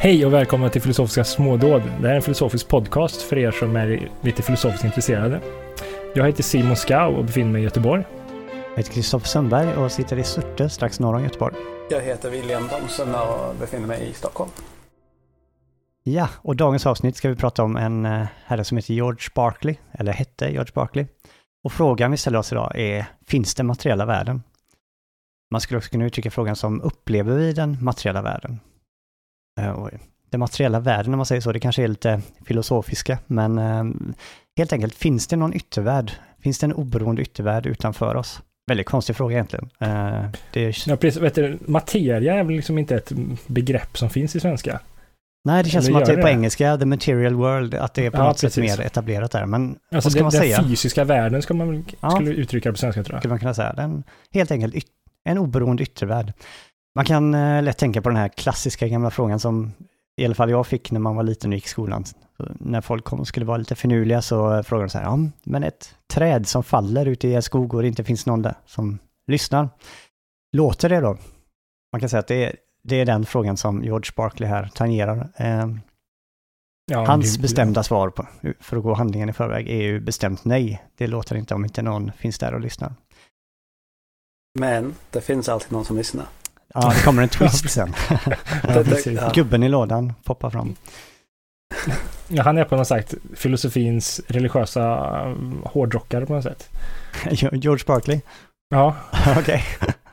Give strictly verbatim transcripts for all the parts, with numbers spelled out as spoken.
Hej och välkomna till Filosofiska smådåd. Det här är en filosofisk podcast för er som är lite filosofiskt intresserade. Jag heter Simon Skau och befinner mig i Göteborg. Jag heter Kristoffer Sundberg och sitter i Surte strax norr om Göteborg. Jag heter William Thomsen och befinner mig i Stockholm. Ja, och dagens avsnitt ska vi prata om en herre som heter George Berkeley, eller hette George Berkeley. Och frågan vi ställer oss idag är, finns det materiella värden? Man skulle också kunna uttrycka frågan som, upplever vi den materiella världen? Och den materiella världen, om man säger så, det kanske är lite filosofiska, men helt enkelt, finns det någon yttervärld? Finns det en oberoende yttervärld utanför oss? Väldigt konstig fråga egentligen. Det är... ja, precis, vet du, materia är väl liksom inte ett begrepp som finns i svenska? Nej, det känns Eller som att det är på det? engelska, the material world, att det är på Ja, något precis. sätt mer etablerat där. Men Alltså vad ska den, man den säga? fysiska världen ska man väl- Ja. skulle uttrycka det på svenska, tror jag. Skulle man kunna säga. Den, helt enkelt yt- en oberoende yttervärld. Man kan eh, lätt tänka på den här klassiska gamla frågan som i alla fall jag fick när man var liten och gick i skolan. Så när folk kom och skulle vara lite finurliga så eh, frågade de så här, ja, men ett träd som faller ute i en skog och det inte finns någon där som lyssnar. Låter det då? Man kan säga att det är, det är den frågan som George Berkeley här tangerar. Eh, Ja, Hans det- bestämda svar på, för att gå handlingen i förväg är ju bestämt nej. Det låter inte om inte någon finns där och lyssnar. Men det finns alltid någon som lyssnar. Ja, det kommer en twist sen. Ja, precis. Ja. Gubben i lådan poppar fram. Ja, han är på något sagt filosofins religiösa um, hårdrockare på något sätt. George Berkeley? Ja. Okej.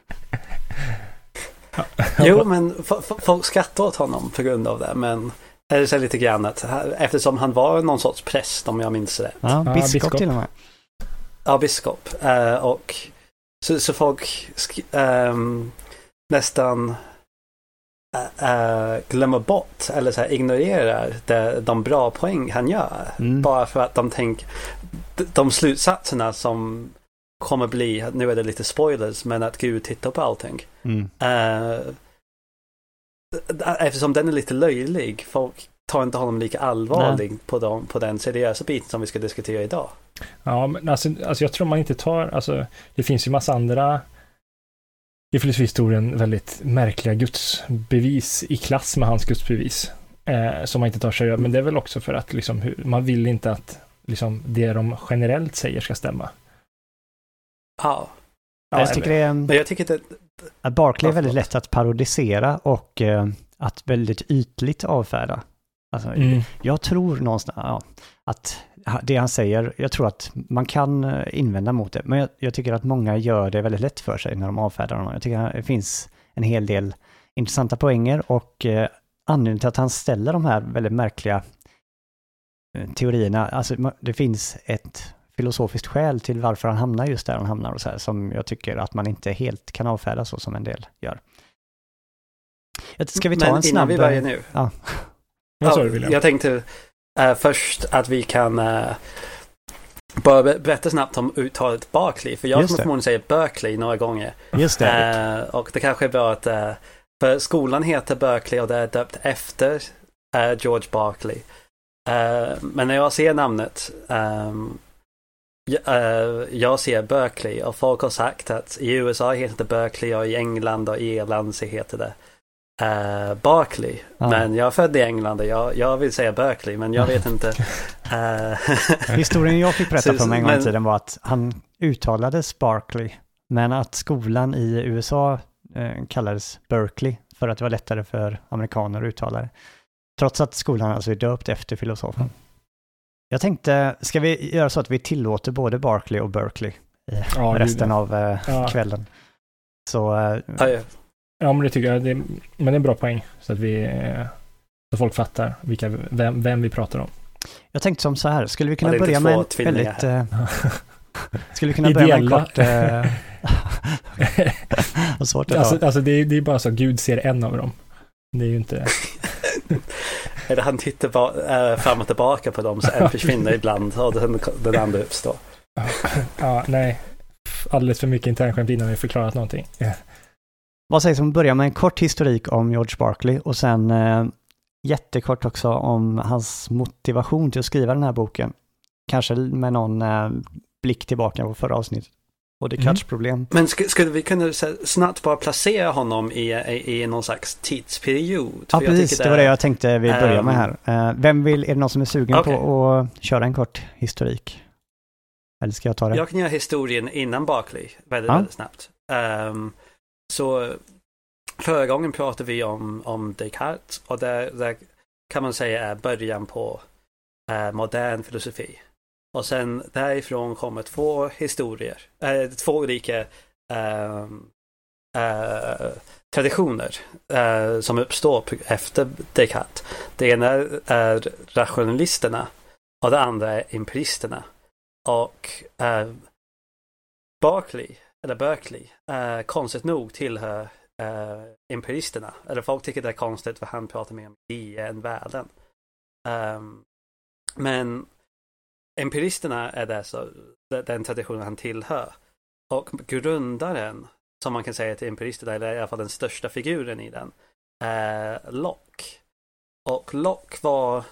Jo, men f- f- folk skrattar åt honom på grund av det. Men eller så lite grann att eftersom han var någon sorts präst, om jag minns rätt. Ja, Ja, biskop, biskop. till och med. Ja, biskop. Eh, och så, så folk sk- ehm, nästan eh, eh, glömmer bort eller så här, ignorerar det, de bra poäng han gör. Mm. Bara för att de tänker de, de slutsatserna som kommer bli, nu är det lite spoilers, men att Gud tittar på allting. Mm. Eh, eftersom den är lite löjlig, folk tar inte honom lika allvarligt på, dem, på den seriösa biten som vi ska diskutera idag. Ja, men alltså, alltså jag tror man inte tar, alltså det finns ju massa andra i filosofihistorien väldigt märkliga gudsbevis i klass med hans gudsbevis eh, som man inte tar seriöst, men det är väl också för att liksom, hur, man vill inte att liksom, det de generellt säger ska stämma. Ja, Ja, jag tycker det är, men jag tycker att att Berkeley är Ja, väldigt förlåt. lätt att parodisera och eh, att väldigt ytligt avfärda. Alltså, Mm. jag tror någonstans ja, att det han säger, jag tror att man kan eh, invända mot det, men jag, jag tycker att många gör det väldigt lätt för sig när de avfärdar honom. Jag tycker att det finns en hel del intressanta poänger och eh, anledningen till att han ställer de här väldigt märkliga eh, teorierna, alltså ma- det finns ett filosofiskt skäl till varför han hamnar just där han hamnar och så här, som jag tycker att man inte helt kan avfärda så som en del gör. Ska vi ta men en innan snabb... vi börjar nu. Ja. Vad sa Ja, du, William? jag tänkte uh, först att vi kan uh, bara be- berätta snabbt om uttalet Berkeley, för jag Just kommer det. förmodligen säga Berkeley några gånger. Just det. Uh, och det kanske är bra att uh, för skolan heter Berkeley och det är döpt efter uh, George Berkeley. Uh, men när jag ser namnet um, jag, uh, jag ser Berkeley och folk har sagt att i U S A heter det Berkeley och i England och Irland så heter det Uh, Berkeley, Ja. men jag är född i England och jag, jag vill säga Berkeley, men jag vet inte. Uh, Historien jag fick berätta Så- för mig en gång i men- tiden var att han uttalades Berkeley, men att skolan i U S A eh, kallades Berkeley för att det var lättare för amerikaner att uttala det. Trots att skolan alltså är döpt efter filosofen. Mm. Jag tänkte, ska vi göra så att vi tillåter både Berkeley och Berkeley i Ja, resten gud, av eh, Ja. kvällen? Så eh, ja, ja. Ja, men det tycker jag. Det, men det är en bra poäng. Så att vi eh, så folk fattar vilka, vem, vem vi pratar om. jag tänkte som så här, skulle vi kunna Ja, det är börja inte med två en tvillingar väldigt... Eh, skulle vi kunna börja med en Ideella. kort... Eh, vad svårt det var. alltså alltså det, är, det är bara så att Gud ser en av dem. Det är ju inte... Eller han tittar ba- äh, fram och tillbaka på dem så en försvinner ibland och den, den andra uppstår. Ja, nej. Alldeles för mycket internskämt innan vi förklarat någonting. Ja. Vad sägs om att börja med en kort historik om George Berkeley och sen eh, jättekort också om hans motivation till att skriva den här boken. Kanske med någon eh, blick tillbaka på förra avsnittet. och Descartes mm. problem. Men sk- skulle vi kunna snabbt bara placera honom i, i, i någon slags tidsperiod? Ja, precis. Det, det var det jag tänkte vi börjar um, med här. Uh, vem vill, är det någon som är sugen okay. på att köra en kort historik? Eller ska jag ta det? Jag kan göra historien innan Berkeley väldigt, ja. väldigt snabbt. Um, så förra gången pratade vi om, om Descartes och där, där kan man säga är början på uh, modern filosofi. Och sen därifrån kommer två historier, äh, två olika äh, äh, traditioner äh, som uppstår efter Descartes. Det ena är rationalisterna och det andra är empiristerna. Och äh, Berkeley, eller Berkeley, äh, konstigt nog tillhör äh, empiristerna. Eller folk tycker det är konstigt för han pratar mer om idéer än världen. Ähm, men empiristerna är det så, den traditionen han tillhör. Och grundaren, som man kan säga till empiristerna, eller i alla fall den största figuren i den, är Locke. Och Locke var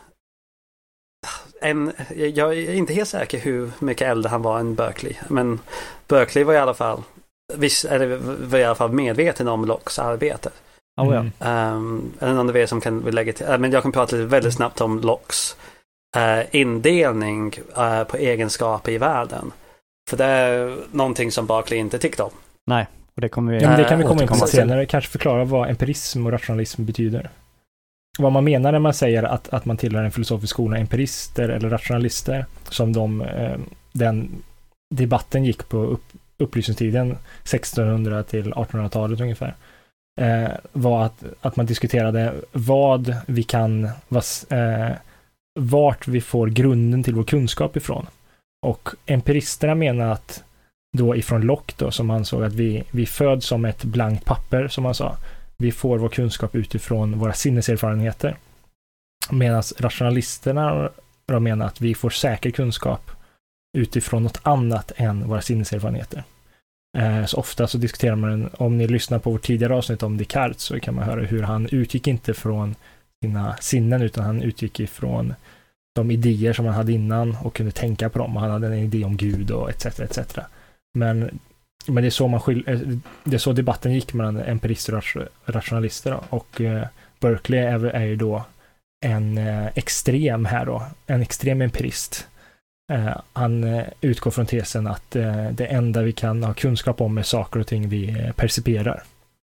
en, jag är inte helt säker hur mycket äldre han var än Berkeley, men Berkeley var i alla fall viss, eller var i alla fall medveten om Lockes arbete. Oh, ja. um, eller någon av er som kan lägga till, men jag kan prata lite väldigt snabbt om Lockes Uh, indelning uh, på egenskaper i världen. För det är någonting som Berkeley inte tyckte om. Nej, och det kommer vi ja, men det kan vi komma in på senare. Kanske förklara vad empirism och rationalism betyder. Vad man menar när man säger att, att man tillhör en filosofisk skola, empirister eller rationalister, som de, eh, den debatten gick på upp, upplysningstiden sextonhundra till artonhundratalet ungefär. Eh, var att, att man diskuterade vad vi kan vas, eh, vart vi får grunden till vår kunskap ifrån. Och empiristerna menar att då ifrån Locke då, som han såg att vi, vi föds som ett blankt papper, som han sa. Vi får vår kunskap utifrån våra sinneserfarenheter. Medan rationalisterna de menar att vi får säker kunskap utifrån något annat än våra sinneserfarenheter. Eh, så ofta så diskuterar man, om ni lyssnar på vårt tidigare avsnitt om Descartes, så kan man höra hur han utgick inte från sina sinnen, utan han utgick ifrån de idéer som han hade innan och kunde tänka på dem. Och han hade en idé om Gud och et cetera et cetera. Men, men det är så man skil- det är så debatten gick mellan empirister och rationalister då. Och eh, Berkeley är, är ju då en eh, extrem här då, en extrem empirist. Eh, han eh, utgår från tesen att eh, det enda vi kan ha kunskap om är saker och ting vi eh, perciperar.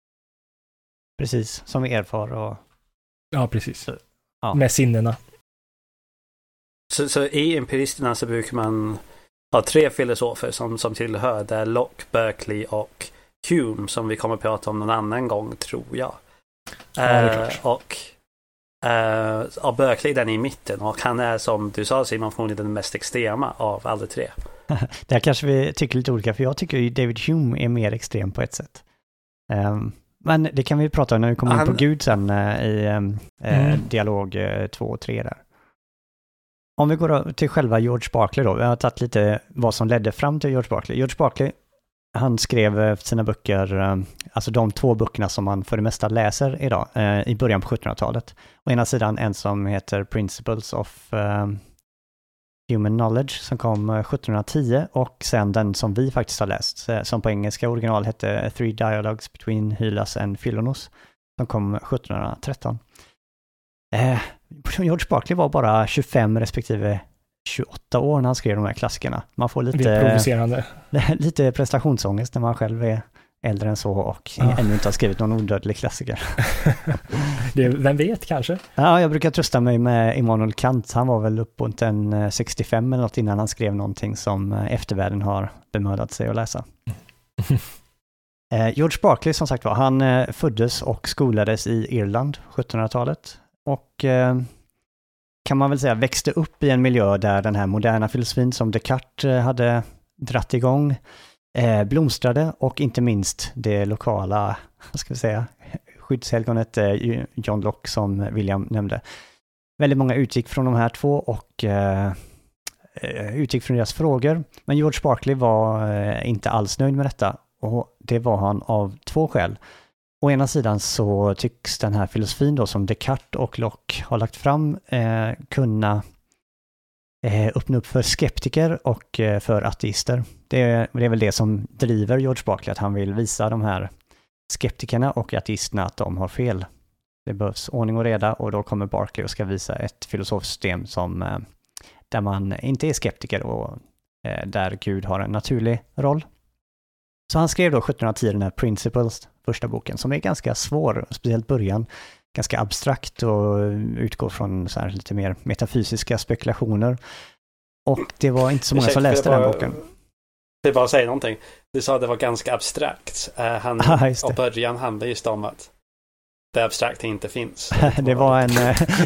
Precis, som vi erfar och ja, precis. Så, ja. Med sinnena. Så, så i empiristerna så brukar man ha tre filosofer som, som tillhör. Det är Locke, Berkeley och Hume, som vi kommer att prata om någon annan gång, tror jag. Ja, eh, och eh, och Berkeley den är i mitten, och han är, som du sa Simon, förmodligen den mest extrema av alla tre. Det här kanske vi tycker lite olika, för jag tycker ju David Hume är mer extrem på ett sätt. Um, men det kan vi prata om när vi kommer han... in på Gud sen uh, i um, mm. uh, dialog uh, två och tre där. Om vi går till själva George Berkeley då. Vi har tagit lite vad som ledde fram till George Berkeley. George Berkeley, han skrev sina böcker, alltså de två böckerna som man för det mesta läser idag, i början på sjuttonhundratalet. Å ena sidan en som heter Principles of um, Human Knowledge som kom sjuttonhundratio, och sen den som vi faktiskt har läst, som på engelska original hette Three Dialogues Between Hylas and Philonos, som kom sjuttonhundratretton. Eh, George Berkeley var bara tjugofem respektive tjugoåtta år när han skrev de här klassikerna. Man får lite, det är provocerande. lite prestationsångest när man själv är äldre än så och ja. ännu inte har skrivit någon odödlig klassiker. Det, vem vet kanske? Ja, jag brukar trösta mig med Immanuel Kant. Han var väl uppåt en sextiofem eller något innan han skrev någonting som eftervärlden har bemödat sig att läsa. eh, George Berkeley, som sagt var, han eh, föddes och skolades i Irland sjuttonhundratalet. Och eh, kan man väl säga växte upp i en miljö där den här moderna filosofin som Descartes eh, hade dratt igång eh, blomstrade, och inte minst det lokala, vad ska vi säga, skyddshelgonet eh, John Locke som William nämnde. Väldigt många utgick från de här två och eh, utgick från deras frågor. Men George Berkeley var eh, inte alls nöjd med detta, och det var han av två skäl. Å ena sidan så tycks den här filosofin då som Descartes och Locke har lagt fram eh, kunna eh, öppna upp för skeptiker och eh, för ateister. Det är, det är väl det som driver George Berkeley, att han vill visa de här skeptikerna och ateisterna att de har fel. Det behövs ordning och reda, och då kommer Berkeley och ska visa ett filosofiskt system som, eh, där man inte är skeptiker och eh, där Gud har en naturlig roll. Så han skrev då sjuttonhundratio den här Principles, första boken, som är ganska svår, speciellt början, ganska abstrakt och utgår från så här lite mer metafysiska spekulationer. Och det var inte så många som läste den boken. Det är bara att säga någonting. Du sa att det var ganska abstrakt. Uh, han, ah, och början handlar just om att det abstrakta inte finns. Det var en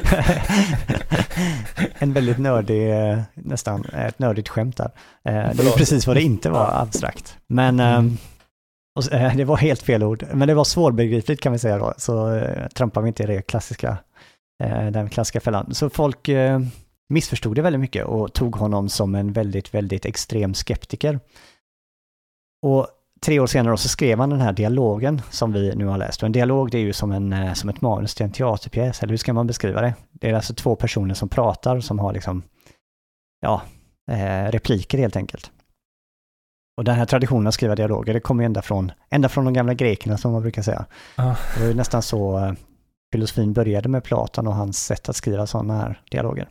en väldigt nördig, nästan ett nördigt skämt där. Det var precis vad det inte var, abstrakt. Men mm. och, det var helt fel ord. Men det var svårbegripligt, kan vi säga då. Så trampar vi inte i det klassiska, den klassiska fällan. Så folk missförstod det väldigt mycket och tog honom som en väldigt, väldigt extrem skeptiker. Och tre år senare så skrev han den här dialogen som vi nu har läst. Och en dialog, det är ju som, en, som ett manus till en teaterpjäs. Eller hur ska man beskriva det? Det är alltså två personer som pratar, som har liksom, ja, eh, repliker helt enkelt. Och den här traditionen att skriva dialoger, det kommer ända från, ända från de gamla grekerna, som man brukar säga. Ah. Det var nästan så eh, filosofin började med Platon och hans sätt att skriva sådana här dialoger.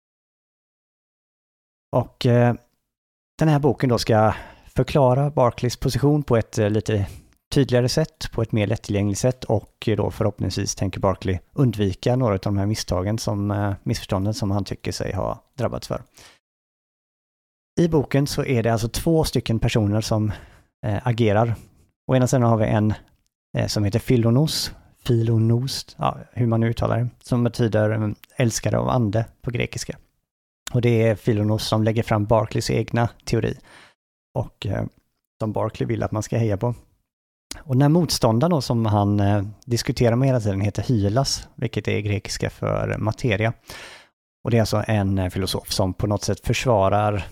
Och eh, den här boken då ska förklara Berkeleys position på ett eh, lite tydligare sätt, på ett mer lättillgängligt sätt, och då förhoppningsvis tänker Berkeley undvika några av de här misstagen som, eh, missförstånden som han tycker sig ha drabbats för. I boken så är det alltså två stycken personer som eh, agerar. Å ena sidan har vi en eh, som heter Philonos, Philonos, ja, hur man uttalar det, som betyder eh, älskare av ande på grekiska. Och det är Philonos som lägger fram Berkeleys egna teori. Och eh, som Berkeley vill att man ska heja på. Och den här motståndaren då, som han eh, diskuterar med hela tiden, heter Hylas, vilket är grekiska för materia. Och det är alltså en eh, filosof som på något sätt försvarar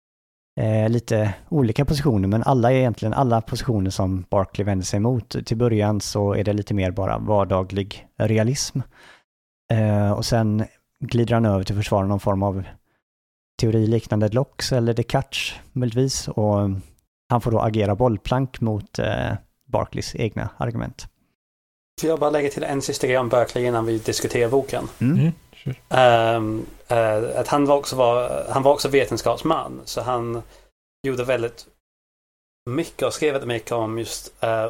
eh, lite olika positioner, men alla är egentligen alla positioner som Berkeley vänder sig emot. Till början så är det lite mer bara vardaglig realism. Eh, och sen glider han över till att försvara någon form av teori liknande Locke eller Descartes möjligtvis, och han får då agera bollplank mot eh, Berkeleys egna argument. Får jag bara lägga till en sista grej om Berkeley innan vi diskuterar boken? Mm. Mm, sure. um, uh, att han var, också var, han var också vetenskapsman, så han gjorde väldigt mycket och skrev väldigt mycket om just uh,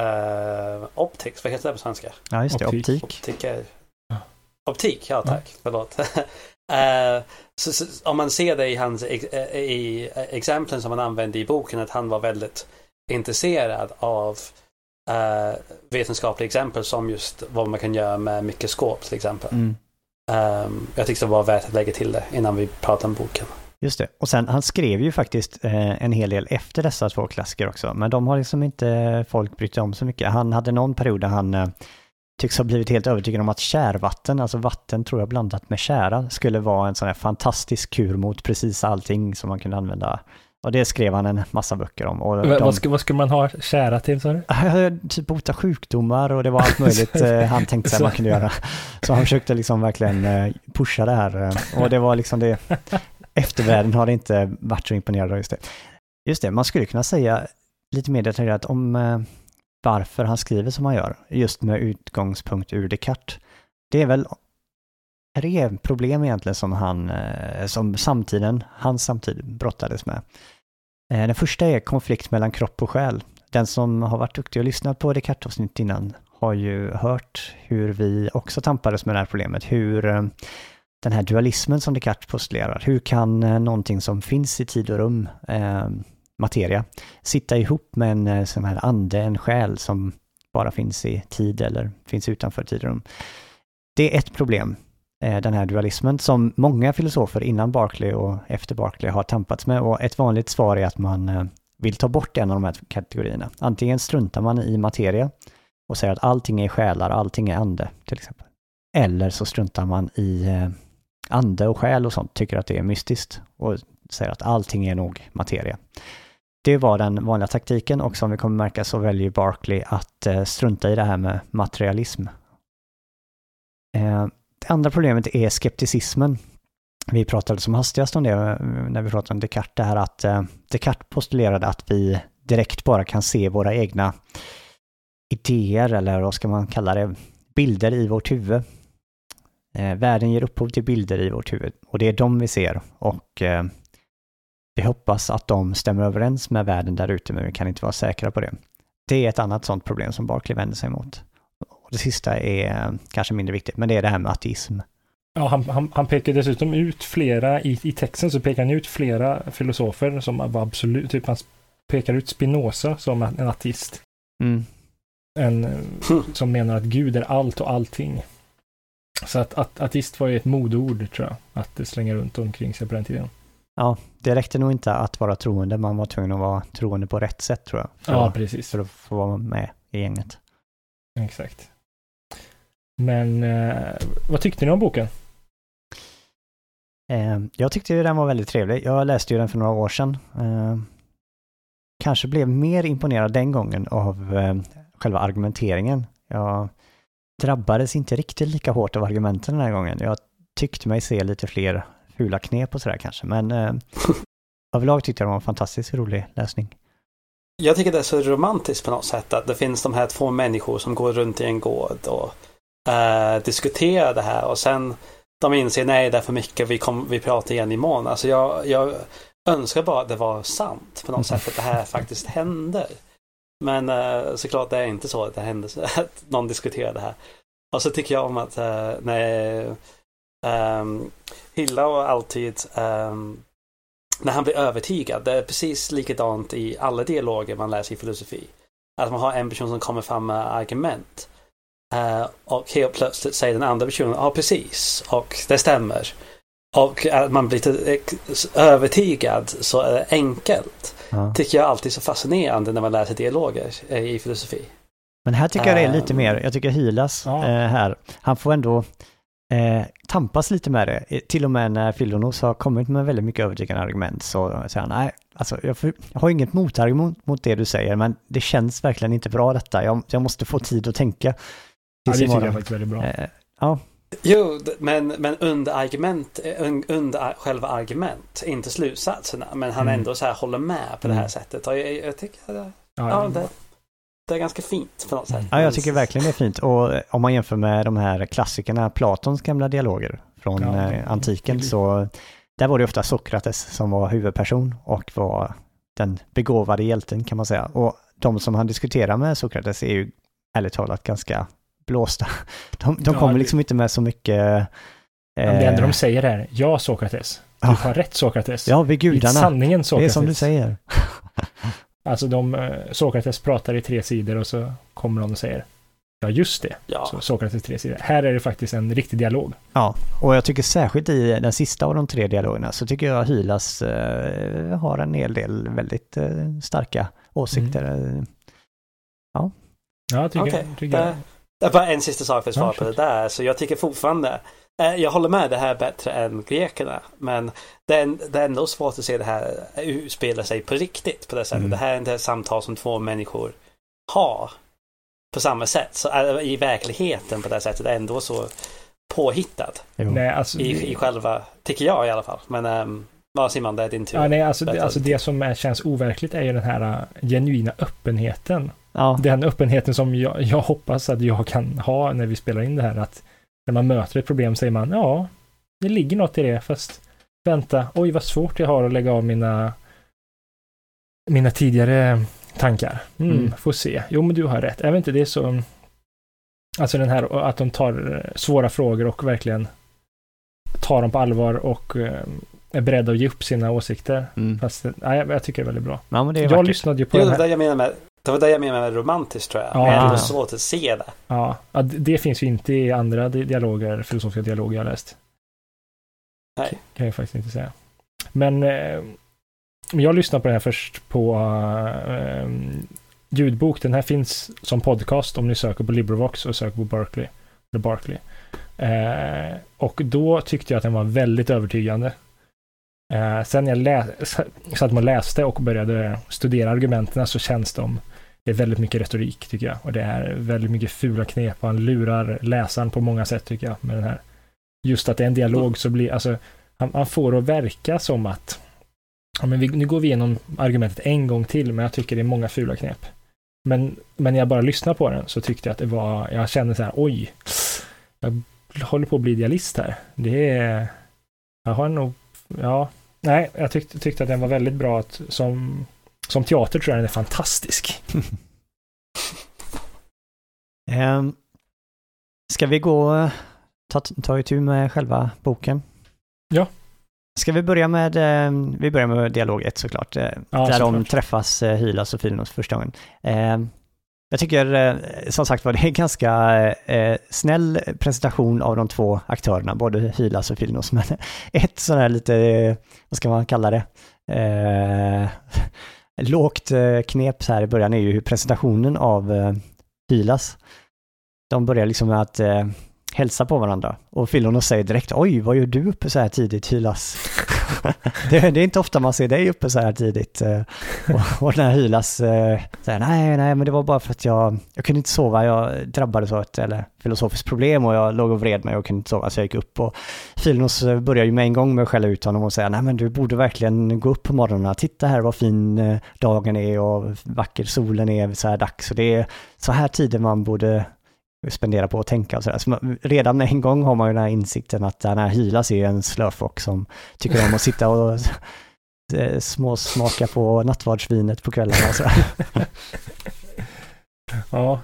uh, optics. Vad heter det på svenska? Ja, just det, optik. Optik, optik, är... optik ja tack, ja. Förlåt. Uh, så, så, om man ser det i hans i, i exemplen som han använde i boken, att han var väldigt intresserad av uh, vetenskapliga exempel, som just vad man kan göra med mikroskop till exempel. Mm. Um, jag tyckte det var värt att lägga till det innan vi pratar om boken. Just det. Och sen, han skrev ju faktiskt eh, en hel del efter dessa två klassiker också, men de har liksom inte folk brytt om så mycket. Han hade någon period där han eh, tycks ha blivit helt övertygad om att kärvatten, alltså vatten tror jag blandat med kära, skulle vara en sån här fantastisk kur mot precis allting som man kunde använda. Och det skrev han en massa böcker om. Och vad, de, ska, vad ska man ha kära till, sa du? Typ bota sjukdomar, och det var allt möjligt eh, han tänkte sig man kunde göra. Så han försökte liksom verkligen eh, pusha det här. Och det var liksom det, eftervärlden har inte varit så imponerad av just det. Just det, man skulle kunna säga lite mer detaljerat om eh, varför han skriver som han gör, just med utgångspunkt ur Descartes. Det är väl tre problem egentligen som han, som samtiden, hans samtid brottades med. Den första är konflikt mellan kropp och själ. Den som har varit duktig och lyssnat på Descartes-avsnitt innan har ju hört hur vi också tampades med det här problemet. Hur den här dualismen som Descartes postulerar, hur kan någonting som finns i tid och rum, eh, materia, sitta ihop med en sån här ande, en själ som bara finns i tid eller finns utanför tid och rum. Det är ett problem, den här dualismen, som många filosofer innan Berkeley och efter Berkeley har tampats med, och ett vanligt svar är att man vill ta bort en av de här kategorierna. Antingen struntar man i materia och säger att allting är själar, allting är ande till exempel. Eller så struntar man i ande och själ och sånt, tycker att det är mystiskt och säger att allting är nog materia. Det var den vanliga taktiken, och som vi kommer märka så väljer Berkeley att strunta i det här med materialism. Det andra problemet är skepticismen. vi pratade som hastigast om det när vi pratade om Descartes, det här att eh, Descartes postulerade att vi direkt bara kan se våra egna idéer, eller vad ska man kalla det, bilder i vårt huvud. Eh, världen ger upphov till bilder i vårt huvud och det är de vi ser, och eh, vi hoppas att de stämmer överens med världen där ute, men vi kan inte vara säkra på det. Det är ett annat sånt problem som Berkeley vänder sig mot. Och det sista är kanske mindre viktigt, men det är det här med ateism. Ja, han, han, han pekar dessutom ut flera, i, i texten så pekar han ut flera filosofer som var absolut, typ han pekar ut Spinoza som en ateist. Mm. En som menar att Gud är allt och allting. Så att, att ateist var ju ett modeord, tror jag, att det slänger runt omkring sig på den tiden. Ja, det räckte nog inte att vara troende, man var tvungen att vara troende på rätt sätt, tror jag. För Ja, att, precis. för att få vara med i gänget. Exakt. Men eh, vad tyckte ni om boken? Eh, jag tyckte ju den var väldigt trevlig. Jag läste ju den för några år sedan. Eh, kanske blev mer imponerad den gången av eh, själva argumenteringen. Jag drabbades inte riktigt lika hårt av argumenten den här gången. Jag tyckte mig se lite fler fula knep och sådär kanske. Men eh, överlag tyckte jag det var en fantastiskt rolig läsning. Jag tycker det är så romantiskt på något sätt att det finns de här två människor som går runt i en gård och eh, diskuterar det här, och sen de inser nej, det är för mycket, vi, kom, vi pratar igen imorgon. Alltså jag, jag önskar bara att det var sant på något sätt, att det här faktiskt händer. Men eh, såklart det är inte så att det händer, att någon diskuterar det här. Och så tycker jag om att eh, när um, Hilla och alltid um, när han blir övertygad, det är precis likadant i alla dialoger man läser i filosofi. Att man har en person som kommer fram med argument. Uh, och helt plötsligt säger den andra personen, ja precis, och det stämmer. Och att man blir övertygad så är det enkelt. Ja. Tycker jag alltid så fascinerande när man läser dialoger i filosofi. Men här tycker jag det är lite mer, jag tycker Hilas ja. eh, här, han får ändå eh, tampas lite med det. Till och med när Philonos har kommit med väldigt mycket övertygande argument så säger han, nej, alltså jag, får, jag har inget motargument mot det du säger, men det känns verkligen inte bra detta. Jag, jag måste få tid att tänka. Ja, det tycker jag faktiskt väldigt bra. Eh, ja. Jo, men, men under argument, under själva argument, inte slutsatserna, men han mm. ändå så här håller med på mm. det här sättet. Och jag, jag tycker det, ja, ja, det, det är ganska fint på något sätt. Ja, jag tycker verkligen det är fint. Och om man jämför med de här klassikerna, Platons gamla dialoger från ja, eh, antiken, det, så där var det ofta Sokrates som var huvudperson och var den begåvade hjälten, kan man säga. Och de som han diskuterar med Sokrates är ju ärligt talat ganska blåsta. De, de ja, kommer liksom inte med så mycket... Eh, det enda de säger är, ja Sokrates, du ja. har rätt Sokrates. Ja, vid gudarna. Sanningen Sokrates. Det är som du säger. Alltså de, Sokrates pratar i tre sidor och så kommer de och säger, ja just det, ja. Så Sokrates tre sidor. Här är det faktiskt en riktig dialog. Ja, och jag tycker särskilt i den sista av de tre dialogerna så tycker jag Hylas eh, har en hel del väldigt eh, starka åsikter. Mm. Ja. Ja, tycker okay. jag. Tycker jag. Det är bara en sista sak för att svara ja, på det där. Så jag tycker fortfarande, eh, jag håller med det här bättre än grekerna. Men det är, det är ändå svårt att se det här utspela sig på riktigt på det sättet. Mm. Det här är inte ett samtal som två människor har på samma sätt. Så äh, i verkligheten på det sättet är det ändå så påhittad. Nej, alltså, I, I själva, tycker jag i alla fall. Men ähm, vad Simon, det är din tur. Ja, nej, alltså, det, alltså det som är, känns overkligt är ju den här uh, genuina öppenheten. Ja. Den öppenheten som jag, jag hoppas att jag kan ha när vi spelar in det här, att när man möter ett problem säger man, ja, det ligger något i det, fast vänta, oj vad svårt jag har att lägga av mina mina tidigare tankar. Mm, mm. Får se. Jo, men du har rätt. Även inte det är så, alltså den här att de tar svåra frågor och verkligen tar dem på allvar och är beredda att ge upp sina åsikter. Mm. Fast, nej, jag tycker det är väldigt bra. Ja, men det är jag vackert. lyssnade ju på jo, den här. Det, jag menar med, det var det jag menar med romantiskt, tror jag. Ja, men det är svårt att se det. Ja, det finns ju inte i andra dialoger, filosofiska dialoger jag läst. Nej. Kan jag faktiskt inte säga. Men eh, jag lyssnade på den här först på eh, ljudbok. Den här finns som podcast om ni söker på LibriVox och söker på Berkeley. Eller Berkeley. Eh, och då tyckte jag att den var väldigt övertygande. Eh, sen jag lä- satt man och läste och började studera argumenten, så känns de, det är väldigt mycket retorik tycker jag. Och det är väldigt mycket fula knep och han lurar läsaren på många sätt tycker jag med den här. Just att det är en dialog så blir, alltså han, han får att verka som att ja, men vi, nu går vi igenom argumentet en gång till, men jag tycker det är många fula knep. Men, men när jag bara lyssnar på den så tyckte jag att det var, jag kände så här, oj, jag håller på att bli idealist här. Det är, jag har nog, ja, nej, jag tyckte, tyckte att den var väldigt bra. Att, som, som teater tror jag den är fantastisk. um, ska vi gå ta, ta itu med själva boken? Ja. Ska vi börja med, eh, vi börjar med dialog ett såklart, eh, ja, där såklart. de träffas, eh, Hylas och Filonos första gången. Eh, jag tycker, eh, som sagt var, det är en ganska eh, snäll presentation av de två aktörerna, både Hylas och Filonos, men ett sån här lite, eh, vad ska man kalla det, eh, lågt eh, knep så här i början är ju presentationen av eh, Hylas. De börjar liksom med att eh, hälsa på varandra. Och Filonos säger direkt, oj, vad gör du uppe så här tidigt, Hylas? det, det är inte ofta man ser dig uppe så här tidigt. Och, och den här Hylas säger, nej, nej, men det var bara för att jag, jag kunde inte sova. Jag drabbades av ett eller, filosofiskt problem och jag låg och vred mig och kunde inte sova, så jag gick upp. Och Filonos börjar ju med en gång med att skälla ut honom och säga, nej, men du borde verkligen gå upp på morgonen. Titta här vad fin dagen är och vacker solen är så här dags. Och det är så här tider man borde spendera på att tänka och sådär. Så man, redan en gång har man ju den här insikten att den här Hylas är en slöfock som tycker om att sitta och eh, småsmaka på nattvardsvinet på kvällarna och sådär. Ja.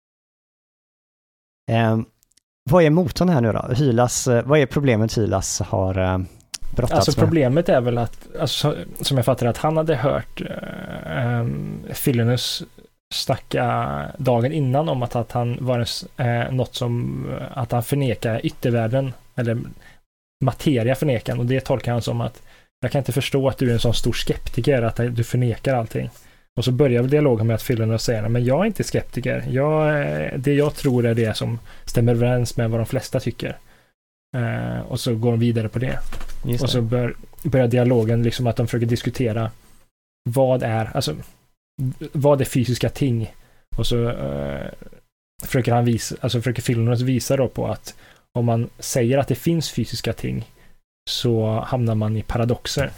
Eh, vad är motorn här nu då? Hylas, vad är problemet Hylas har eh, brottats Alltså med? problemet är väl att, alltså, som jag fattar att han hade hört eh, Filonos snacka dagen innan om att, att han var eh, något som att han förnekar yttervärlden eller materia förnekar, och det tolkar han som att jag kan inte förstå att du är en sån stor skeptiker att du förnekar allting. Och så börjar dialogen med att Filonos säger, men jag är inte skeptiker. Jag, det jag tror är det som stämmer överens med vad de flesta tycker. Eh, och så går de vidare på det. Just det. Och så bör, börjar dialogen liksom att de försöker diskutera vad är, alltså vad är fysiska ting, och så eh, försöker han visa, alltså försöker Filonos visa då på att om man säger att det finns fysiska ting så hamnar man i paradoxer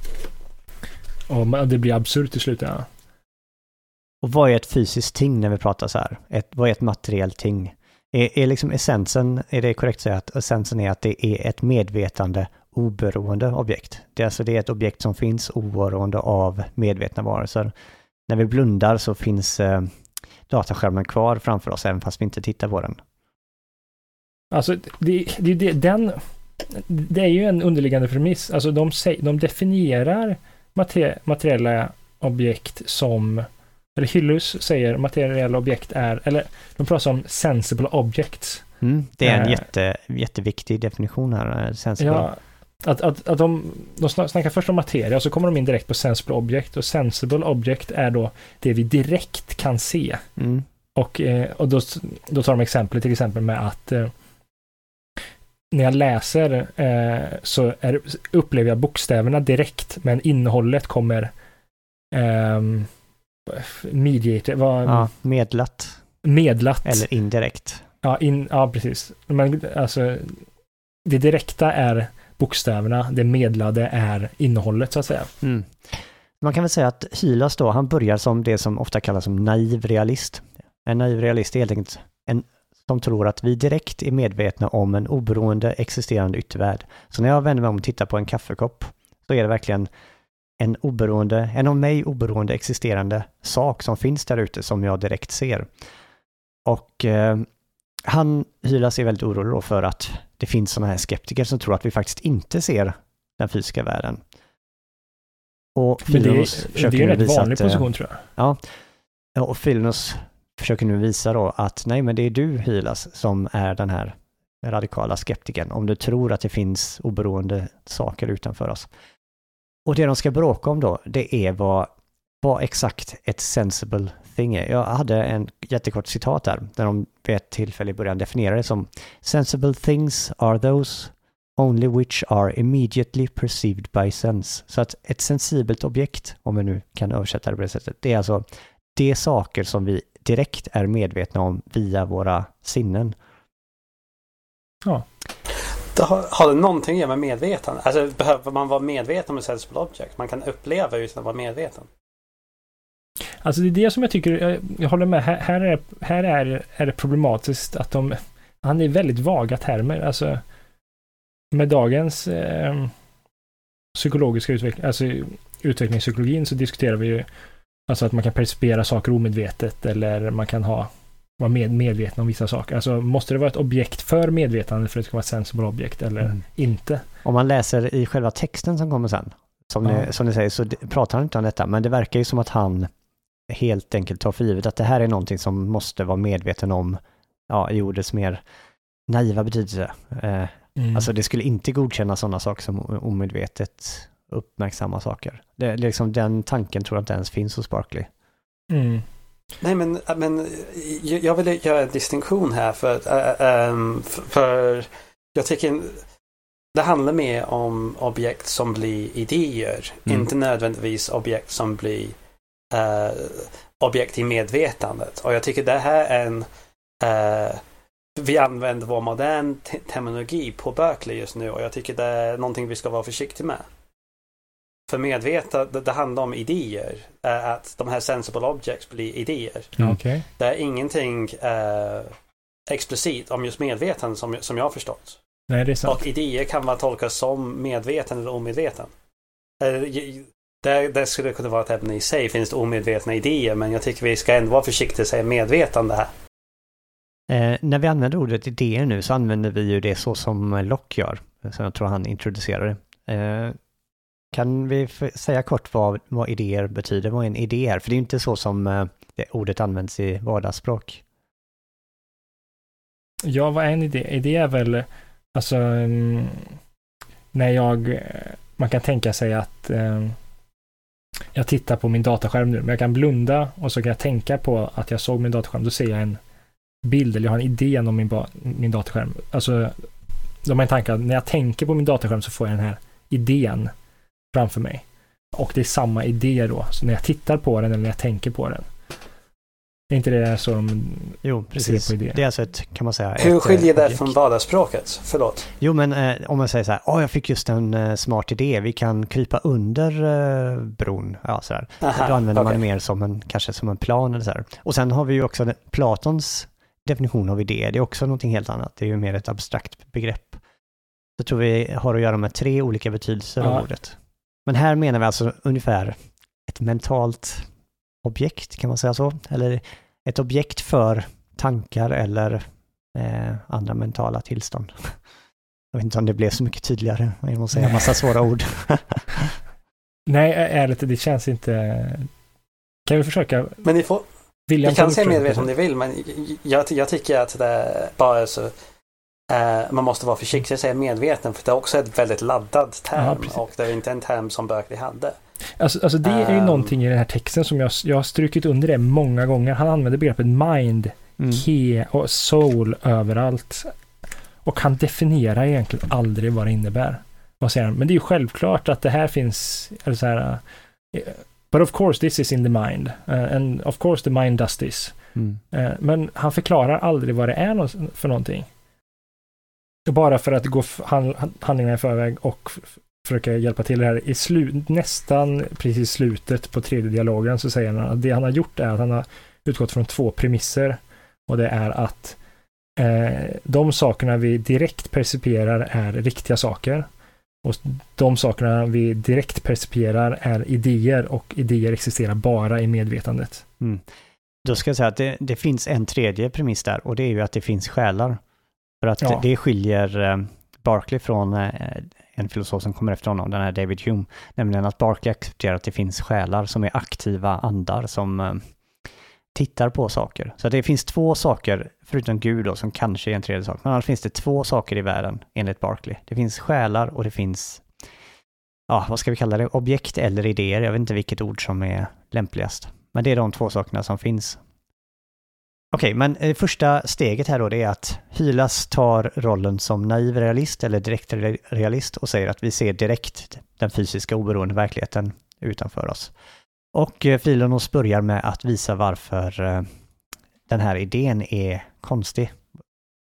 och man, det blir absurt i slutändan. Och vad är ett fysiskt ting när vi pratar så här? Ett, vad är ett materiellt ting? Är, är liksom essensen, är det korrekt att säga att essensen är att det är ett medvetande oberoende objekt? Det är alltså det är ett objekt som finns oberoende av medvetna varelser. När vi blundar så finns eh, dataskärmen kvar framför oss även fast vi inte tittar på den. Alltså det, det, det, den, det är ju en underliggande premiss. Alltså de, de definierar mater, materiella objekt som, eller Hylas säger materiella objekt är, eller de pratar om sensible objects. Mm, det är en eh, jätte, jätteviktig definition här. Sensible. Ja, att, att, att de, de snackar först om materia och så kommer de in direkt på sensible object, och sensible object är då det vi direkt kan se. Mm. Och, eh, och då, då tar de exempel till exempel med att eh, när jag läser eh, så är, upplever jag bokstäverna direkt, men innehållet kommer eh, mediator, vad, ja, medlat. medlat. Eller indirekt. Ja, in, ja, precis. Men alltså det direkta är bokstäverna, det medlade är innehållet så att säga. Mm. Man kan väl säga att Hylas då, han börjar som det som ofta kallas som naiv realist. En naiv realist är helt enkelt en som tror att vi direkt är medvetna om en oberoende existerande yttervärld. Så när jag vänder mig om och tittar på en kaffekopp så är det verkligen en oberoende, en av mig oberoende existerande sak som finns där ute som jag direkt ser. Och eh, han, Hylas, är väldigt orolig då för att det finns sådana här skeptiker som tror att vi faktiskt inte ser den fysiska världen. Och Filonos det, det är en rätt vanlig att, position tror jag. Ja, och Filonos försöker nu visa då att nej, men det är du, Hylas, som är den här radikala skeptikern om du tror att det finns oberoende saker utanför oss. Och det de ska bråka om då, det är vad, vad exakt ett sensible thing är. Jag hade en jättekort citat där, där de vid ett tillfälle i början definierar det som sensible things are those only which are immediately perceived by sense. Så att ett sensibelt objekt, om vi nu kan översätta det på det sättet, det är alltså de saker som vi direkt är medvetna om via våra sinnen. Ja. Det har, har det någonting att göra med medvetande? Alltså behöver man vara medveten om en sensible object? Man kan uppleva utan att vara medveten. Alltså det är det som jag tycker, jag, jag håller med, här, här, är, här är, är det problematiskt att de, han är väldigt vaga termer, alltså med dagens eh, psykologiska utveckling, alltså utvecklingspsykologin så diskuterar vi ju alltså att man kan percipera saker omedvetet eller man kan ha vara med, medveten om vissa saker. Alltså måste det vara ett objekt för medvetande för att det ska vara ett sensible object eller mm. inte? Om man läser i själva texten som kommer sen, som, ja. ni, som ni säger, så det, pratar han inte om detta, men det verkar ju som att han helt enkelt tar för givet att det här är någonting som måste vara medveten om, ja, i ordets mer naiva betydelse. Eh, mm. Alltså det skulle inte godkänna sådana saker som omedvetet uppmärksamma saker. Det, det liksom, den tanken tror jag inte ens finns hos Berkeley. Mm. Nej, men, men jag vill göra en distinktion här för, äh, ähm, för, för jag tycker det handlar mer om objekt som blir idéer, mm. inte nödvändigtvis objekt som blir äh, objekt i medvetandet. Och jag tycker det här är en äh, vi använder vår modern te- terminologi på Berkeley just nu och jag tycker det är någonting vi ska vara försiktiga med. För medvetandet, det, det handlar om idéer. Äh, att de här sensible objects blir idéer. Mm. Okay. Det är ingenting äh, explicit om just medvetande som, som jag har förstått. Nej, det är sant. Och idéer kan man tolka som medveten eller omedveten. Äh, det, det skulle kunna vara ett ämne i sig. Finns det omedvetna idéer, men jag tycker vi ska ändå vara försiktiga och säga medvetande här. Eh, när vi använder ordet idéer nu så använder vi ju det så som Locke gör. Så jag tror han introducerar det. Eh, Kan vi f- säga kort vad, vad idéer betyder? Vad en idé är? För det är ju inte så som eh, det ordet används i vardagsspråk. Ja, vad är en idé? Idé är väl alltså um, när jag man kan tänka sig att um, jag tittar på min dataskärm nu, men jag kan blunda och så kan jag tänka på att jag såg min dataskärm, då ser jag en bild eller jag har en idé om min, ba- min dataskärm. Alltså de har en tanke att när jag tänker på min dataskärm så får jag den här idén framför mig. Och det är samma idé då. Så när jag tittar på den eller när jag tänker på den. Är inte det så de jo, precis. På idé? Det är alltså ett, kan man säga... Hur ett, skiljer det objekt. från vardagsspråket? Förlåt. Jo, men eh, om man säger så här, åh, oh, jag fick just en eh, smart idé. Vi kan krypa under eh, bron. Ja, så här. Aha, och då använder okay. man det mer som en, kanske som en plan eller så här. Och sen har vi ju också Platons definition av idé. Det är också någonting helt annat. Det är ju mer ett abstrakt begrepp. Så tror vi har att göra med tre olika betydelser ja. av ordet. Men här menar vi alltså ungefär ett mentalt objekt, kan man säga så? Eller ett objekt för tankar eller eh, andra mentala tillstånd. Jag vet inte om det blev så mycket tydligare. Jag måste säga en massa svåra ord. Nej, ärligt, det känns inte... Kan vi försöka... Men ni får... William, vi kan säga medvetet om ni vill, men jag, jag tycker att det är bara så... Uh, man måste vara försiktig att säga medveten, för det är också ett väldigt laddad term ja, och det är inte en term som Berkeley hade. Alltså, alltså det är ju um, någonting i den här texten som jag, jag har strukit under det många gånger. Han använder begreppet mind, mm. ke och soul överallt. Och han definierar egentligen aldrig vad det innebär. Vad säger han? Men det är ju självklart att det här finns eller så här, uh, but of course this is in the mind uh, and of course the mind does this. Mm. Uh, men han förklarar aldrig vad det är för någonting. Bara för att gå handlingarna i förväg och f- försöka hjälpa till det här. I slu- nästan precis slutet på tredje dialogen så säger han att det han har gjort är att han har utgått från två premisser. Och det är att eh, de sakerna vi direkt percipierar är riktiga saker. Och de sakerna vi direkt percipierar är idéer och idéer existerar bara i medvetandet. Mm. Då ska jag säga att det, det finns en tredje premiss där och det är ju att det finns själar. För att ja. det skiljer eh, Berkeley från eh, en filosof som kommer efter honom, den här David Hume. Nämligen att Berkeley accepterar att det finns själar som är aktiva andar som eh, tittar på saker. Så det finns två saker, förutom Gud då, som kanske är en tredje sak. Men annars finns det två saker i världen enligt Berkeley. Det finns själar och det finns, ja, vad ska vi kalla det? Objekt eller idéer. Jag vet inte vilket ord som är lämpligast. Men det är de två sakerna som finns. Okej, men eh, första steget här då det är att Hylas tar rollen som naiv realist eller direkt realist och säger att vi ser direkt den fysiska oberoende verkligheten utanför oss. Och eh, Philonos börjar med att visa varför eh, den här idén är konstig.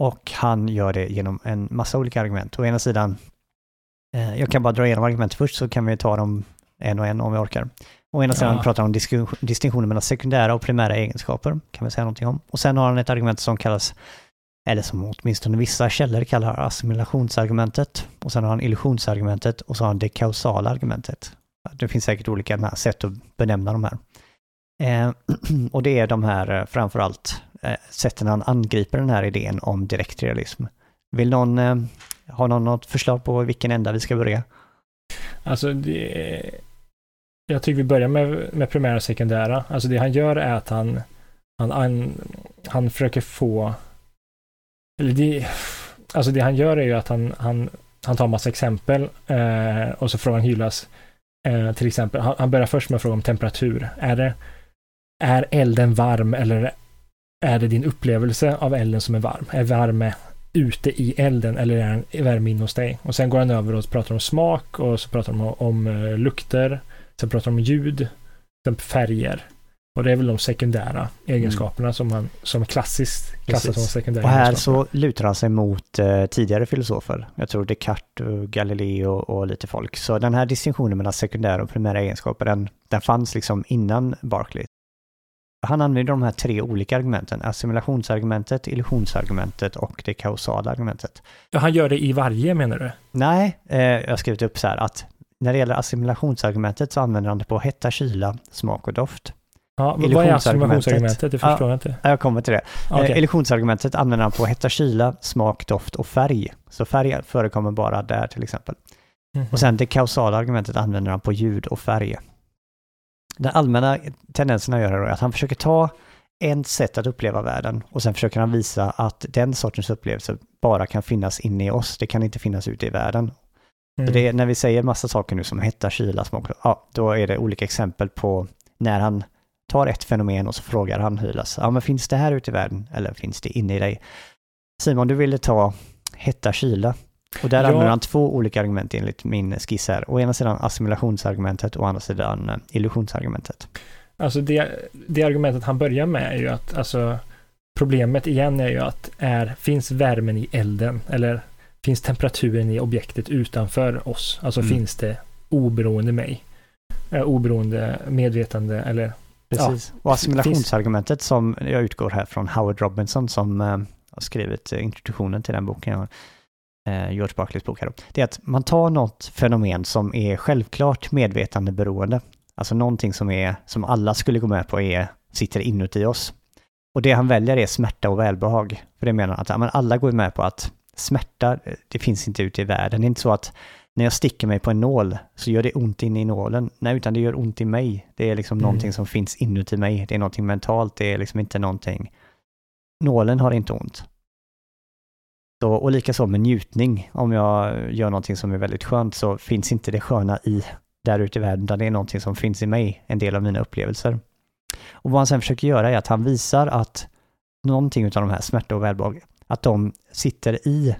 Och han gör det genom en massa olika argument. Å ena sidan, eh, jag kan bara dra igenom argument först så kan vi ta dem en och en om vi orkar. Å ena sidan ja. pratar han om disk- distinktionen mellan sekundära och primära egenskaper, kan vi säga någonting om. Och sen har han ett argument som kallas, eller som åtminstone vissa källor kallar assimilationsargumentet. Och sen har han illusionsargumentet och så har han det kausala argumentet. Det finns säkert olika sätt att benämna de här. Eh, och det är de här framförallt eh, sätten han angriper den här idén om direktrealism. Vill någon eh, ha någon något förslag på vilken ända vi ska börja? Alltså det, jag tycker vi börjar med, med primära och sekundära. Alltså det han gör är att han han, han, han försöker få eller det, alltså det han gör är ju att han, han, han tar en massa exempel eh, och så frågar han Hylas eh, till exempel, han, han börjar först med att fråga om temperatur. Är det Är elden varm eller är det din upplevelse av elden som är varm? Är värme ute i elden eller är den värme in hos dig? Och sen går han över och pratar om smak och så pratar de om, om uh, lukter, sen pratar de om ljud, sen färger. Och det är väl de sekundära egenskaperna mm. som man som klassiskt klassas som sekundära. Och här så lutar han sig mot uh, tidigare filosofer. Jag tror Descartes och Galileo och, och lite folk. Så den här distinktionen mellan sekundära och primära egenskaper, den, den fanns liksom innan Berkeley. Han använder de här tre olika argumenten. Assimilationsargumentet, illusionsargumentet och det kausala argumentet. Ja, han gör det i varje, menar du? Nej, eh, jag har skrivit upp så här att när det gäller assimilationsargumentet så använder han det på hetta, kyla, smak och doft. Ja, men vad är assimilationsargumentet? Det förstår ja, jag inte. Jag kommer till det. Okay. Eh, illusionsargumentet använder han på hetta, kyla, smak, doft och färg. Så färg förekommer bara där till exempel. Mm-hmm. Och sen det kausala argumentet använder han på ljud och färg. Den allmänna tendensen att göra är att han försöker ta en sätt att uppleva världen och sen försöker han visa att den sortens upplevelse bara kan finnas inne i oss. Det kan inte finnas ute i världen. Mm. Så det är, när vi säger massa saker nu som hetta, kyla, smak, ja, då är det olika exempel på när han tar ett fenomen och så frågar han Hylas, ja men finns det här ute i världen eller finns det inne i dig? Simon, du ville ta hetta, kyla. Och där ja. använder han två olika argument enligt min skiss här. Å ena sidan assimilationsargumentet och å andra sidan illusionsargumentet. Alltså det, det argumentet han börjar med är ju att alltså, problemet igen är ju att är, finns värmen i elden eller finns temperaturen i objektet utanför oss? Alltså mm. finns det oberoende mig? Äh, oberoende medvetande eller... Precis. Ja, och assimilationsargumentet finns... som jag utgår här från Howard Robinson som äh, har skrivit äh, introduktionen till den boken. Eh, George Berkeleys bok här då. Det är att man tar något fenomen som är självklart medvetandeberoende. Alltså någonting som är som alla skulle gå med på är sitter inuti oss. Och det han väljer är smärta och välbehag. För det menar att ja, men alla går med på att smärta, det finns inte ute i världen. Det är inte så att när jag sticker mig på en nål så gör det ont inne i nålen. Nej, utan det gör ont i mig. Det är liksom mm. någonting som finns inuti mig. Det är någonting mentalt. Det är liksom inte någonting. Nålen har inte ont. Så, och lika så med njutning. Om jag gör någonting som är väldigt skönt så finns inte det sköna i där ute i världen, utan det är någonting som finns i mig, en del av mina upplevelser. Och vad han sen försöker göra är att han visar att någonting av de här smärta och välbehag, att de sitter i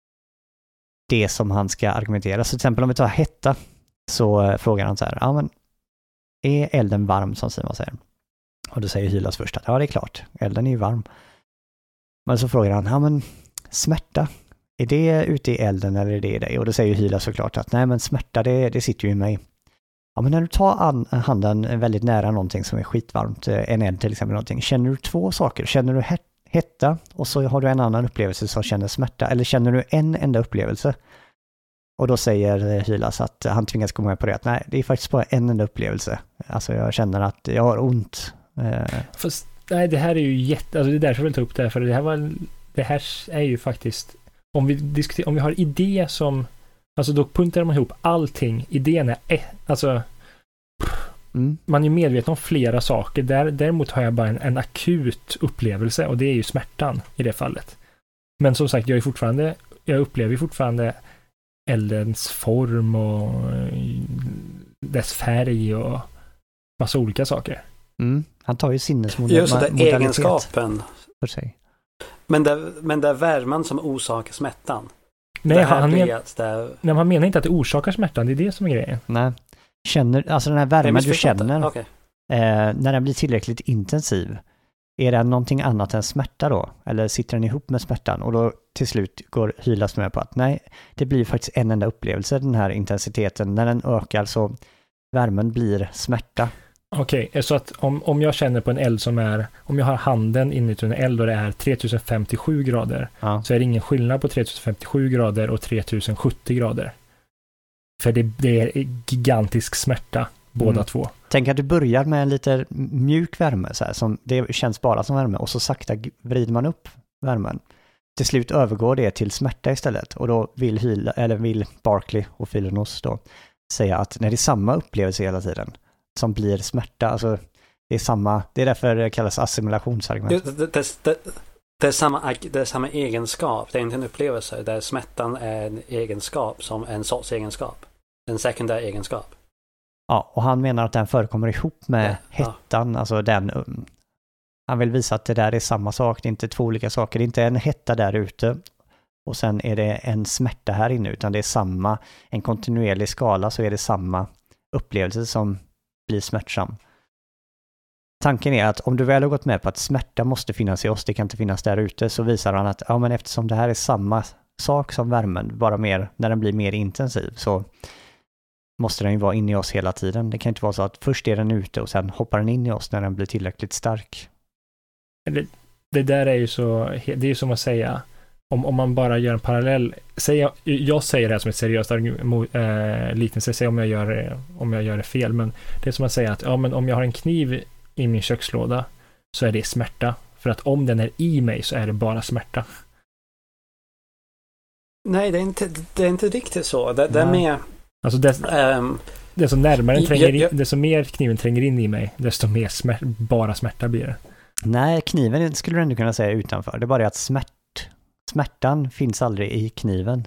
det som han ska argumentera. Så till exempel om vi tar hetta så frågar han så här, ja men är elden varm som Simon säger? Och då säger Hylas först att ja det är klart, elden är ju varm. Men så frågar han, ja men smärta, är det ute i elden eller är det i dig? Och då säger Hylas såklart att nej men smärta det, det sitter ju i mig. Ja men när du tar an, handen väldigt nära någonting som är skitvarmt, en eld till exempel någonting, känner du två saker? Känner du het, hetta och så har du en annan upplevelse som känner smärta, eller känner du en enda upplevelse? Och då säger Hylas att han tvingas komma med på det att nej, det är faktiskt bara en enda upplevelse. Alltså jag känner att jag har ont. Fast nej, det här är ju jätte, alltså det är därför jag vill ta upp det här, för det här var det här är ju faktiskt om vi diskuterar, om vi har idé som alltså då puntar man ihop allting. Idén är eh, alltså mm. man är medveten om flera saker. Där, däremot har jag bara en, en akut upplevelse och det är ju smärtan i det fallet. Men som sagt, jag är fortfarande jag upplever fortfarande eldens form och dess färg och massa olika saker. Mm. Han tar ju sinnesmodalitet. Just det, egenskapen. För sig. Men det, men det är värmen som orsakar smärtan. Nej, han, men, där... nej, han menar inte att det orsakar smärtan. Det är det som är grejen. Nej. Känner, alltså den här värmen du känner, okay. eh, när den blir tillräckligt intensiv, är det någonting annat än smärta då? Eller sitter den ihop med smärtan? Och då till slut går Hylas med på att nej, det blir faktiskt en enda upplevelse, den här intensiteten. När den ökar så värmen blir smärta. Okej, okay, så att om, om jag känner på en eld som är, om jag har handen inuti en eld och det är tre tusen femtiosju grader, ja. Så är det ingen skillnad på tre tusen femtiosju grader och tre tusen sjuttio grader. För det, det är gigantisk smärta, båda mm. två. Tänk att du börjar med en lite mjuk värme, så här, som det känns bara som värme, och så sakta vrider man upp värmen. Till slut övergår det till smärta istället, och då vill, Hyla, eller vill Barkley och Philonos då säga att när det är samma upplevelse hela tiden som blir smärta, alltså det är samma, det är därför det kallas assimilationsargument. Det, det, det, det, det, är samma, det är samma egenskap, det är inte en upplevelse, där smärtan är en egenskap som en sorts egenskap, en sekundär egenskap. Ja, och han menar att den förekommer ihop med ja, hettan, ja. Alltså den, han vill visa att det där är samma sak, det är inte två olika saker, det är inte en hetta där ute och sen är det en smärta här inne, utan det är samma, en kontinuerlig skala, så är det samma upplevelse som blir smärtsam. Tanken är att om du väl har gått med på att smärta måste finnas i oss, det kan inte finnas där ute, så visar han att ja, men eftersom det här är samma sak som värmen, bara mer, när den blir mer intensiv, så måste den ju vara inne i oss hela tiden. Det kan inte vara så att först är den ute och sen hoppar den in i oss när den blir tillräckligt stark. Det, det där är ju så, det är ju som att säga, om, om man bara gör en parallell, säg, jag säger det här som ett seriöst argument, äh, liknelse, säg om jag gör om jag gör det fel, men det är som att säga att ja, men om jag har en kniv i min kökslåda så är det smärta, för att om den är i mig så är det bara smärta. Nej, det är inte, det är inte riktigt så. Det, det är mer alltså det, um, det är så närmare den tränger in, desto mer kniven tränger in i mig, desto mer smärt, bara smärta blir det. Nej, kniven skulle du ändå kunna säga utanför. Det är bara det att smärt, smärtan finns aldrig i kniven.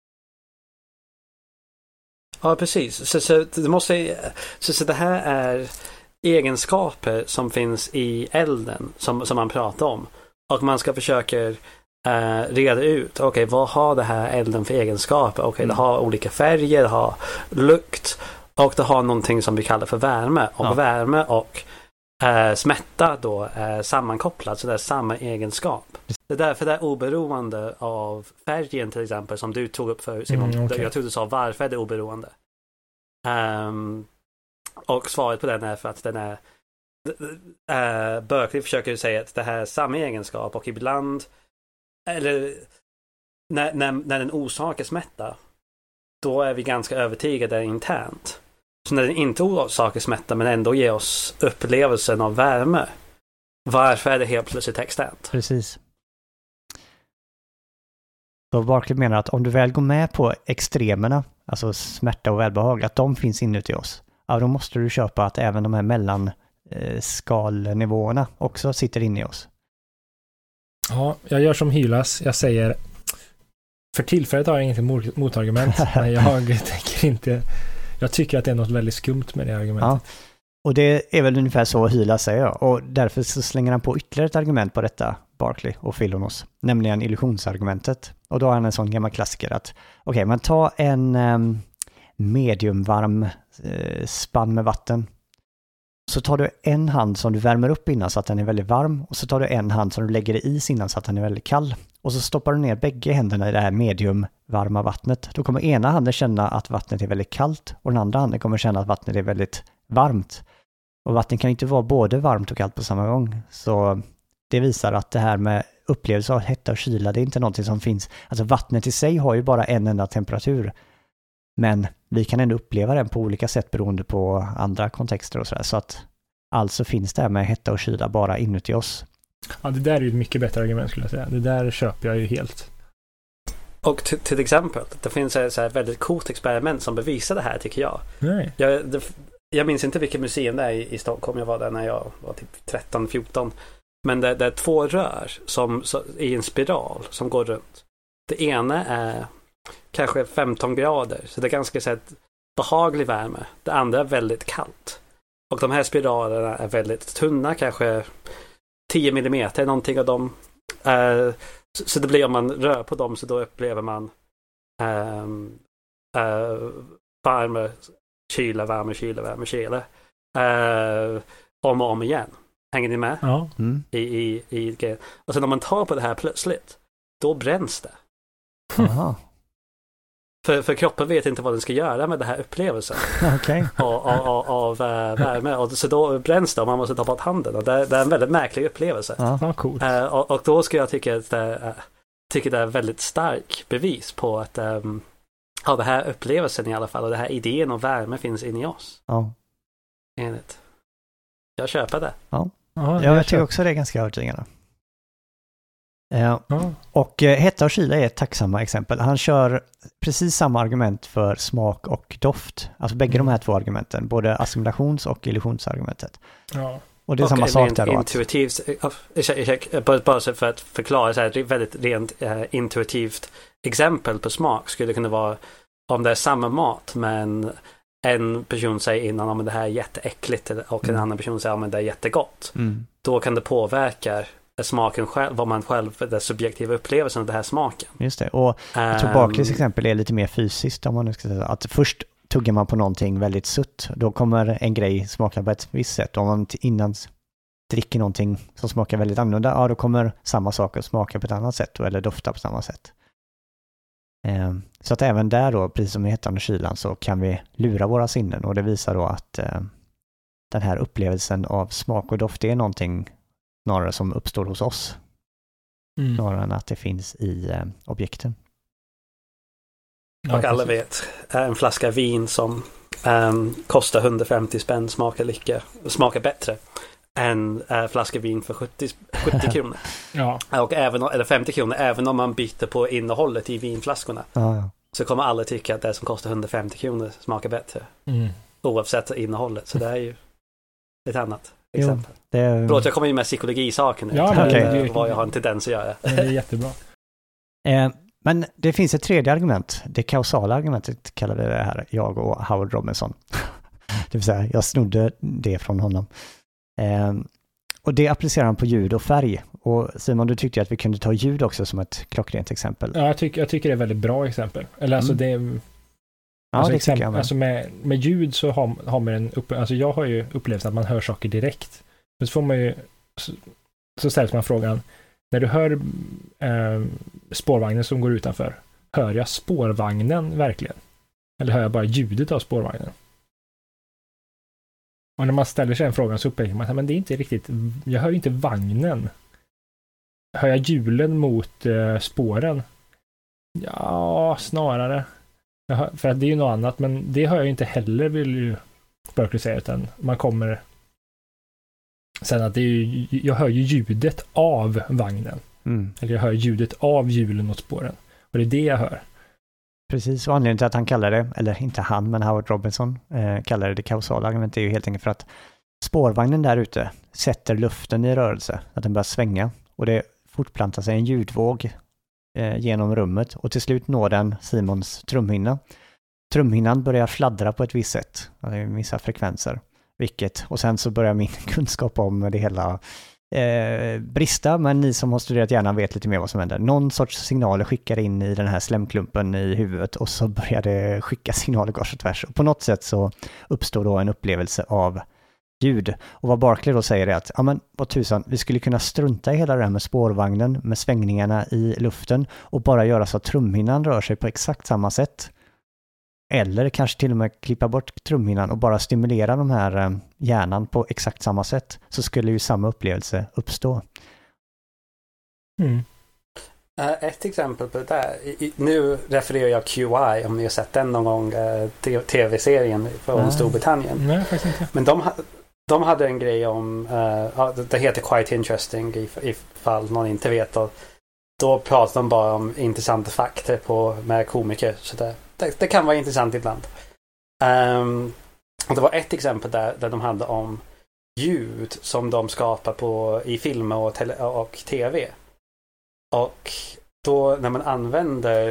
Ja, precis. Så, så, det, måste, så, så det här är egenskaper som finns i elden som, som man pratar om. Och man ska försöka Uh, reda ut, okej, okay, vad har det här elden för egenskaper? Okej, okay, mm. det har olika färger, det har lukt och det har någonting som vi kallar för värme. Och ja. värme och uh, smärta då är sammankopplad, så det är samma egenskap. Det är därför det är oberoende av färgen till exempel, som du tog upp för Simon. Mm, okay. Jag tror du sa varför är det oberoende. Um, och svaret på den är för att den är uh, Berkeley försöker säga att det här är samma egenskap, och ibland eller när, när, när den orsakar smärta, då är vi ganska övertygade internt. Så när den inte orsakar smärta men ändå ger oss upplevelsen av värme, varför är det helt plötsligt externt? Precis. Så Barkley menar att om du väl går med på extremerna, alltså smärta och välbehag, att de finns inuti oss, ja, då måste du köpa att även de här mellanskalnivåerna också sitter inne i oss. Ja, jag gör som Hylas. Jag säger, för tillfället har jag inget motargument, men jag tänker inte, jag tycker att det är något väldigt skumt med det argumentet. Ja, och det är väl ungefär så Hylas säger, och därför så slänger han på ytterligare ett argument på detta, Barkley och Philonos, nämligen illusionsargumentet. Och då har han en sån gammal klassiker att, okej, okay, man tar en um, mediumvarm uh, spann med vatten. Så tar du en hand som du värmer upp innan så att den är väldigt varm, och så tar du en hand som du lägger i is innan så att den är väldigt kall. Och så stoppar du ner bägge händerna i det här mediumvarma vattnet. Då kommer ena handen känna att vattnet är väldigt kallt, och den andra handen kommer känna att vattnet är väldigt varmt. Och vatten kan inte vara både varmt och kallt på samma gång. Så det visar att det här med upplevelse av hetta och kyla, det är inte någonting som finns. Alltså vattnet i sig har ju bara en enda temperatur. Men vi kan ändå uppleva den på olika sätt beroende på andra kontexter och sådär. Så att alltså finns det här med hetta och kyla bara inuti oss. Ja, det där är ju ett mycket bättre argument skulle jag säga. Det där köper jag ju helt. Och till, till exempel, det finns ett så här väldigt coolt experiment som bevisar det här, tycker jag. Nej. Jag, det, jag minns inte vilket museum det är i, i Stockholm. Jag var där när jag var typ tretton fjorton. Men det, det är två rör som, så, i en spiral som går runt. Det ena är kanske femton grader, så det är ganska så här, behaglig värme. Det andra är väldigt kallt. Och de här spiralerna är väldigt tunna, kanske tio millimeter, någonting av dem. Uh, så, så det blir, om man rör på dem så då upplever man um, uh, värme, kyla, värme, kyla, värme, kyla. Uh, om och om igen. Hänger ni med? Ja. Mm. I, i, i, och sen om man tar på det här plötsligt, då bränns det. Aha. För, för kroppen vet inte vad den ska göra med den här upplevelsen. Okej. av, av, av, av äh, värme. Och så då bränns det och man måste ta bort handen. Och det, det är en väldigt märklig upplevelse. Ja. Ja, coolt. Äh, och, och då ska jag tycka att det, äh, tycker det är väldigt stark bevis på att ähm, ja, den här upplevelsen i alla fall och den här idén om värme finns inne i oss. Ja. Enligt. Jag köper det. Ja. Ja, Jag tycker också det är ganska övertygande. Ja. Ja. Och eh, hetta och kyla är ett tacksamma exempel. Han kör precis samma argument för smak och doft. Alltså bägge Mm. de här två argumenten. Både assimilations- och illusionsargumentet. Ja. Och det är och samma sak rent där då. Att, intuitivt, bara, bara så för att förklara så här, det är väldigt rent eh, intuitivt exempel på smak skulle kunna vara om det är samma mat men en person säger innan om det här är jätteäckligt och en Mm. annan person säger om det är jättegott. mm, Då kan det påverka smaken själv, vad man själv, den subjektiva upplevelsen av den här smaken. just det. Och jag tror Barclays Um, exempel är lite mer fysiskt om man nu ska säga. Att först tuggar man på någonting väldigt sutt. Då kommer en grej smaka på ett visst sätt. Och om man t- innan dricker någonting som smakar väldigt annorlunda, ja då kommer samma sak att smaka på ett annat sätt. Eller dofta på samma sätt. Eh, så att även där då, precis som i hettan och kylan, så kan vi lura våra sinnen. Och det visar då att eh, den här upplevelsen av smak och doft är någonting snarare som uppstår hos oss. Mm. Snarare än att det finns i eh, objekten. Ja, och alla precis. vet, en flaska vin som um, kostar hundrafemtio spänn smakar lika, smakar bättre än uh, flaska vin för sjuttio, sjuttio kronor. Ja. Och även, eller femtio kronor, även om man byter på innehållet i vinflaskorna. Ja, ja. Så kommer alla tycka att det som kostar hundrafemtio kronor smakar bättre. Mm. Oavsett innehållet. Så det är ju ett annat Jo. exempel. Det är, Förlåt, jag kommer in med psykologisaker nu. Ja, men okay. det- det- Vad jag har en tendens att göra. Men det är jättebra. eh, men det finns ett tredje argument. Det kausala argumentet kallade det här jag och Howard Robinson. Det vill säga, jag snodde det från honom. Eh, och det applicerar han på ljud och färg. Och Simon, du tyckte att vi kunde ta ljud också som ett klockrent exempel. Ja, jag, tycker, jag tycker det är ett väldigt bra exempel. Eller alltså Mm. det är... Ja, Alltså, det exempel, tycker jag med. alltså med, med ljud så har, har man en upp, alltså jag har ju upplevt att man hör saker direkt. Men så får man ju så, så ställs man frågan, när du hör eh, spårvagnen som går utanför, hör jag spårvagnen verkligen? Eller hör jag bara ljudet av spårvagnen? Och när man ställer sig den frågan så upptäcker man att men det är inte riktigt, jag hör ju inte vagnen. Hör jag hjulen mot eh, spåren? Ja, snarare. Jag hör, för att det är ju något annat, men det hör jag ju inte heller, vill ju Berkeley säga, utan man kommer sen att det är ju, jag hör ju ljudet av vagnen. Mm. Eller jag hör ljudet av hjulen åt spåren. Och det är det jag hör. Precis, och anledningen till att han kallar det, eller inte han, men Howard Robinson eh, kallar det det kausala argumentet är ju helt enkelt för att spårvagnen där ute sätter luften i rörelse, att den börjar svänga och det fortplantar sig en ljudvåg eh, genom rummet och till slut når den Simons trumhinna. Trumhinnan börjar fladdra på ett visst sätt, alltså vissa frekvenser, vilket, och sen så börjar min kunskap om det hela Eh, brista, men ni som har studerat hjärnan vet lite mer vad som händer. Någon sorts signaler skickar in i den här slemklumpen i huvudet och så börjar det skicka signaler kors och tvärs. Och på något sätt så uppstår då en upplevelse av ljud. Och vad Barclay då säger är att, ja men vad tusan, vi skulle kunna strunta i hela det här med spårvagnen, med svängningarna i luften och bara göra så att trumhinnan rör sig på exakt samma sätt. Eller kanske till och med klippa bort trumhinnan och bara stimulera de här eh, hjärnan på exakt samma sätt, så skulle ju samma upplevelse uppstå. Mm. Uh, ett exempel på det där. I, i, nu refererar jag Q I, om ni har sett den någon gång, uh, tv-serien från Nej. Storbritannien. Nej, faktiskt inte. Men de, ha, de hade en grej om, uh, ja, det, det heter Quite Interesting if, ifall någon inte vet. Och då pratar de bara om intressanta fakta på, med komiker. Så det, det, det kan vara intressant ibland. Um, och det var ett exempel där, där de hade om ljud som de skapar på, i filmer och, tele, och tv. Och då när man använder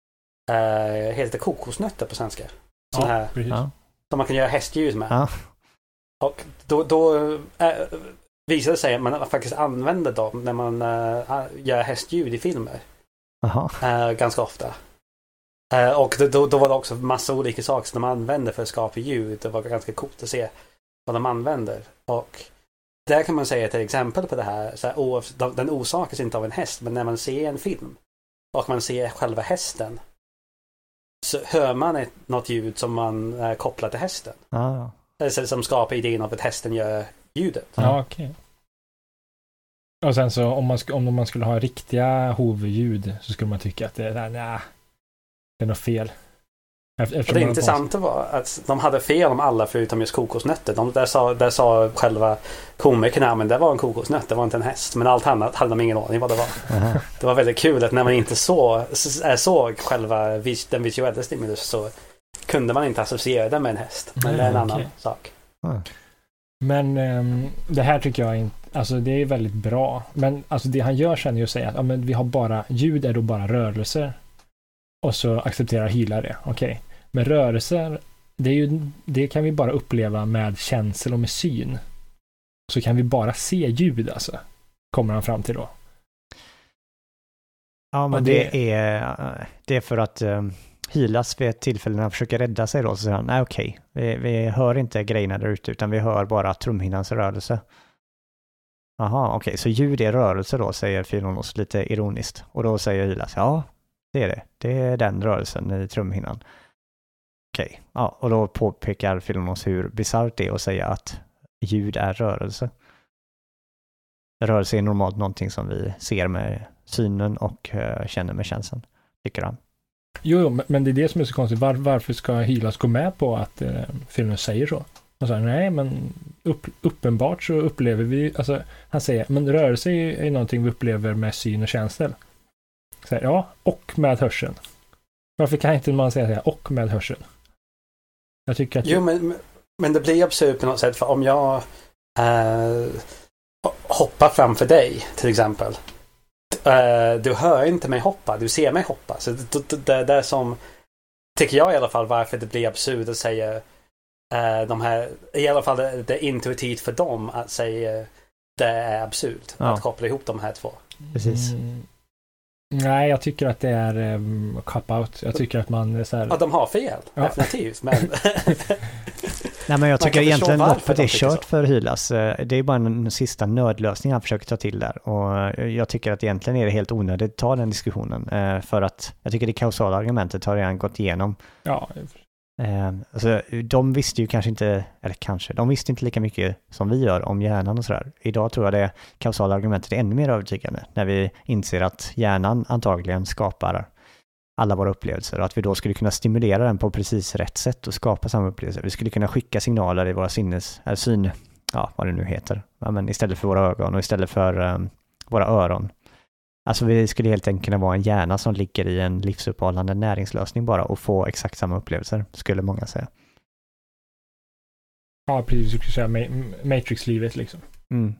eh, heter det kokosnötter på svenska. Sån Ja, här, precis. Ja. som man kan göra hästljud med. Ja. Och då, då äh, visar det sig att man faktiskt använder dem när man äh, gör hästljud i filmer. Aha. Äh, ganska ofta. Äh, och då, då var det också massa olika saker som de använder för att skapa ljud. Det var ganska coolt att se vad de använder. Och där kan man säga ett exempel på det här, så här den orsakas inte av en häst, men när man ser en film och man ser själva hästen så hör man ett, något ljud som man äh, kopplar till hästen. Ah. Alltså, som skapar idén av att hästen gör ljudet. Ja, okej. Okay. Och sen så om man, sk- om man skulle ha riktiga hovljud så skulle man tycka att det är där, nej, det är något fel. Efter, och det intressanta var att de hade fel om alla förutom just kokosnötter. De, där, sa, där sa själva komikerna, men det var en kokosnöt, det var inte en häst. Men allt annat hade de ingen aning vad det var. Uh-huh. Det var väldigt kul att när man inte så, såg själva den visuella stimulus så kunde man inte associera det med en häst. Men det är en uh, annan okay. sak. Uh. Men um, det här tycker jag inte, alltså det är väldigt bra. Men alltså det han gör sen är ju att säga att ja, men vi har bara, ljud är då bara rörelser. Och så accepterar Hyla det, okej. Okay. Men rörelser, det, är ju, det kan vi bara uppleva med känsel och med syn. Så kan vi bara se ljud, alltså. Kommer han fram till då. Ja, men det, det, är, det är för att um, Hylas vid ett tillfälle när han försöker rädda sig då, så säger han, nej okej, vi, vi hör inte grejerna där ute, utan vi hör bara trumhinnans rörelse. Jaha, okej, så ljud är rörelse då, säger Filonos lite ironiskt. Och då säger Hylas, ja, det är det. Det är den rörelsen i trumhinnan. Okej, ja, och då påpekar Filonos hur bisarrt det är att säga att ljud är rörelse. Rörelse är normalt någonting som vi ser med synen och uh, känner med känslan, tycker han. Jo, jo, men det är det som är så konstigt. Var, varför ska Hylas gå med på att uh, Filonos säger så? Han säger, nej, men upp, uppenbart så upplever vi, alltså han säger, men rörelse är, är någonting vi upplever med syn och känsel. Så här, ja, och med hörseln. Varför kan inte man säga så och med hörseln? Jag tycker att... Jo, men, men det blir absurt på något sätt, för om jag äh, hoppar framför dig, till exempel. Äh, du hör inte mig hoppa, du ser mig hoppa. Så det, det, det är det som, tycker jag i alla fall, varför det blir absurt att säga äh, de här, i alla fall det, det är intuitivt för dem att säga det är absurt, ja. Att koppla ihop de här två. Precis. Mm. Nej, jag tycker att det är um, cop-out. Jag tycker att man så här... Ja, de har fel, ja. Definitivt. Men... Nej, men jag tycker egentligen loppet är kört för Hylas. Det är bara en sista nödlösning han försöker ta till där. Och jag tycker att egentligen är det helt onödigt att ta den diskussionen. För att jag tycker det kausala argumentet har redan gått igenom. Ja, Eh, alltså, de visste ju kanske inte, eller kanske, de visste inte lika mycket som vi gör om hjärnan och sådär. Idag tror jag det kausala argumentet är ännu mer övertygande när vi inser att hjärnan antagligen skapar alla våra upplevelser och att vi då skulle kunna stimulera den på precis rätt sätt och skapa samma upplevelser. Vi skulle kunna skicka signaler i våra sinnes, eller syn, ja vad det nu heter, ja, men istället för våra ögon och istället för um, våra öron. Alltså vi skulle helt enkelt kunna vara en hjärna som ligger i en livsuppehållande näringslösning bara och få exakt samma upplevelser, skulle många säga. Ja, precis. Du skulle säga ma- Matrix-livet liksom. Mm.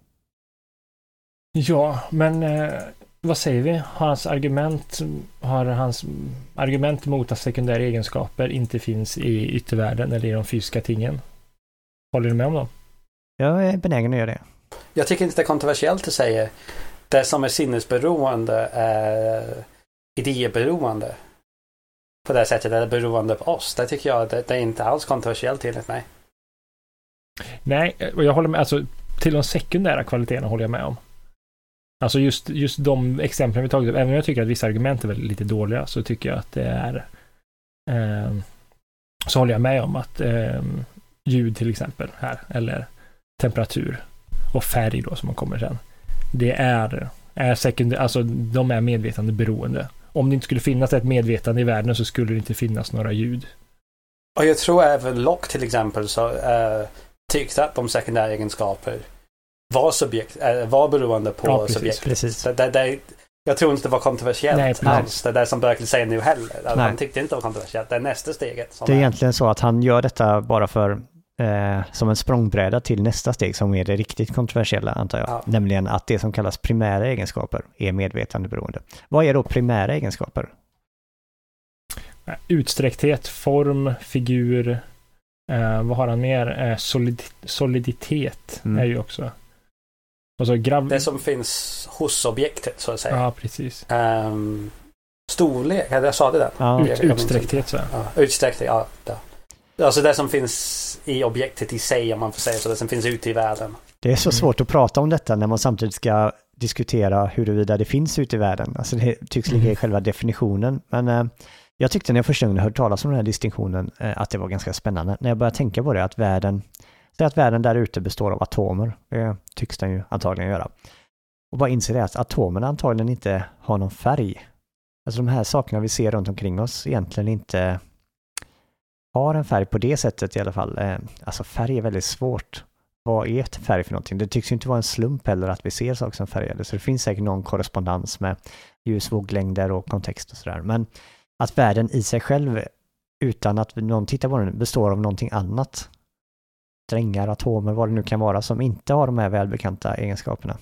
Ja, men eh, vad säger vi? Har hans argument, har hans argument mot att sekundära egenskaper inte finns i yttervärlden eller i de fysiska tingen? Håller du med om dem? Jag är benägen att göra det. Jag tycker inte det är kontroversiellt att säga det som är sinnesberoende är idéberoende. På det sättet är det beroende på oss. Det tycker jag det, det är inte alls kontroversiellt enligt mig. Nej, och jag håller med. Alltså, till de sekundära kvaliteterna håller jag med om. Alltså just, just de exemplen vi tagit upp, även om jag tycker att vissa argument är väldigt lite dåliga, så tycker jag att det är eh, så håller jag med om att eh, ljud till exempel här, eller temperatur och färg då som man kommer sen. Det är, är sekundär, alltså de är medvetande beroende. Om det inte skulle finnas ett medvetande i världen så skulle det inte finnas några ljud. Och jag tror även Locke till exempel så äh, tyckte att de sekundära egenskaper var subjekt, äh, var beroende på ja, precis, subjekt. Precis. Det, det, det, jag tror inte det var kontroversiellt Nej, alls. Det är det som Berkeley säger nu heller. Alltså, han tyckte inte det var kontroversiellt. Det är nästa steget. Som det är, är egentligen så att han gör detta bara för Eh, som en språngbräda till nästa steg som är det riktigt kontroversiella, antar jag. Ja. Nämligen att det som kallas primära egenskaper är medvetandeberoende. Vad är då primära egenskaper? Utsträckthet, form, figur. Eh, vad har han mer? Eh, solid, soliditet mm. är ju också. Och så grav- det som finns hos objektet, så att säga. Ja, precis. Um, storlek, jag sa det där. Ja. Ut, utsträckthet, så. Ja, utsträckthet, ja. Där. Alltså det som finns i objektet i sig, om man får säga så, det som finns ute i världen. Det är så svårt att prata om detta när man samtidigt ska diskutera huruvida det finns ute i världen. Alltså det tycks ligga i själva definitionen. Men eh, jag tyckte när jag första gången hörde talas om den här distinktionen eh, att det var ganska spännande. När jag började tänka på det, att världen, så att världen där ute består av atomer. Det tycks den ju antagligen göra. Och bara inser det att atomerna antagligen inte har någon färg. Alltså de här sakerna vi ser runt omkring oss egentligen inte har en färg på det sättet i alla fall. Eh, alltså färg är väldigt svårt. Vad är ett färg för någonting? Det tycks ju inte vara en slump heller att vi ser saker som färgade. Så det finns säkert någon korrespondens med ljusvåglängder och kontext och sådär. Men att världen i sig själv, utan att någon tittar på den, består av någonting annat. Strängar, atomer, vad det nu kan vara, som inte har de här välbekanta egenskaperna.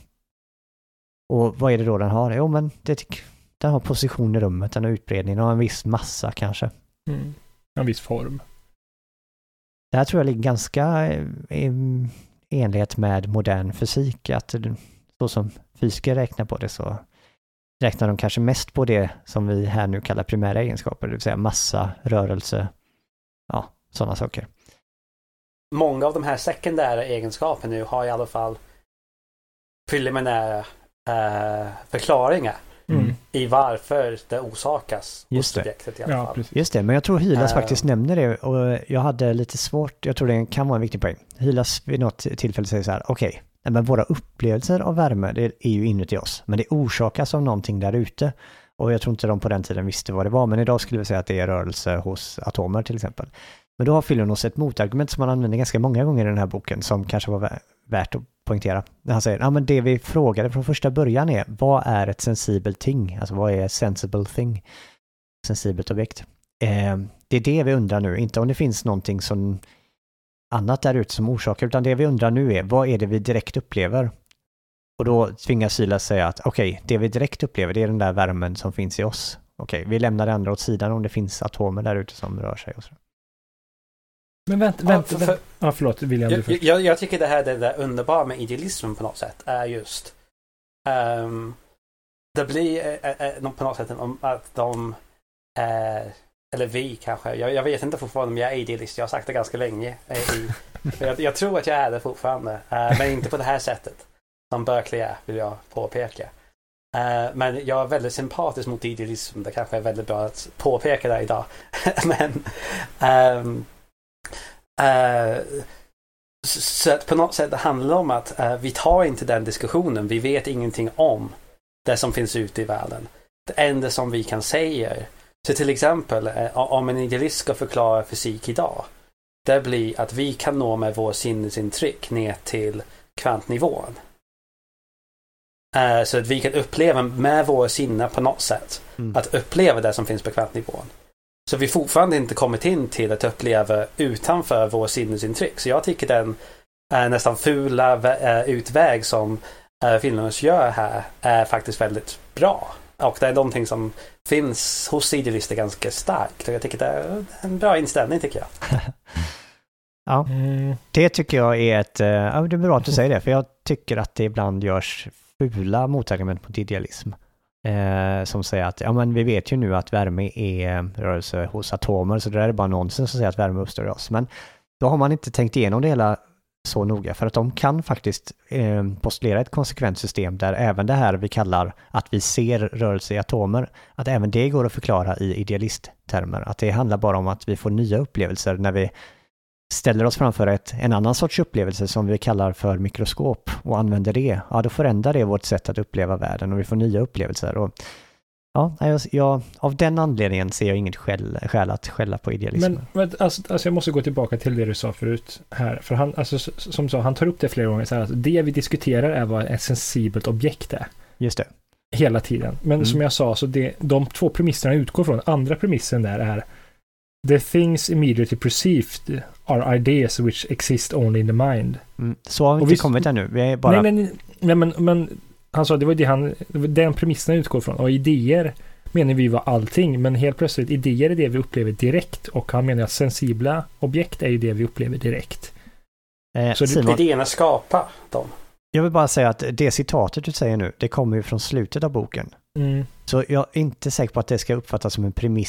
Och vad är det då den har? Jo, men det, den har position i rummet, den har utbredning, den har en viss massa kanske. Mm. En viss form. Det här tror jag ligger ganska i enlighet med modern fysik, att så som fysiker räknar på det så räknar de kanske mest på det som vi här nu kallar primära egenskaper, det vill säga massa, rörelse, ja, sådana saker. Många av de här sekundära egenskaperna nu har i alla fall preliminära eh, förklaringar mm. i varför det orsakas hos subjektet i alla ja, fall. Precis. Just det, men jag tror Hylas uh, faktiskt nämner det och jag hade lite svårt, jag tror det kan vara en viktig poäng. Hylas vid något tillfälle säger så här, okej, okay, men våra upplevelser av värme, det är ju inuti oss, men det orsakas av någonting där ute. Och jag tror inte de på den tiden visste vad det var, men idag skulle vi säga att det är rörelse hos atomer till exempel. Men då har Philonous ett motargument som man använder ganska många gånger i den här boken som kanske var värt att poängtera. När han säger, ja men det vi frågade från första början är, vad är ett sensibelt ting? Alltså vad är ett sensible thing? Sensibelt objekt. Eh, det är det vi undrar nu, inte om det finns någonting som annat där ute som orsakar, utan det vi undrar nu är, vad är det vi direkt upplever? Och då tvingas Silas säga att okej, okay, det vi direkt upplever, det är den där värmen som finns i oss. Okej, okay, vi lämnar det andra åt sidan om det finns atomer där ute som rör sig och så. Men vänta, vänta. Ja, för, för, ja förlåt, William. Jag, du jag, jag tycker det här det där underbara med idealismen på något sätt är just um, det blir äh, äh, på något sätt om att de äh, eller vi kanske, jag, jag vet inte fortfarande om jag är idealist, jag har sagt det ganska länge äh, i, jag, jag tror att jag är det fortfarande, äh, men inte på det här sättet som Berkeley är, vill jag påpeka. Uh, men jag är väldigt sympatisk mot idealism. Det kanske är väldigt bra att påpeka det idag. men um, uh, så att på något sätt det handlar om att uh, vi tar inte den diskussionen. Vi vet ingenting om det som finns ute i världen. Det enda som vi kan säga, så till exempel uh, om en idealist ska förklara fysik idag, det blir att vi kan nå med vår sinnesintryck ner till kvantnivån. Så att vi kan uppleva med våra sinne på något sätt. Mm. Att uppleva det som finns på kvantnivån. Så vi fortfarande inte kommit in till att uppleva utanför vår sinnesintryck. Så jag tycker den är nästan fula utväg som Philonous gör här är faktiskt väldigt bra. Och det är någonting som finns hos idealister ganska starkt. Och jag tycker det är en bra inställning, tycker jag. Ja, det tycker jag är ett... Ja, det är bra att du säger det. För jag tycker att det ibland görs fula motargument mot idealism. Eh, som säger att ja, men vi vet ju nu att värme är rörelse hos atomer, så det där är bara nonsens att säga att värme uppstår i oss. Men då har man inte tänkt igenom det hela så noga, för att de kan faktiskt eh, postulera ett konsekvent system där även det här vi kallar att vi ser rörelse i atomer, att även det går att förklara i idealisttermer. Att det handlar bara om att vi får nya upplevelser när vi ställer oss framför ett, en annan sorts upplevelse som vi kallar för mikroskop och använder det, ja då förändrar det vårt sätt att uppleva världen och vi får nya upplevelser. Och, ja, jag, jag, av den anledningen ser jag inget skäl, skäl att skälla på idealismen. Men, men alltså, alltså jag måste gå tillbaka till det du sa förut här, för han, alltså, som sa, han tar upp det flera gånger, så här, att det vi diskuterar är vad ett sensibelt objekt är. Just det. Hela tiden. Men mm. som jag sa, så det, de två premisserna utgår från, andra premissen där är the things immediately perceived are ideas which exist only in the mind. Mm. Så har vi inte vi, kommit ännu. Vi är bara... Nej, nej, nej men, men han sa, det var det han, den premissen utgår från. Och idéer menar vi var allting, men helt plötsligt idéer är det vi upplever direkt, och han menar att sensibla objekt är ju det vi upplever direkt. Eh, så Simon, idéerna skapar dem. Jag vill bara säga att det citatet du säger nu, det kommer ju från slutet av boken. Mm. Så jag är inte säker på att det ska uppfattas som en premiss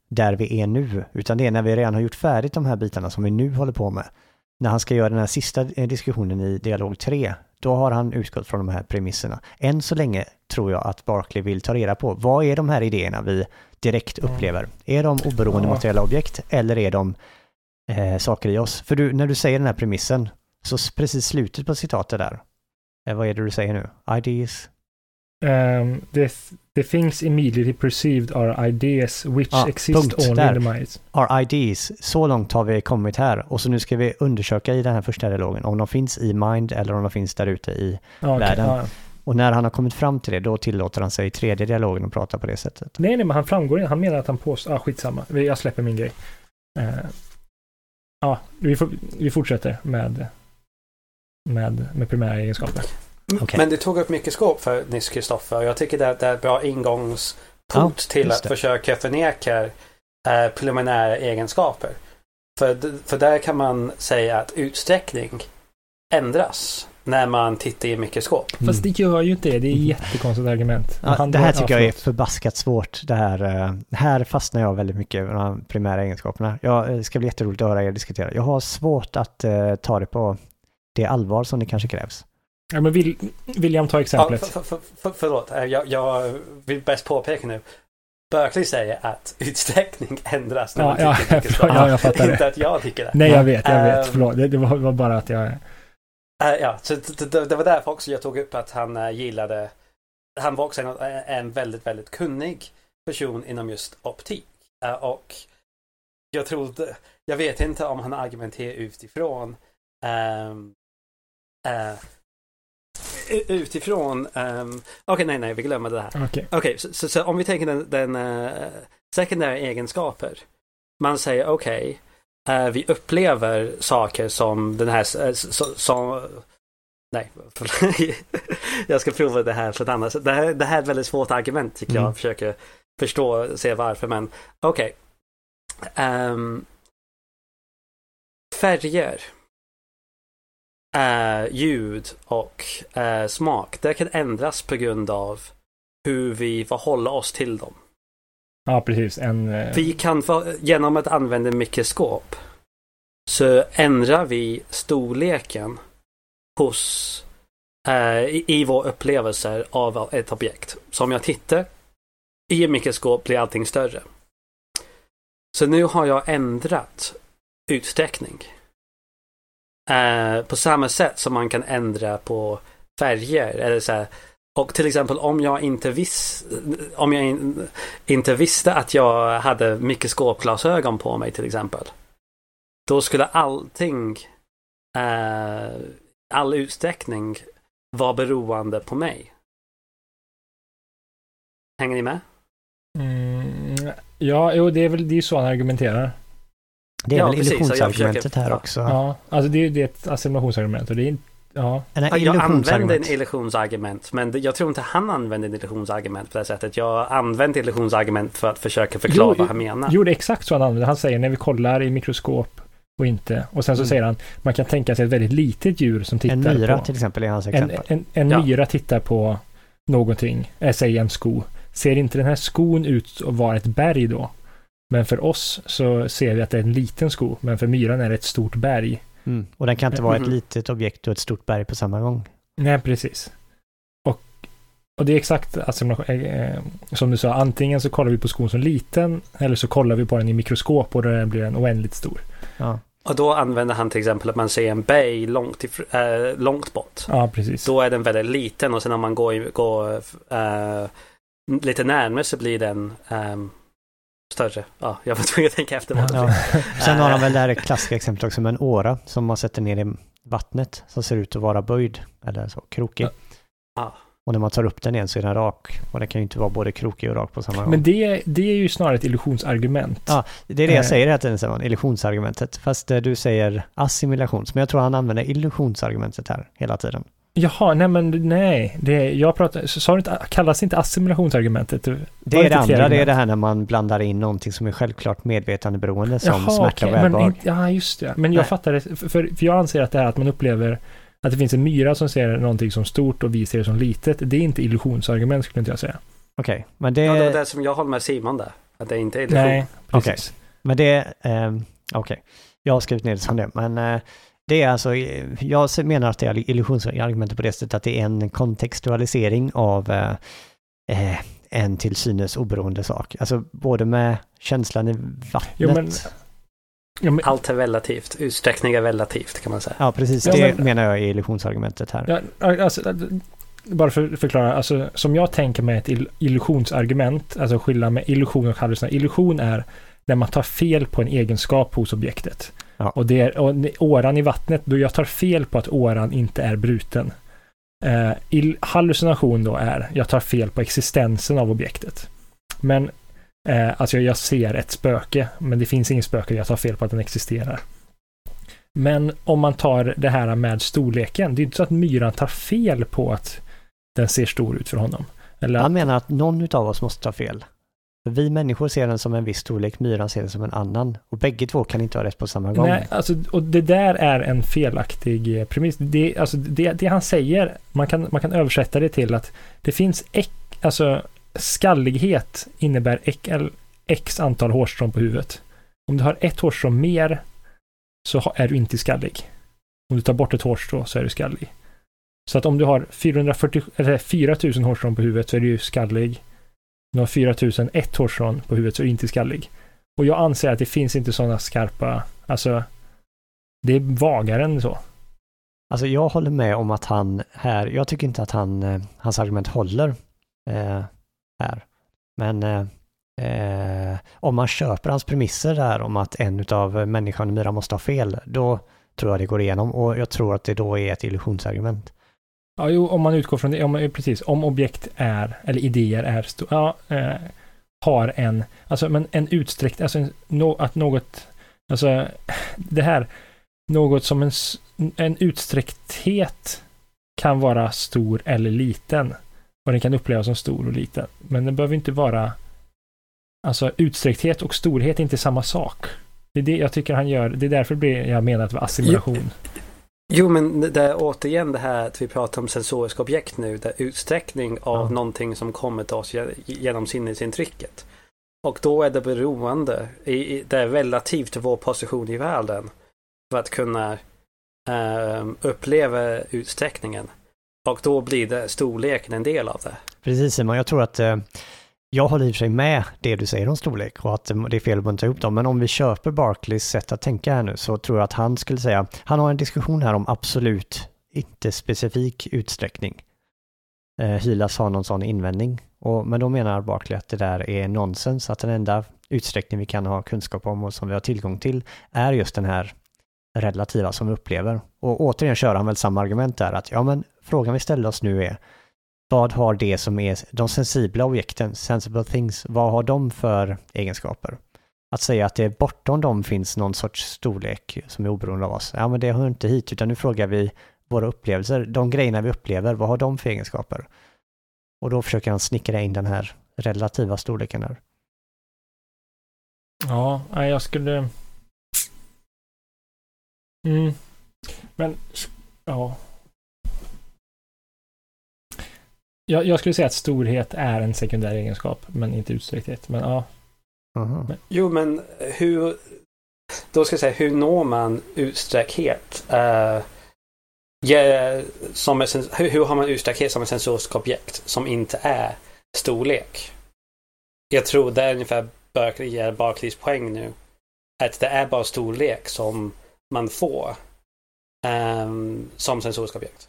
där vi är nu, utan det är när vi redan har gjort färdigt de här bitarna som vi nu håller på med. När han ska göra den här sista diskussionen i dialog tre, då har han utgått från de här premisserna. Än så länge tror jag att Barclay vill ta reda på, vad är de här idéerna vi direkt upplever? Är de oberoende Ja. materiella objekt eller är de eh, saker i oss? För du, när du säger den här premissen, så precis slutet på citatet där, eh, vad är det du säger nu? Ideas? Um, the, the things immediately perceived are ideas which Ja, exist punkt, only där. in the mind. Are ideas, så långt har vi kommit här. Och så nu ska vi undersöka i den här första dialogen om de finns i mind eller om de finns där ute i Ja, okej, världen. ja. Och när han har kommit fram till det, då tillåter han sig i tredje dialogen att prata på det sättet. Nej, nej, men han framgår inte. Han menar att han påstår... Ah, skitsamma. Jag släpper min grej. Uh, ja, vi, får, vi fortsätter med, med, med primära egenskaper. Okay. Men du tog upp mycket skåp för nyss, Kristoffer. Och jag tycker det, det är ett bra ingångsport Ja, till att det. försöka förneka eh, preliminära egenskaper. För, för där kan man säga att utsträckning ändras när man tittar i mikroskop. Mm. Fast det gör ju inte det. Det är ett jättekonstigt argument. Ja, Han det här var- tycker ja, jag är förlåt. förbaskat svårt. Det här, eh, här fastnar jag väldigt mycket med de primära egenskaperna. Jag, det ska bli jätteroligt att höra er diskutera. Jag har svårt att eh, ta det på det allvar som det kanske krävs. Ja, men vill, William, ta Ja, exemplet. för, för, för, förlåt, Eh, jag, jag vill bäst påpeka nu. Berkeley säger att utsträckning ändras när Ja, man ja, tittar i mikroskop. ja, jag fattar Inte det. att jag tycker det. Nej, jag vet, jag vet. Ehm, Förlåt. Det, det var, var bara att jag... Uh, ja, så det, det, det var därför också jag tog upp att han uh, gillade, han var också en, en väldigt, väldigt kunnig person inom just optik. Uh, och jag trodde, jag vet inte om han argumenterar utifrån um, uh, utifrån um, okej, okay, nej, nej, vi glömmer det här. Okej. Okej, okay, så, så, så om vi tänker den, den uh, sekundära egenskaper. Man säger okej, okay, Uh, vi upplever saker som den här uh, so, som nej jag ska prova det här för ett annat. Det här, det här är ett väldigt svårt argument tycker Mm. jag. Jag försöker förstå, se varför, men okej. Okay. Um, färger, uh, ljud och uh, smak, det kan ändras på grund av hur vi förhåller oss till dem. Ja, precis. En, eh, Vi kan för, genom att använda mikroskop så ändrar vi storleken hos eh, i, i vår upplevelser av ett objekt. Så om jag tittar i en mikroskop blir allting större. Så nu har jag ändrat utsträckning. Eh, på samma sätt som man kan ändra på färger eller så här. Och till exempel om jag inte vis, om jag in, inte visste att jag hade mikroskopglasögon på mig till exempel, då skulle allting eh, all utsträckning vara beroende på mig. Hänger ni med? mm, ja, jo, det är väl det är så han argumenterar. Det är Ja, väl precis, illusionsargumentet jag försöker- här ja. också. Ja, alltså det är ju det är ett assimilationsargument och det är ja. En här Jag använder en illusionsargument. illusionsargument, men det- jag tror inte han använder en illusionsargument på det sättet. Jag använder illusionsargument för att försöka förklara Jo, vad han menar. Jo, det är exakt så han använder. Han säger när vi kollar i mikroskop och inte. Och sen så Mm. säger han man kan tänka sig ett väldigt litet djur som tittar En myra på. till exempel är hans En, exempel. en, en Ja. myra tittar på någonting, äh, säg en sko. Ser inte den här skon ut att vara ett berg då? Men för oss så ser vi att det är en liten sko, men för myran är det ett stort berg. Mm. Och den kan inte vara ett Mhm. litet objekt och ett stort berg på samma gång. Nej, precis. Och, och det är exakt assimilation, eh, som du sa, antingen så kollar vi på skon som liten eller så kollar vi på den i mikroskop och då blir den oändligt stor. Ja. Och då använder han till exempel att man ser en berg långt, ifr- äh, långt bort. Ja, precis. Då är den väldigt liten och sen om man går, i- går äh, lite närmare så blir den ähm, större. Ja, jag var tvungen att tänka efter vad det Ja. blir. Sen har han väl det här klassiska exemplet också med en åra som man sätter ner i vattnet som ser ut att vara böjd eller så, krokig. Ja. Och när man tar upp den igen så är den rak. Och den kan ju inte vara både krokig och rak på samma gång. Men det, det är ju snarare ett illusionsargument. Ja, det är det jag Eh. säger hela tiden, Simon, illusionsargumentet. Fast eh, du säger assimilations. Men jag tror han använder illusionsargumentet här hela tiden. Jaha, nej men nej. Det, jag pratar, så sa du inte, kallas inte assimilationsargumentet? Det Var är inte det tre andra, det är argument? det här när man blandar in någonting som är självklart medvetandeberoende som Jaha, smärta och okej, men välbehag. inte- Ja, just det. Men jag Nej. fattar det. För, för jag anser att det här att man upplever att det finns en myra som ser någonting som stort och vi ser det som litet, det är inte illusionsargument skulle inte jag säga. Okej, men det... Ja, det var det som jag håller med Simon där. Att det inte är illusion. Nej, Okej, precis. men det är... Eh, Okej, jag har skrivit ner det som det. Men eh, det är alltså... Jag menar att det är illusionsargumentet på det sättet att det är en kontextualisering av eh, eh, en till synes oberoende sak. Alltså både med känslan i vattnet... Jo, men, ja, men, Allt är relativt. Utsträckning är relativt kan man säga. ja, precis. Ja, det men- menar jag är illusionsargumentet här. ja, alltså, bara för att förklara, alltså, som jag tänker med ett ill- illusionsargument, alltså skillnad med illusion och hallucination. Illusion är när man tar fel på en egenskap hos objektet. Ja. Och det är och åran i vattnet, då jag tar fel på att åran inte är bruten. Eh, ill- hallucination då är, jag tar fel på existensen av objektet. Men eh, alltså jag ser ett spöke, men det finns inget spöke, jag tar fel på att den existerar. Men om man tar det här med storleken, det är inte så att myran tar fel på att den ser stor ut för honom. Eller Han att, menar att någon av oss måste ta fel. För vi människor ser den som en viss storlek, myran ser den som en annan. Och bägge två kan inte ha rätt på samma gång. nej, alltså, och det där är en felaktig eh, premiss. Det, alltså, det, det han säger, man kan, man kan översätta det till att det finns ek, alltså, skallighet innebär ek, x antal hårstrån på huvudet. Om du har ett hårstrå mer så ha- är du inte skallig. Om du tar bort ett hårstrå så är du skallig. Så att om du har fyrahundrafyrtio, eller fyra tusen hårstrån på huvudet så är du ju skallig. Om du har fyra tusen ett hårstrån på huvudet så är du inte skallig. Och jag anser att det finns inte sådana skarpa, alltså det är vagare än så. Alltså jag håller med om att han här, jag tycker inte att han, eh, hans argument håller eh, här. Men eh, eh, om man köper hans premisser där om att en av människan och myran måste ha fel, då tror jag det går igenom. Och jag tror att det då är ett illusionsargument. Ja, jo, om man utgår från det, om, precis, om objekt är, eller idéer är, sto- ja, eh, har en, alltså men en utsträckt, alltså en, no, att något, alltså det här, något som en, s- en utsträckthet kan vara stor eller liten, och den kan upplevas som stor och liten, men den behöver inte vara, alltså utsträckthet och storhet är inte samma sak. Det är det jag tycker han gör, det är därför blir jag menar att det var assimilation. Jo, men det är återigen det här att vi pratar om sensoriska objekt nu. Det är utsträckning av Ja. någonting som kommer till oss ge- genom sinnesintrycket. Och då är det beroende, i, i, det är relativt till vår position i världen för att kunna eh, uppleva utsträckningen. Och då blir det storleken en del av det. Precis Simon, jag tror att eh, jag håller i och för sig med det du säger om storlek och att eh, det är fel att bunta ihop dem. Men om vi köper Barclays sätt att tänka här nu så tror jag att han skulle säga, han har en diskussion här om absolut inte specifik utsträckning. Eh, Hylas har någon sån invändning. Och, men då menar Barclay att det där är nonsens, att den enda utsträckning vi kan ha kunskap om och som vi har tillgång till är just den här relativa som vi upplever. Och återigen kör han väl samma argument där att ja men frågan vi ställer oss nu är vad har det som är de sensibla objekten, sensible things, vad har de för egenskaper? Att säga att det är bortom dem finns någon sorts storlek som är oberoende av oss. Ja men det hör inte hit utan nu frågar vi våra upplevelser, de grejerna vi upplever, vad har de för egenskaper? Och då försöker han snickra in den här relativa storleken där. Ja, nej, jag skulle... Mm. Men, ja. Jag, jag skulle säga att storhet är en sekundär egenskap, men inte utsträckthet. Men ja. Aha. Jo, men hur... Då ska jag säga, hur når man utsträckhet? Uh, ja, som en, sens- hur, hur har man utsträckhet som ett sensoriskt objekt som inte är storlek? Jag tror det är ungefär Berkeley, Barclays poäng nu. Att det är bara storlek som man får um, som sensorisk objekt.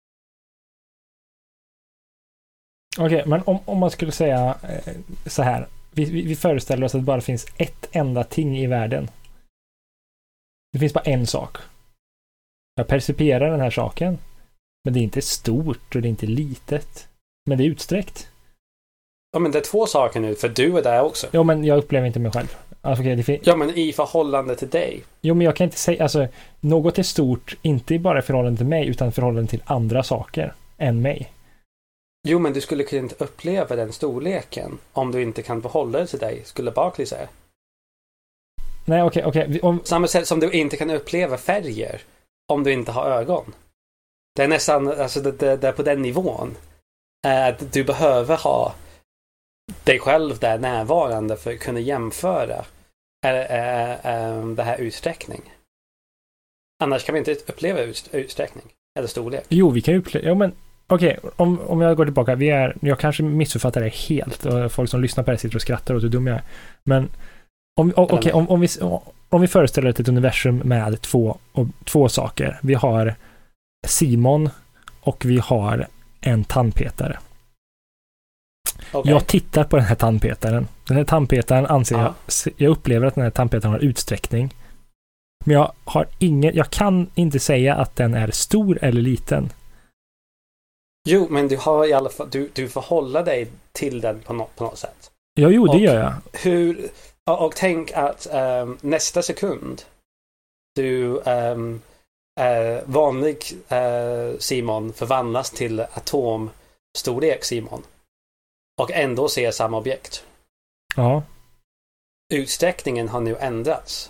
Okej, okay, men om, om man skulle säga eh, så här. Vi, vi, vi föreställer oss att det bara finns ett enda ting i världen. Det finns bara en sak. Jag percipierar den här saken. Men det är inte stort och det är inte litet. Men det är utsträckt. Ja, men det är två saker nu, för du är där också. Jo, men jag upplever inte mig själv. Alltså, okay, det fin- Ja, men i förhållande till dig. Jo, men jag kan inte säga, alltså, något är stort, inte bara i förhållande till mig, utan i förhållande till andra saker än mig. Jo, men du skulle kunna inte uppleva den storleken om du inte kan förhålla dig till dig, skulle Barclay säga. Nej, okej, okay, okej. Okay. Samma sätt som du inte kan uppleva färger om du inte har ögon. Det är nästan, alltså det, det, det är på den nivån. Att du behöver ha dig själv där närvarande för att kunna jämföra är, är, är det här utsträckning. Annars kan vi inte uppleva ut, utsträckning eller storlek. Jo, vi kan ju uppleva... Ja, men okej, okay, om, om jag går tillbaka, vi är, jag kanske missuppfattar det helt och folk som lyssnar på det sitter och skrattar åt hur dum jag är. Men om, om, okay, om, om, vi, om vi föreställer ett universum med två, två saker. Vi har Simon och vi har en tandpetare. Okay. Jag tittar på den här tandpetaren. Den här tandpetaren anser ah. jag, jag upplever att den här tandpetaren har utsträckning. Men jag har ingen, jag kan inte säga att den är stor eller liten. Jo, men du har i alla fall, du, du får hålla dig till den på något, på något sätt. Ja, jo, det och gör jag. Hur, och, och tänk att um, nästa sekund du um, uh, vanlig uh, Simon förvandlas till atomstorlek Simon. Och ändå ser samma objekt. Ja. Utsträckningen har nu ändrats.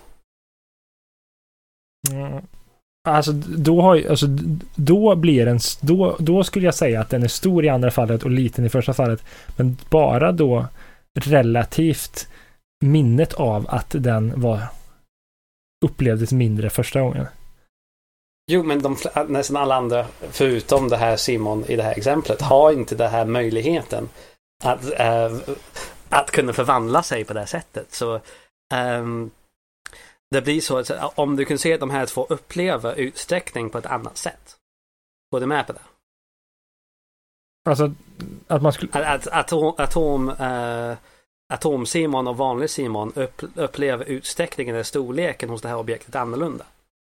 Mm. Alltså då har alltså då blir den då då skulle jag säga att den är stor i andra fallet och liten i första fallet, men bara då relativt minnet av att den var upplevdes mindre första gången. Jo, men de, nästan alla andra förutom det här Simon i det här exemplet har inte den här möjligheten att, äh, att kunna förvandla sig på det här sättet. Så ähm, det blir så att om du kan se att de här två upplever utsträckning på ett annat sätt. Går du med på det? Alltså att man skulle... Att, att atom, atom, äh, atom Simon och vanlig Simon upp, upplever utsträckningen eller storleken hos det här objektet annorlunda.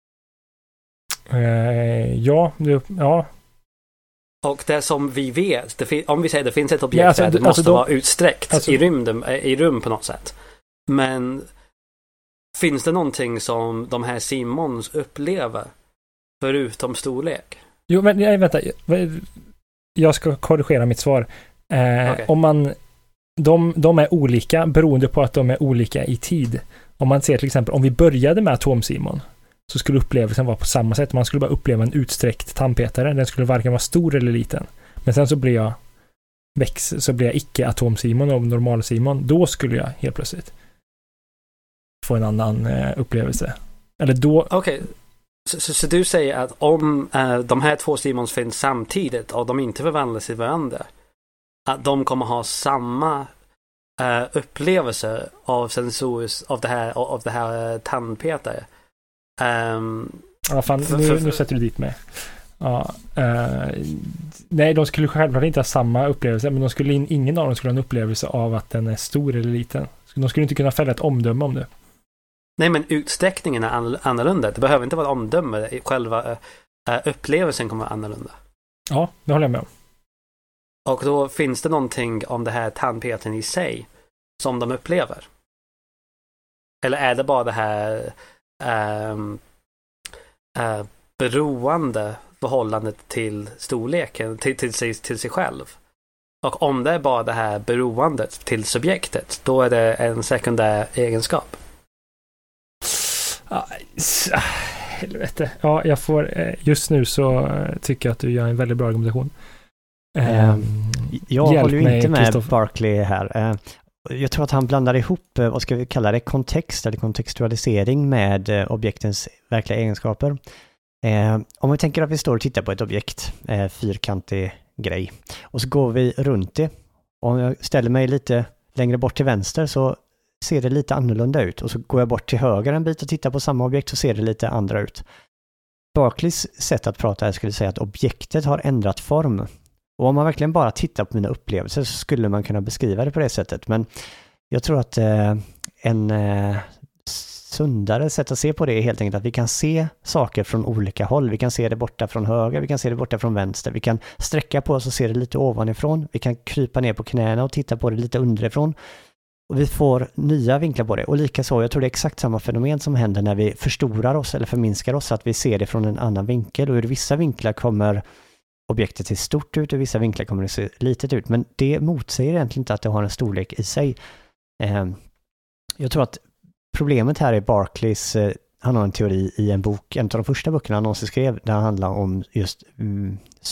Uh, ja, det, ja. Och det som vi vet, det fin- om vi säger det finns ett objekt ja, alltså, där det alltså, måste då, vara utsträckt alltså, i rymden, i rum på något sätt. Men finns det någonting som de här Simons upplever förutom storlek? Jo, men nej, vänta. Jag ska korrigera mitt svar. Eh, okay. Om man de, de är olika beroende på att de är olika i tid. Om man ser till exempel, om vi började med Atom-Simon så skulle upplevelsen vara på samma sätt. Man skulle bara uppleva en utsträckt tandpetare. Den skulle varken vara stor eller liten. Men sen så blir jag väx, så blir jag icke Atom-Simon och normal-Simon. Då skulle jag helt plötsligt få en annan eh, upplevelse. Eller då... Okej, okay. så, så, så du säger att om eh, de här två Simons finns samtidigt och de inte förvandlas i varandra, att de kommer ha samma eh, upplevelse av sensoris, av det här, av det här eh, tandpetare. Um, ja, fan, nu, för, för, nu sätter du dit mig. Ja, uh, nej, de skulle självklart inte ha samma upplevelse, men de skulle in, ingen av dem skulle ha en upplevelse av att den är stor eller liten. De skulle inte kunna fälla ett omdöme om det. Nej, men utsträckningen är annorlunda. Det behöver inte vara ett omdöme. Själva uh, upplevelsen kommer vara annorlunda. Ja, det håller jag med om. Och då finns det någonting om det här tandpetaren i sig som de upplever. Eller är det bara det här um, uh, beroende förhållandet till storleken, till, till, sig, till sig själv. Och om det är bara det här beroendet till subjektet, då är det en sekundär egenskap. Ah, helvete. Ja, jag får, just nu så tycker jag att du gör en väldigt bra argumentation. Um, jag håller ju inte med Christopher. Barkley här. Uh, jag tror att han blandar ihop, uh, vad ska vi kalla det, kontext eller kontextualisering med uh, objektens verkliga egenskaper. Uh, om vi tänker att vi står och tittar på ett objekt, uh, fyrkantig grej, och så går vi runt det. Om jag ställer mig lite längre bort till vänster så ser det lite annorlunda ut. Och så går jag bort till höger en bit och tittar på samma objekt så ser det lite andra ut. Barclays sätt att prata här skulle säga att objektet har ändrat form. Och om man verkligen bara tittar på mina upplevelser så skulle man kunna beskriva det på det sättet. Men jag tror att eh, en eh, sundare sätt att se på det är helt enkelt att vi kan se saker från olika håll. Vi kan se det borta från höger, vi kan se det borta från vänster. Vi kan sträcka på oss och se det lite ovanifrån. Vi kan krypa ner på knäna och titta på det lite underifrån. Och vi får nya vinklar på det. Och likaså, jag tror det är exakt samma fenomen som händer när vi förstorar oss eller förminskar oss. Att vi ser det från en annan vinkel. Och ur vissa vinklar kommer objektet se stort ut och ur vissa vinklar kommer det se litet ut. Men det motsäger egentligen inte att det har en storlek i sig. Eh, jag tror att problemet här är Barclays, eh, han har en teori i en bok, en av de första böckerna han någonsin skrev, där han handlar om just mm, syn,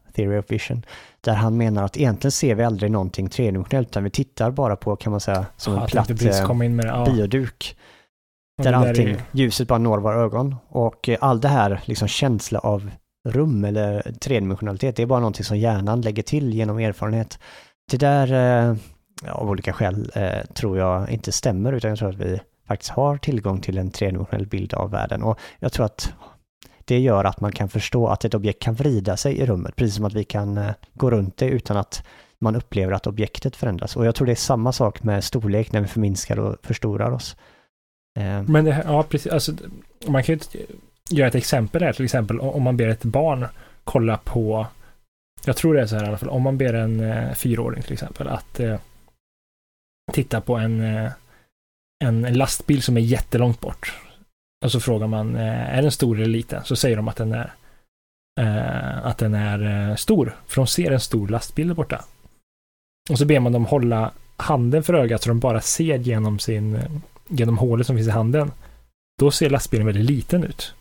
Theory of Vision, där han menar att egentligen ser vi aldrig någonting tredimensionellt, utan vi tittar bara på, kan man säga, som ja, en platt komma in med det. Ja. bioduk. Där allting, är... ljuset bara når våra ögon. Och all det här liksom känsla av rum eller tredimensionalitet, det är bara någonting som hjärnan lägger till genom erfarenhet. Det där, eh, av olika skäl, eh, tror jag inte stämmer, utan jag tror att vi faktiskt har tillgång till en tredimensionell bild av världen. Och jag tror att det gör att man kan förstå att ett objekt kan vrida sig i rummet, precis som att vi kan eh, gå runt det utan att man upplever att objektet förändras. Och jag tror det är samma sak med storlek när vi förminskar och förstorar oss. Eh. Men det, ja, precis. Alltså, man kan ju göra ett exempel här, till exempel om man ber ett barn kolla på, jag tror det är så här i alla fall, om man ber en eh, fyraåring till exempel att eh, titta på en, eh, en lastbil som är jättelångt bort. Och så frågar man, eh, är den stor eller liten? Så säger de att den är eh, att den är eh, stor, för de ser en stor lastbil där borta. Och så ber man dem hålla handen för ögat så de bara ser genom sin genom hålet som finns i handen. Då ser lastbilen väldigt liten ut.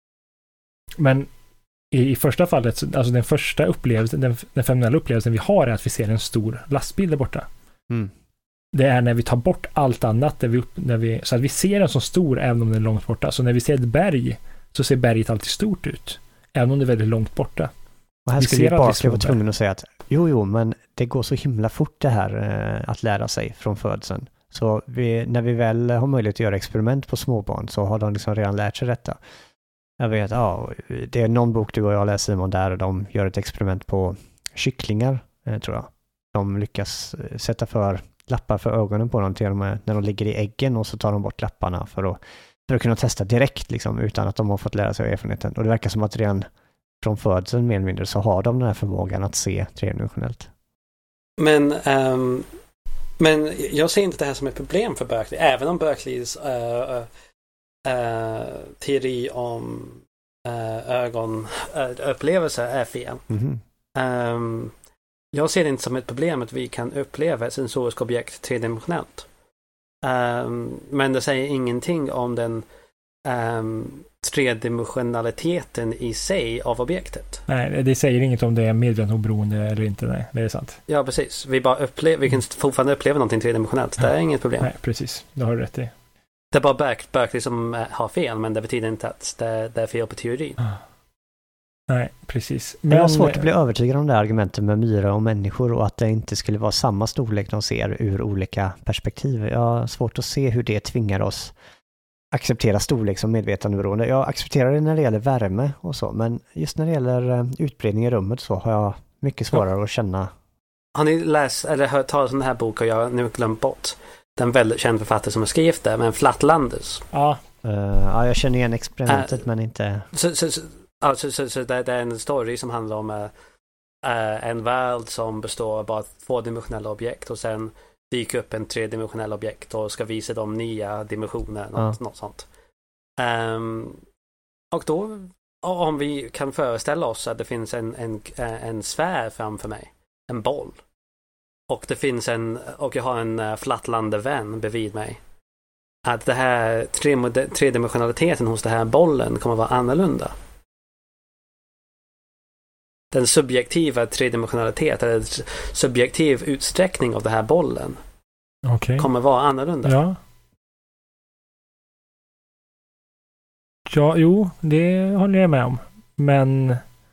Men i, i första fallet, alltså den första upplevelsen, den, den fenomenala upplevelsen vi har är att vi ser en stor lastbil där borta. Mm. Det är när vi tar bort allt annat där vi, när vi, så att vi ser den som stor även om den är långt borta. Så när vi ser ett berg så ser berget alltid stort ut även om det är väldigt långt borta. Och här skulle vi bara vara tvungen att säga att jo, jo, men det går så himla fort det här eh, att lära sig från födseln. Så vi, när vi väl har möjlighet att göra experiment på småbarn så har de liksom redan lärt sig detta. Jag vet, ja, det är någon bok du och jag läser, Simon, där de gör ett experiment på kycklingar, eh, tror jag. De lyckas sätta för lappar för ögonen på dem till och med när de ligger i äggen, och så tar de bort lapparna för att, för att kunna testa direkt liksom, utan att de har fått lära sig av erfarenheten. Och det verkar som att redan från födseln mer eller mindre så har de den här förmågan att se tredimensionellt. Men, um, men jag ser inte det här som ett problem för Berkeley, även om Berkeleys uh, uh, teori om uh, ögonupplevelser är fel. Mm-hmm. Um, jag ser det inte som ett problem att vi kan uppleva ett sensoriskt objekt tredimensionellt. Um, men det säger ingenting om den um, tredimensionaliteten i sig av objektet. Nej, det säger inget om det är medvetet oberoende eller inte. Nej, det är sant. Ja, precis. Vi, bara upplever, vi kan fortfarande uppleva någonting tredimensionellt. Det är inget problem. Nej, precis. Det har du rätt i. Det är bara Berk, Berkeley som har fel, men det betyder inte att det, det är fel på teorin. Ah. Nej, precis. Men det är svårt att bli övertygad om det argumentet med myra och människor och att det inte skulle vara samma storlek de ser ur olika perspektiv. Jag har svårt att se hur det tvingar oss acceptera storlek som medvetandeberoende. Jag accepterar det när det gäller värme och så, men just när det gäller utbredning i rummet så har jag mycket svårare ja. att känna. Har ni läst eller hört talas om den här boken, och jag har nu glömt bort den väldigt känd författare som har skrivit det, men Flatlanders. Ja. Uh, ja, jag känner igen experimentet, uh, men inte... Så, så, så, alltså, så, så det, det är en story som handlar om uh, en värld som består av bara tvådimensionella objekt, och sen dyker upp en tredimensionell objekt och ska visa dem nya dimensioner, något, ja. något sånt. Um, och då, om vi kan föreställa oss att det finns en, en, en sfär framför mig, en boll, och det finns en, och jag har en uh, flattlande vän bredvid mig, att det här tre, tredimensionaliteten hos den här bollen kommer vara annorlunda. Den subjektiva tredimensionalitet eller subjektiv utsträckning av den här bollen okay. kommer vara annorlunda. Ja. Ja, jo, det håller jag med om. Men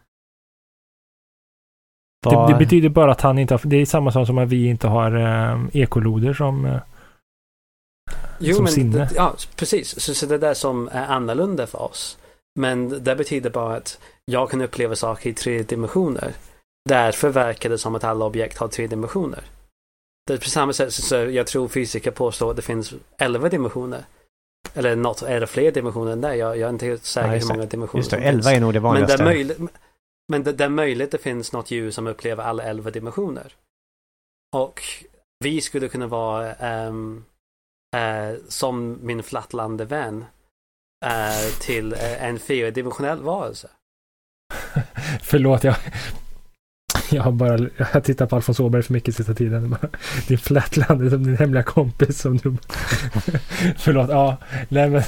det, det betyder bara att han inte har, det är samma sak som att vi inte har eh, ekoloder som eh, Jo, som men sinne. Det, ja, precis. Så, så det är det som är annorlunda för oss. Men det betyder bara att jag kan uppleva saker i tre dimensioner. Därför verkar det som att alla objekt har tre dimensioner. Det är på samma sätt så jag tror fysiker påstår att det finns elva dimensioner. Eller något, är det fler dimensioner än det? Jag, jag är inte helt säker ja, hur många dimensioner just det, elva är nog det vanligaste. Men det är möjligt, men det, det är möjligt att det finns något ljus som upplever alla elva dimensioner. Och vi skulle kunna vara um, uh, som min flattlande vän uh, till uh, en fyrdimensionell varelse. Förlåt, jag jag har bara jag har tittat på Alfons Åberg för mycket sista tiden. Din flatland är som din hemliga kompis som du förlåt, ja, nej men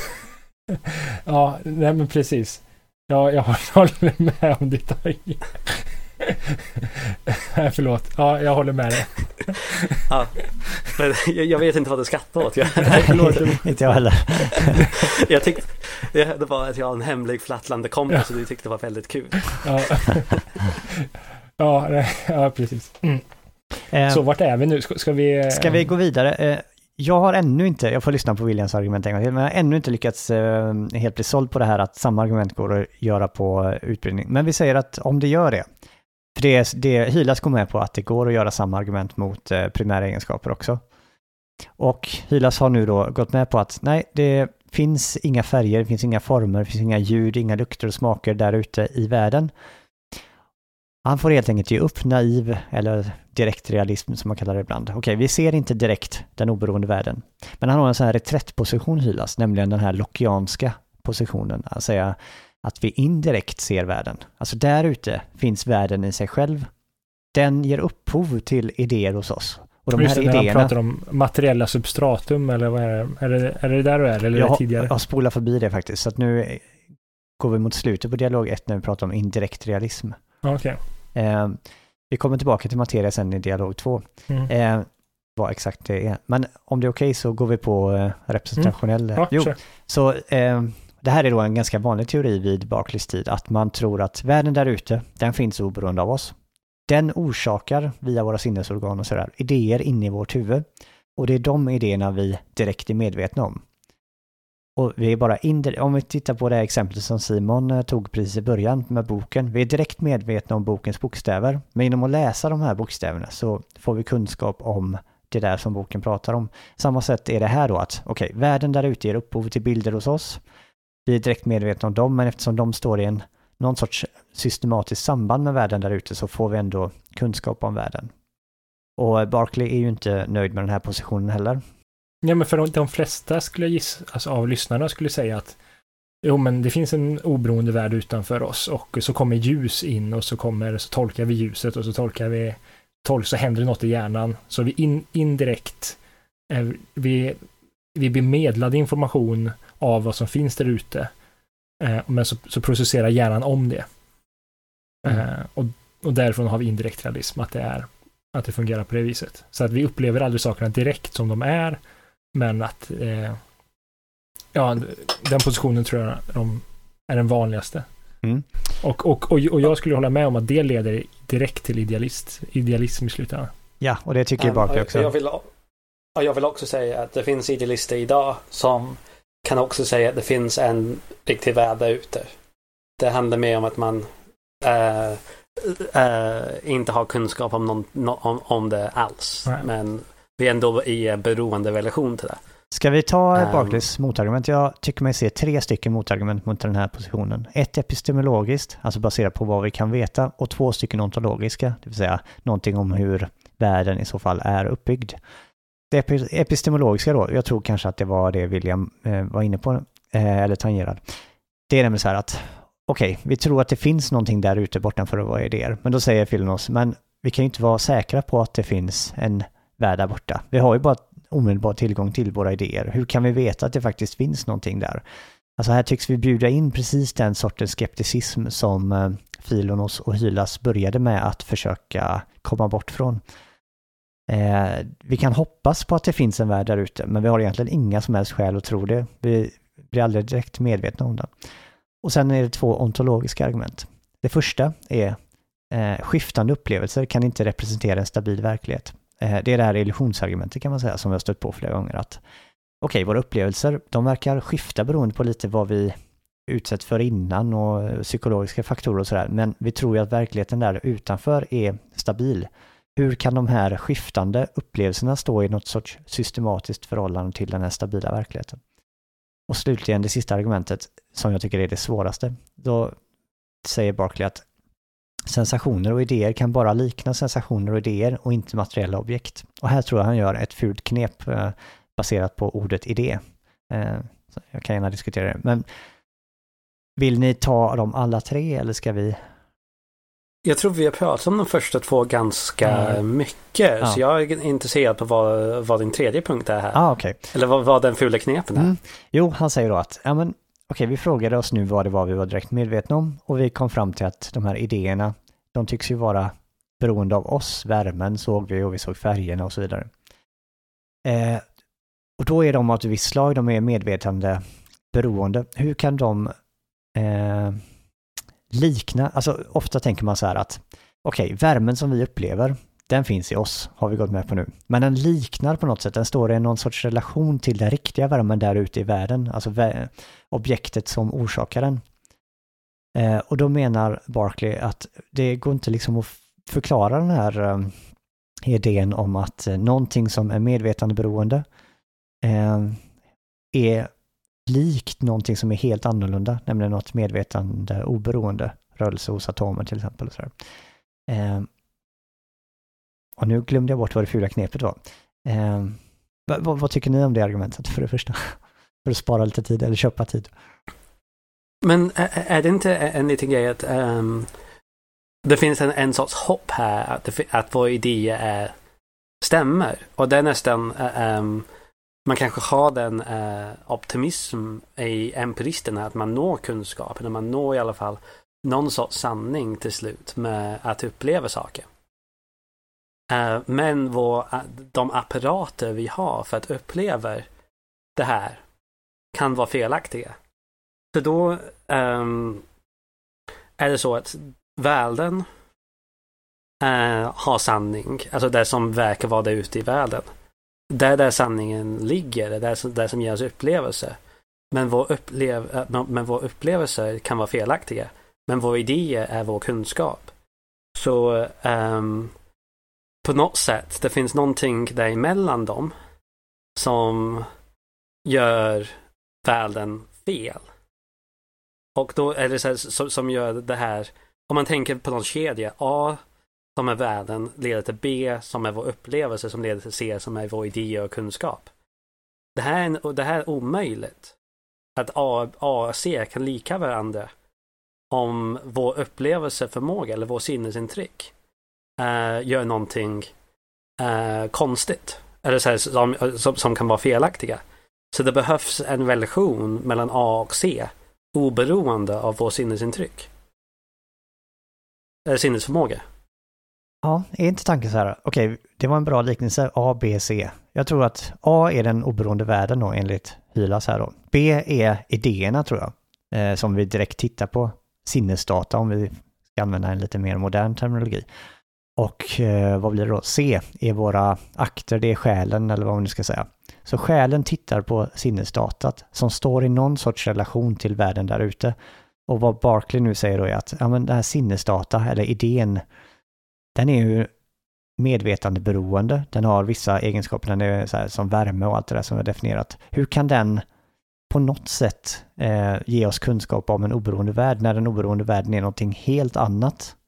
ja, nej men precis. Ja, jag håller med om ditt argument. Förlåt. Ja, jag håller med dig. Ja, men jag vet inte vad du skrattar åt. Jag, Nej, förlåt, inte jag heller. Jag tyckte det var att jag har en hemlig flattlande kompis, ja. Och du tyckte det var väldigt kul. Ja, ja, ja precis. Mm. Eh, Så vart är vi nu? Ska, ska vi... Ska vi gå vidare? Eh, jag har ännu inte, jag får lyssna på Williams argument en gång till, men jag har ännu inte lyckats eh, helt bli såld på det här att samma argument går att göra på utbildning. Men vi säger att om det gör det, för det, det Hylas går med på att det går att göra samma argument mot eh, primära egenskaper också. Och Hylas har nu då gått med på att nej, det finns inga färger, det finns inga former, det finns inga ljud, inga lukter och smaker där ute i världen. Han får helt enkelt ge upp naiv eller direkt realism som man kallar det ibland. Okej, vi ser inte direkt den oberoende världen. Men han har en sån här reträttposition, Hylas, nämligen den här lockianska positionen. Alltså att vi indirekt ser världen. Alltså där ute finns världen i sig själv. Den ger upphov till idéer hos oss. Och de Just här det, idéerna... han pratar om materiella substratum eller vad är det? Är det, är det där du är eller jag, är det tidigare? Jag spolar förbi det faktiskt. Så att nu går vi mot slutet på dialog ett när vi pratar om indirekt realism. Okej. Okay. Eh, vi kommer tillbaka till materia sen i dialog två. Mm. Eh, vad exakt det är. Men om det är okej okay så går vi på eh, representationell... Mm. Ja, jo, sure. Så eh, det här är då en ganska vanlig teori vid Berkeleys tid. Att man tror att världen där ute, den finns oberoende av oss. Den orsakar via våra sinnesorgan och sådär idéer inne i vårt huvud. Och det är de idéerna vi direkt är medvetna om. Och vi är bara indirekt, om vi tittar på det här exemplet som Simon tog precis i början med boken. Vi är direkt medvetna om bokens bokstäver. Men genom att läsa de här bokstäverna så får vi kunskap om det där som boken pratar om. Samma sätt är det här då att okej, okay, världen där ute ger upphov till bilder hos oss. Vi är direkt medvetna om dem, men eftersom de står i en någon sorts systematiskt samband med världen där ute så får vi ändå kunskap om världen. Och Berkeley är ju inte nöjd med den här positionen heller. Ja, men för de, de flesta skulle jag gissa, alltså av lyssnarna skulle säga att jo, men det finns en oberoende värld utanför oss och så kommer ljus in och så kommer så tolkar vi ljuset och så tolkar vi tolk så händer det något i hjärnan. Så vi in, indirekt eh, vi, vi blir medlade information av vad som finns där ute. Eh, men så, så processerar hjärnan om det. Mm. Eh, och, och därifrån har vi indirekt realism att det är att det fungerar på det viset. Så att vi upplever aldrig sakerna direkt som de är, men att eh, ja, den positionen tror jag de är den vanligaste. Mm. Och, och, och, och jag skulle hålla med om att det leder direkt till idealist, idealism i slutändan. Ja, och det tycker jag Berkeley också. Jag vill, jag vill också säga att det finns idealister idag som kan också säga att det finns en riktig värld där ute. Det handlar mer om att man äh, äh, inte har kunskap om, någon, no, om, om det alls. Nej. Men vi är ändå i beroende relation till det. Ska vi ta um, Berkeleys motargument? Jag tycker mig se tre stycken motargument mot den här positionen. Ett epistemologiskt, alltså baserat på vad vi kan veta, och två stycken ontologiska, det vill säga någonting om hur världen i så fall är uppbyggd. Det epistemologiska då, jag tror kanske att det var det William eh, var inne på, eh, eller tangerad. Det är nämligen så här att, okej, okay, vi tror att det finns någonting där ute bortanför våra idéer, men då säger Philonos, men vi kan ju inte vara säkra på att det finns en värld där borta. Vi har ju bara omedelbar tillgång till våra idéer. Hur kan vi veta att det faktiskt finns någonting där? Alltså här tycks vi bjuda in precis den sortens skepticism som eh, Philonos och Hylas började med att försöka komma bort från. Eh, vi kan hoppas på att det finns en värld där ute, men vi har egentligen inga som helst skäl att tro det. Vi blir aldrig direkt medvetna om det. Och sen är det två ontologiska argument. Det första är eh, skiftande upplevelser kan inte representera en stabil verklighet. Eh, det är det här illusionsargumentet kan man säga som vi har stött på flera gånger. Att okej, okay, våra upplevelser, de verkar skifta beroende på lite vad vi utsätts för innan och psykologiska faktorer och sådär. Men vi tror ju att verkligheten där utanför är stabil. Hur kan de här skiftande upplevelserna stå i något sorts systematiskt förhållande till den här stabila verkligheten? Och slutligen det sista argumentet som jag tycker är det svåraste. Då säger Berkeley att sensationer och idéer kan bara likna sensationer och idéer och inte materiella objekt. Och här tror jag han gör ett fult knep eh, baserat på ordet idé. Eh, så jag kan gärna diskutera det. Men vill ni ta dem alla tre eller ska vi... Jag tror vi har pratat om de första två ganska mm. mycket. Ja. Så jag är intresserad på vad, vad din tredje punkt är här. Ah, okay. Eller vad, vad den fula knepen är. Mm. Jo, han säger då att ja, men, okay, vi frågade oss nu vad det var vi var direkt medvetna om. Och vi kom fram till att de här idéerna, de tycks ju vara beroende av oss. Värmen såg vi och vi såg färgerna och så vidare. Eh, och då är de av ett visst slag, de är medvetande beroende. Hur kan de eh, likna, alltså ofta tänker man så här att okej, okay, värmen som vi upplever, den finns i oss, har vi gått med på nu. Men den liknar på något sätt, den står i någon sorts relation till den riktiga värmen där ute i världen, alltså vä- objektet som orsakar den. Eh, och då menar Berkeley att det går inte liksom att förklara den här eh, idén om att eh, någonting som är medvetandeberoende eh, är likt någonting som är helt annorlunda, nämligen något medvetande oberoende, rörelse hos atomer till exempel. Och, så eh, och nu glömde jag bort vad det fula knepet var. Eh, vad, vad tycker ni om det argumentet för det första? För att spara lite tid eller köpa tid. Men är, är det inte en liten grej att um, det finns en, en sorts hopp här att, det, att vår idé är, stämmer. Och det är nästan um, man kanske har den uh, optimism i empiristerna att man når kunskap, eller man når i alla fall någon sorts sanning till slut med att uppleva saker. Uh, men vår, uh, de apparater vi har för att uppleva det här kan vara felaktiga. Så då um, är det så att världen uh, har sanning, alltså det som verkar vara där ute i världen. Där där sanningen ligger, det där som, där som ger oss upplevelse. Men vår, upplev, uh, men vår upplevelser kan vara felaktiga. Men vår idé är vår kunskap. Så um, på något sätt, det finns någonting däremellan dem som gör världen fel. Och då är det så här, som gör det här, om man tänker på någon kedja, A som är världen leder till B som är vår upplevelse som leder till C som är vår idé och kunskap. Det här är, en, det här är omöjligt. Att A, A och C kan lika varandra om vår upplevelseförmåga eller vår sinnesintryck uh, gör någonting uh, konstigt. Eller så här, som, som, som kan vara felaktiga. Så det behövs en relation mellan A och C oberoende av vår sinnesintryck. Eller sinnesförmåga. Ja, är inte tanken så här, okej, okay, det var en bra liknelse, A, B, C. Jag tror att A är den oberoende världen då, enligt Hylas här då. B är idéerna tror jag, eh, som vi direkt tittar på, sinnesdata om vi ska använda en lite mer modern terminologi. Och eh, vad blir det då? C är våra akter, det är själen eller vad man nu ska säga. Så själen tittar på sinnesdatat som står i någon sorts relation till världen där ute. Och vad Berkeley nu säger då är att ja, men det här sinnesdata eller idén, den är ju medvetandeberoende. Den har vissa egenskaper, den är så här, som värme och allt det där som är definierat. Hur kan den på något sätt eh, ge oss kunskap om en oberoende värld när den oberoende världen är någonting helt annat?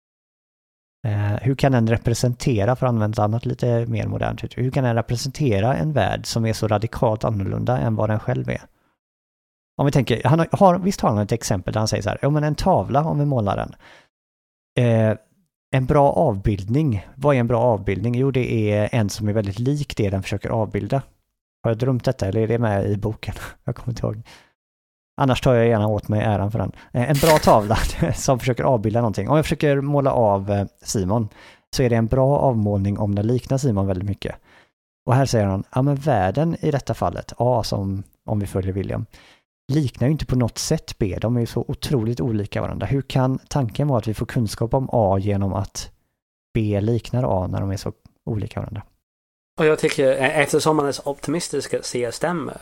Eh, hur kan den representera, för att använda annat lite mer modernt, hur kan den representera en värld som är så radikalt annorlunda än vad den själv är? Om vi tänker, han har, visst har han ett exempel där han säger så här, ja men en tavla om vi målar den. Eh, en bra avbildning, vad är en bra avbildning? Jo, det är en som är väldigt lik det den försöker avbilda. Har jag drömt detta eller är det med i boken? Jag kommer inte ihåg. Annars tar jag gärna åt mig äran för den. En bra tavla som försöker avbilda någonting. Om jag försöker måla av Simon så är det en bra avmålning om den liknar Simon väldigt mycket. Och här säger han, ja men världen i detta fallet, A som om vi följer William, liknar ju inte på något sätt B. De är ju så otroligt olika varandra. Hur kan tanken vara att vi får kunskap om A genom att B liknar A när de är så olika varandra? Och jag tycker, eftersom man är så optimistisk att C stämmer,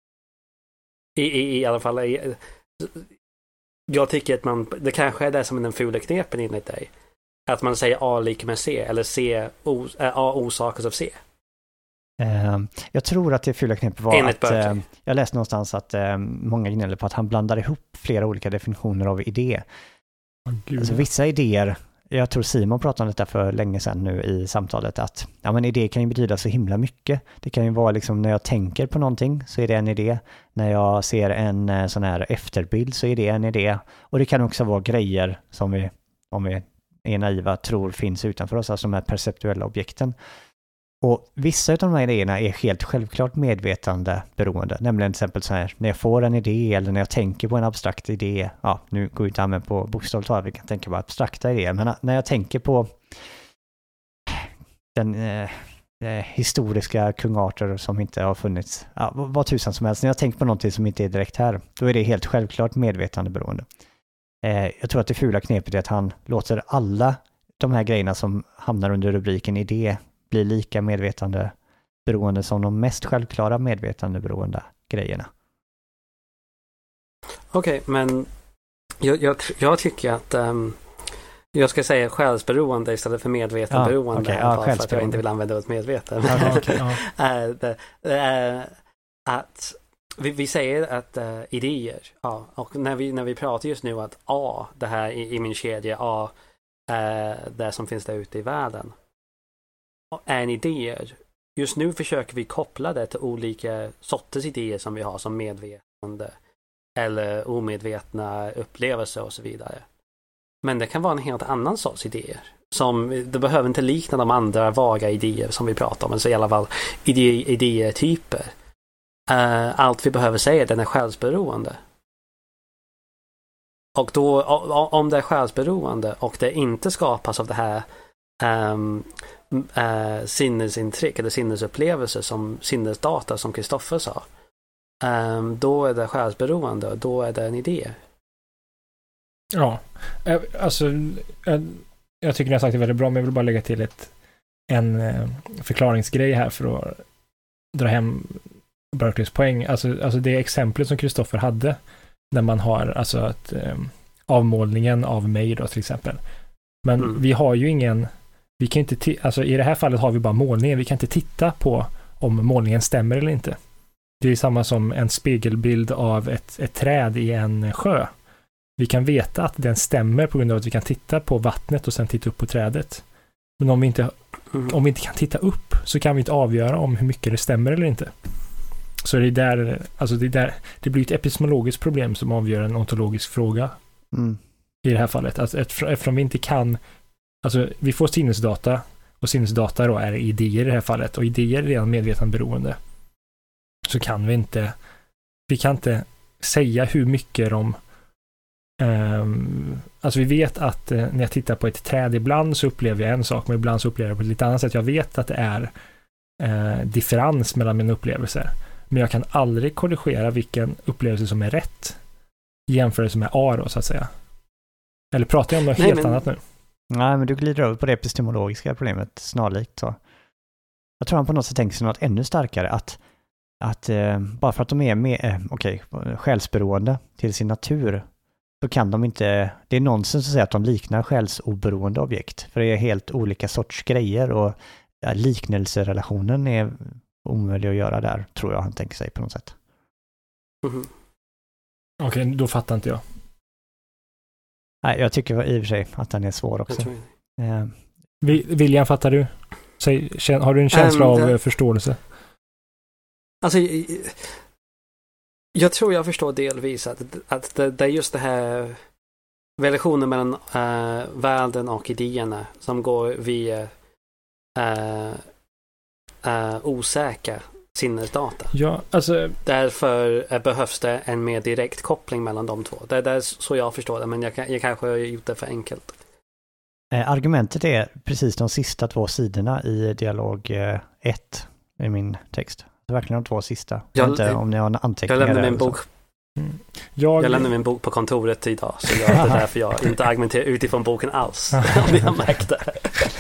I, i, i alla fall i, jag tycker att man, det kanske är det som är den fula knepen enligt dig, att man säger A lika med C eller C, o, A orsakas av C. Uh, jag tror att det fula knepet var enligt att uh, jag läste någonstans att uh, många gnäller på att han blandar ihop flera olika definitioner av idé. Oh, alltså vissa idéer, jag tror Simon pratade om detta för länge sedan nu i samtalet, att ja, men idé kan ju betyda så himla mycket. Det kan ju vara liksom när jag tänker på någonting så är det en idé. När jag ser en sån här efterbild så är det en idé. Och det kan också vara grejer som vi, om vi är naiva, tror finns utanför oss, alltså de här perceptuella objekten. Och vissa av de här idéerna är helt självklart medvetande beroende. Nämligen till exempel så här, när jag får en idé eller när jag tänker på en abstrakt idé. Ja, nu går vi inte använda på bokstavligt tal, vi kan tänka på abstrakta idéer. Men när jag tänker på den eh, historiska kungarter som inte har funnits, ja, vad tusan som helst. När jag tänker på någonting som inte är direkt här, då är det helt självklart medvetande beroende. Eh, jag tror att det fula knepet är att han låter alla de här grejerna som hamnar under rubriken idé blir lika medvetande beroende som de mest självklara medvetande beroende grejerna. Okej, okay, men jag, jag, jag tycker att um, jag ska säga själsberoende istället för medvetandeberoende. Ja, okay, ja, för att jag inte vill använda ordet medveten. Ja, okay, ja. uh, det, uh, att vi, vi säger att uh, idéer, ja, och när vi, när vi pratar just nu att A, det här i, i min kedja, A, uh, det som finns där ute i världen, är en idéer. Just nu försöker vi koppla det till olika sorters idéer som vi har som medvetande eller omedvetna upplevelser och så vidare. Men det kan vara en helt annan sorts idéer. Som, det behöver inte likna de andra vaga idéer som vi pratar om, men så i alla fall idé, idétyper. Uh, allt vi behöver säga är att den är själsberoende. Och då, om det är själsberoende och det inte skapas av det här um, uh, sinnesintryck eller sinnesupplevelser som sinnesdata som Kristoffer sa, um, då är det själsberoende och då är det en idé. Ja, alltså jag, jag tycker ni har sagt det väldigt bra, men jag vill bara lägga till ett, en förklaringsgrej här för att dra hem Berkeleys poäng. Alltså, alltså det exemplet som Kristoffer hade när man har alltså att um, avmålningen av mig då till exempel. Men mm. vi har ju ingen, vi kan inte t- alltså i det här fallet har vi bara målningen, vi kan inte titta på om målningen stämmer eller inte. Det är samma som en spegelbild av ett, ett träd i en sjö. Vi kan veta att den stämmer på grund av att vi kan titta på vattnet och sen titta upp på trädet. Men om vi inte, mm. om vi inte kan titta upp så kan vi inte avgöra om hur mycket det stämmer eller inte. Så det är där, alltså det är där, det blir ett epistemologiskt problem som avgör en ontologisk fråga mm. i det här fallet. Alltså eftersom vi inte kan, alltså vi får sinnesdata och sinnesdata då är idéer i det här fallet och idéer är redan medvetandeberoende. Så kan vi inte, vi kan inte säga hur mycket de Um, alltså vi vet att uh, när jag tittar på ett träd ibland så upplever jag en sak, men ibland så upplever jag på ett lite annat sätt. Jag vet att det är uh, differens mellan mina upplevelser, men jag kan aldrig korrigera vilken upplevelse som är rätt i jämförelse med A då, så att säga. Eller pratar jag om något Nej, helt men... annat nu? Nej, men du glider över på det epistemologiska problemet snarlikt. Så. Jag tror han på något sätt tänker sig något ännu starkare, att, att uh, bara för att de är med, uh, okej, okay, själsberoende till sin natur, så kan de inte, det är nonsens att säga att de liknar själsoberoende objekt. För det är helt olika sorts grejer och ja, liknelserelationen är omöjlig att göra där, tror jag han tänker sig på något sätt. Mm-hmm. Okej, okay, då fattar inte jag. Nej, jag tycker i och för sig att den är svår också. Eh. William, fattar du? Säg, har du en känsla um, av det... förståelse? Alltså... Jag tror jag förstår delvis att, att det, det är just det här relationen mellan uh, världen och idéerna som går via uh, uh, osäkra sinnesdata. Ja, alltså... Därför uh, behövs det en mer direkt koppling mellan de två. Det, det är så jag förstår det, men jag, jag kanske har gjort det för enkelt. Eh, argumentet är precis de sista två sidorna i dialog ett eh, i min text. Det är verkligen de två sista. Jag, inte om ni har en anteckning. Jag lämnar min bok. Mm. Jag... jag lämnar min bok på kontoret idag, så jag, det är därför jag inte argumenterar utifrån boken alls. Om ni har märkt det.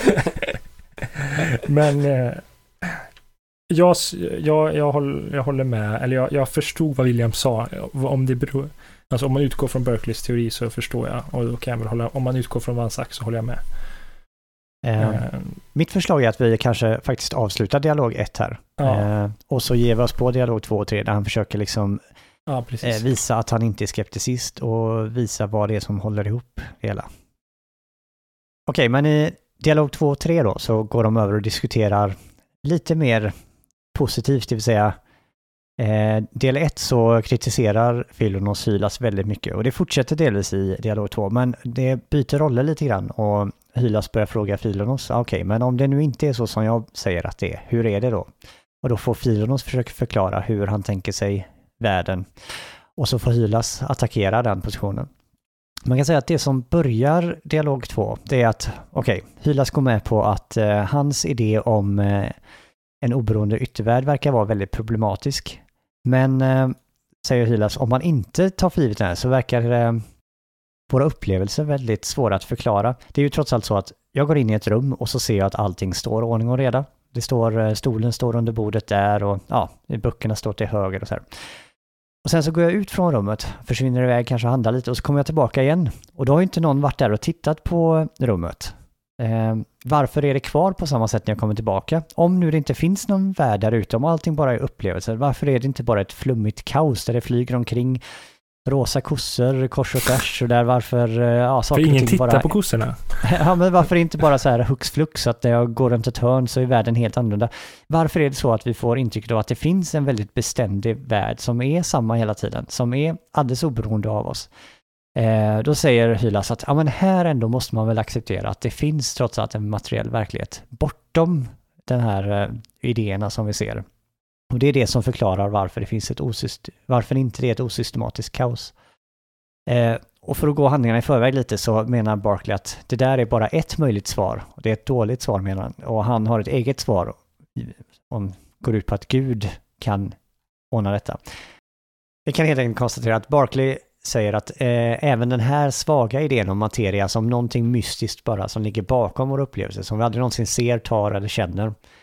Men eh, jag, jag, jag, håller, jag håller med, eller jag, jag förstod vad William sa. Om det beror, alltså om man utgår från Berkeleys teori så förstår jag, och då kan jag väl hålla, om man utgår från vad han sagt så håller jag med. Eh, uh, mitt förslag är att vi kanske faktiskt avslutar dialog ett här. Ja. Eh, och så ger vi oss på dialog två och tre där han försöker liksom ja, eh, visa att han inte är skepticist och visa vad det är som håller ihop det hela. Okej, okay, men i dialog två och tre då så går de över och diskuterar lite mer positivt, det vill säga eh, del ett så kritiserar Filon och Sylas väldigt mycket och det fortsätter delvis i dialog två, men det byter roller lite grann och Hylas börjar fråga Filonos, okej, okay, men om det nu inte är så som jag säger att det är, hur är det då? Och då får Filonos försöka förklara hur han tänker sig världen. Och så får Hylas attackera den positionen. Man kan säga att det som börjar dialog två, det är att, okej, okay, Hylas går med på att eh, hans idé om eh, en oberoende yttervärld verkar vara väldigt problematisk. Men, eh, säger Hylas, om man inte tar för givet det här så verkar eh, våra upplevelser väldigt svåra att förklara. Det är ju trots allt så att jag går in i ett rum och så ser jag att allting står ordning och reda. Det står, stolen står under bordet där och ja, böckerna står till höger och så här. Och sen så går jag ut från rummet, försvinner iväg, kanske handlar lite och så kommer jag tillbaka igen. Och då har ju inte någon varit där och tittat på rummet. Eh, varför är det kvar på samma sätt när jag kommer tillbaka? Om nu det inte finns någon värld där ute, om allting bara är upplevelser, varför är det inte bara ett flummigt kaos där det flyger omkring rosa kossor kors och tvärs och där varför ja, saker för ingen tittar bara... på kossorna. Ja, men varför inte bara så här hux flux att när jag går runt ett hörn så är världen helt annorlunda. Varför är det så att vi får intryck av att det finns en väldigt beständig värld som är samma hela tiden, som är alldeles oberoende av oss? Eh, då säger Hylas att ja, men här ändå måste man väl acceptera att det finns trots allt en materiell verklighet bortom den här eh, idéerna som vi ser. Och det är det som förklarar varför det finns ett osyst- varför inte det är ett osystematiskt kaos. Eh, och för att gå handlingarna i förväg lite så menar Barclay att det där är bara ett möjligt svar. Och det är ett dåligt svar menar han. Och han har ett eget svar som går ut på att Gud kan ordna detta. Vi kan helt enkelt konstatera att Barclay säger att eh, även den här svaga idén om materia som någonting mystiskt bara som ligger bakom vår upplevelse, som vi aldrig någonsin ser, tar eller känner,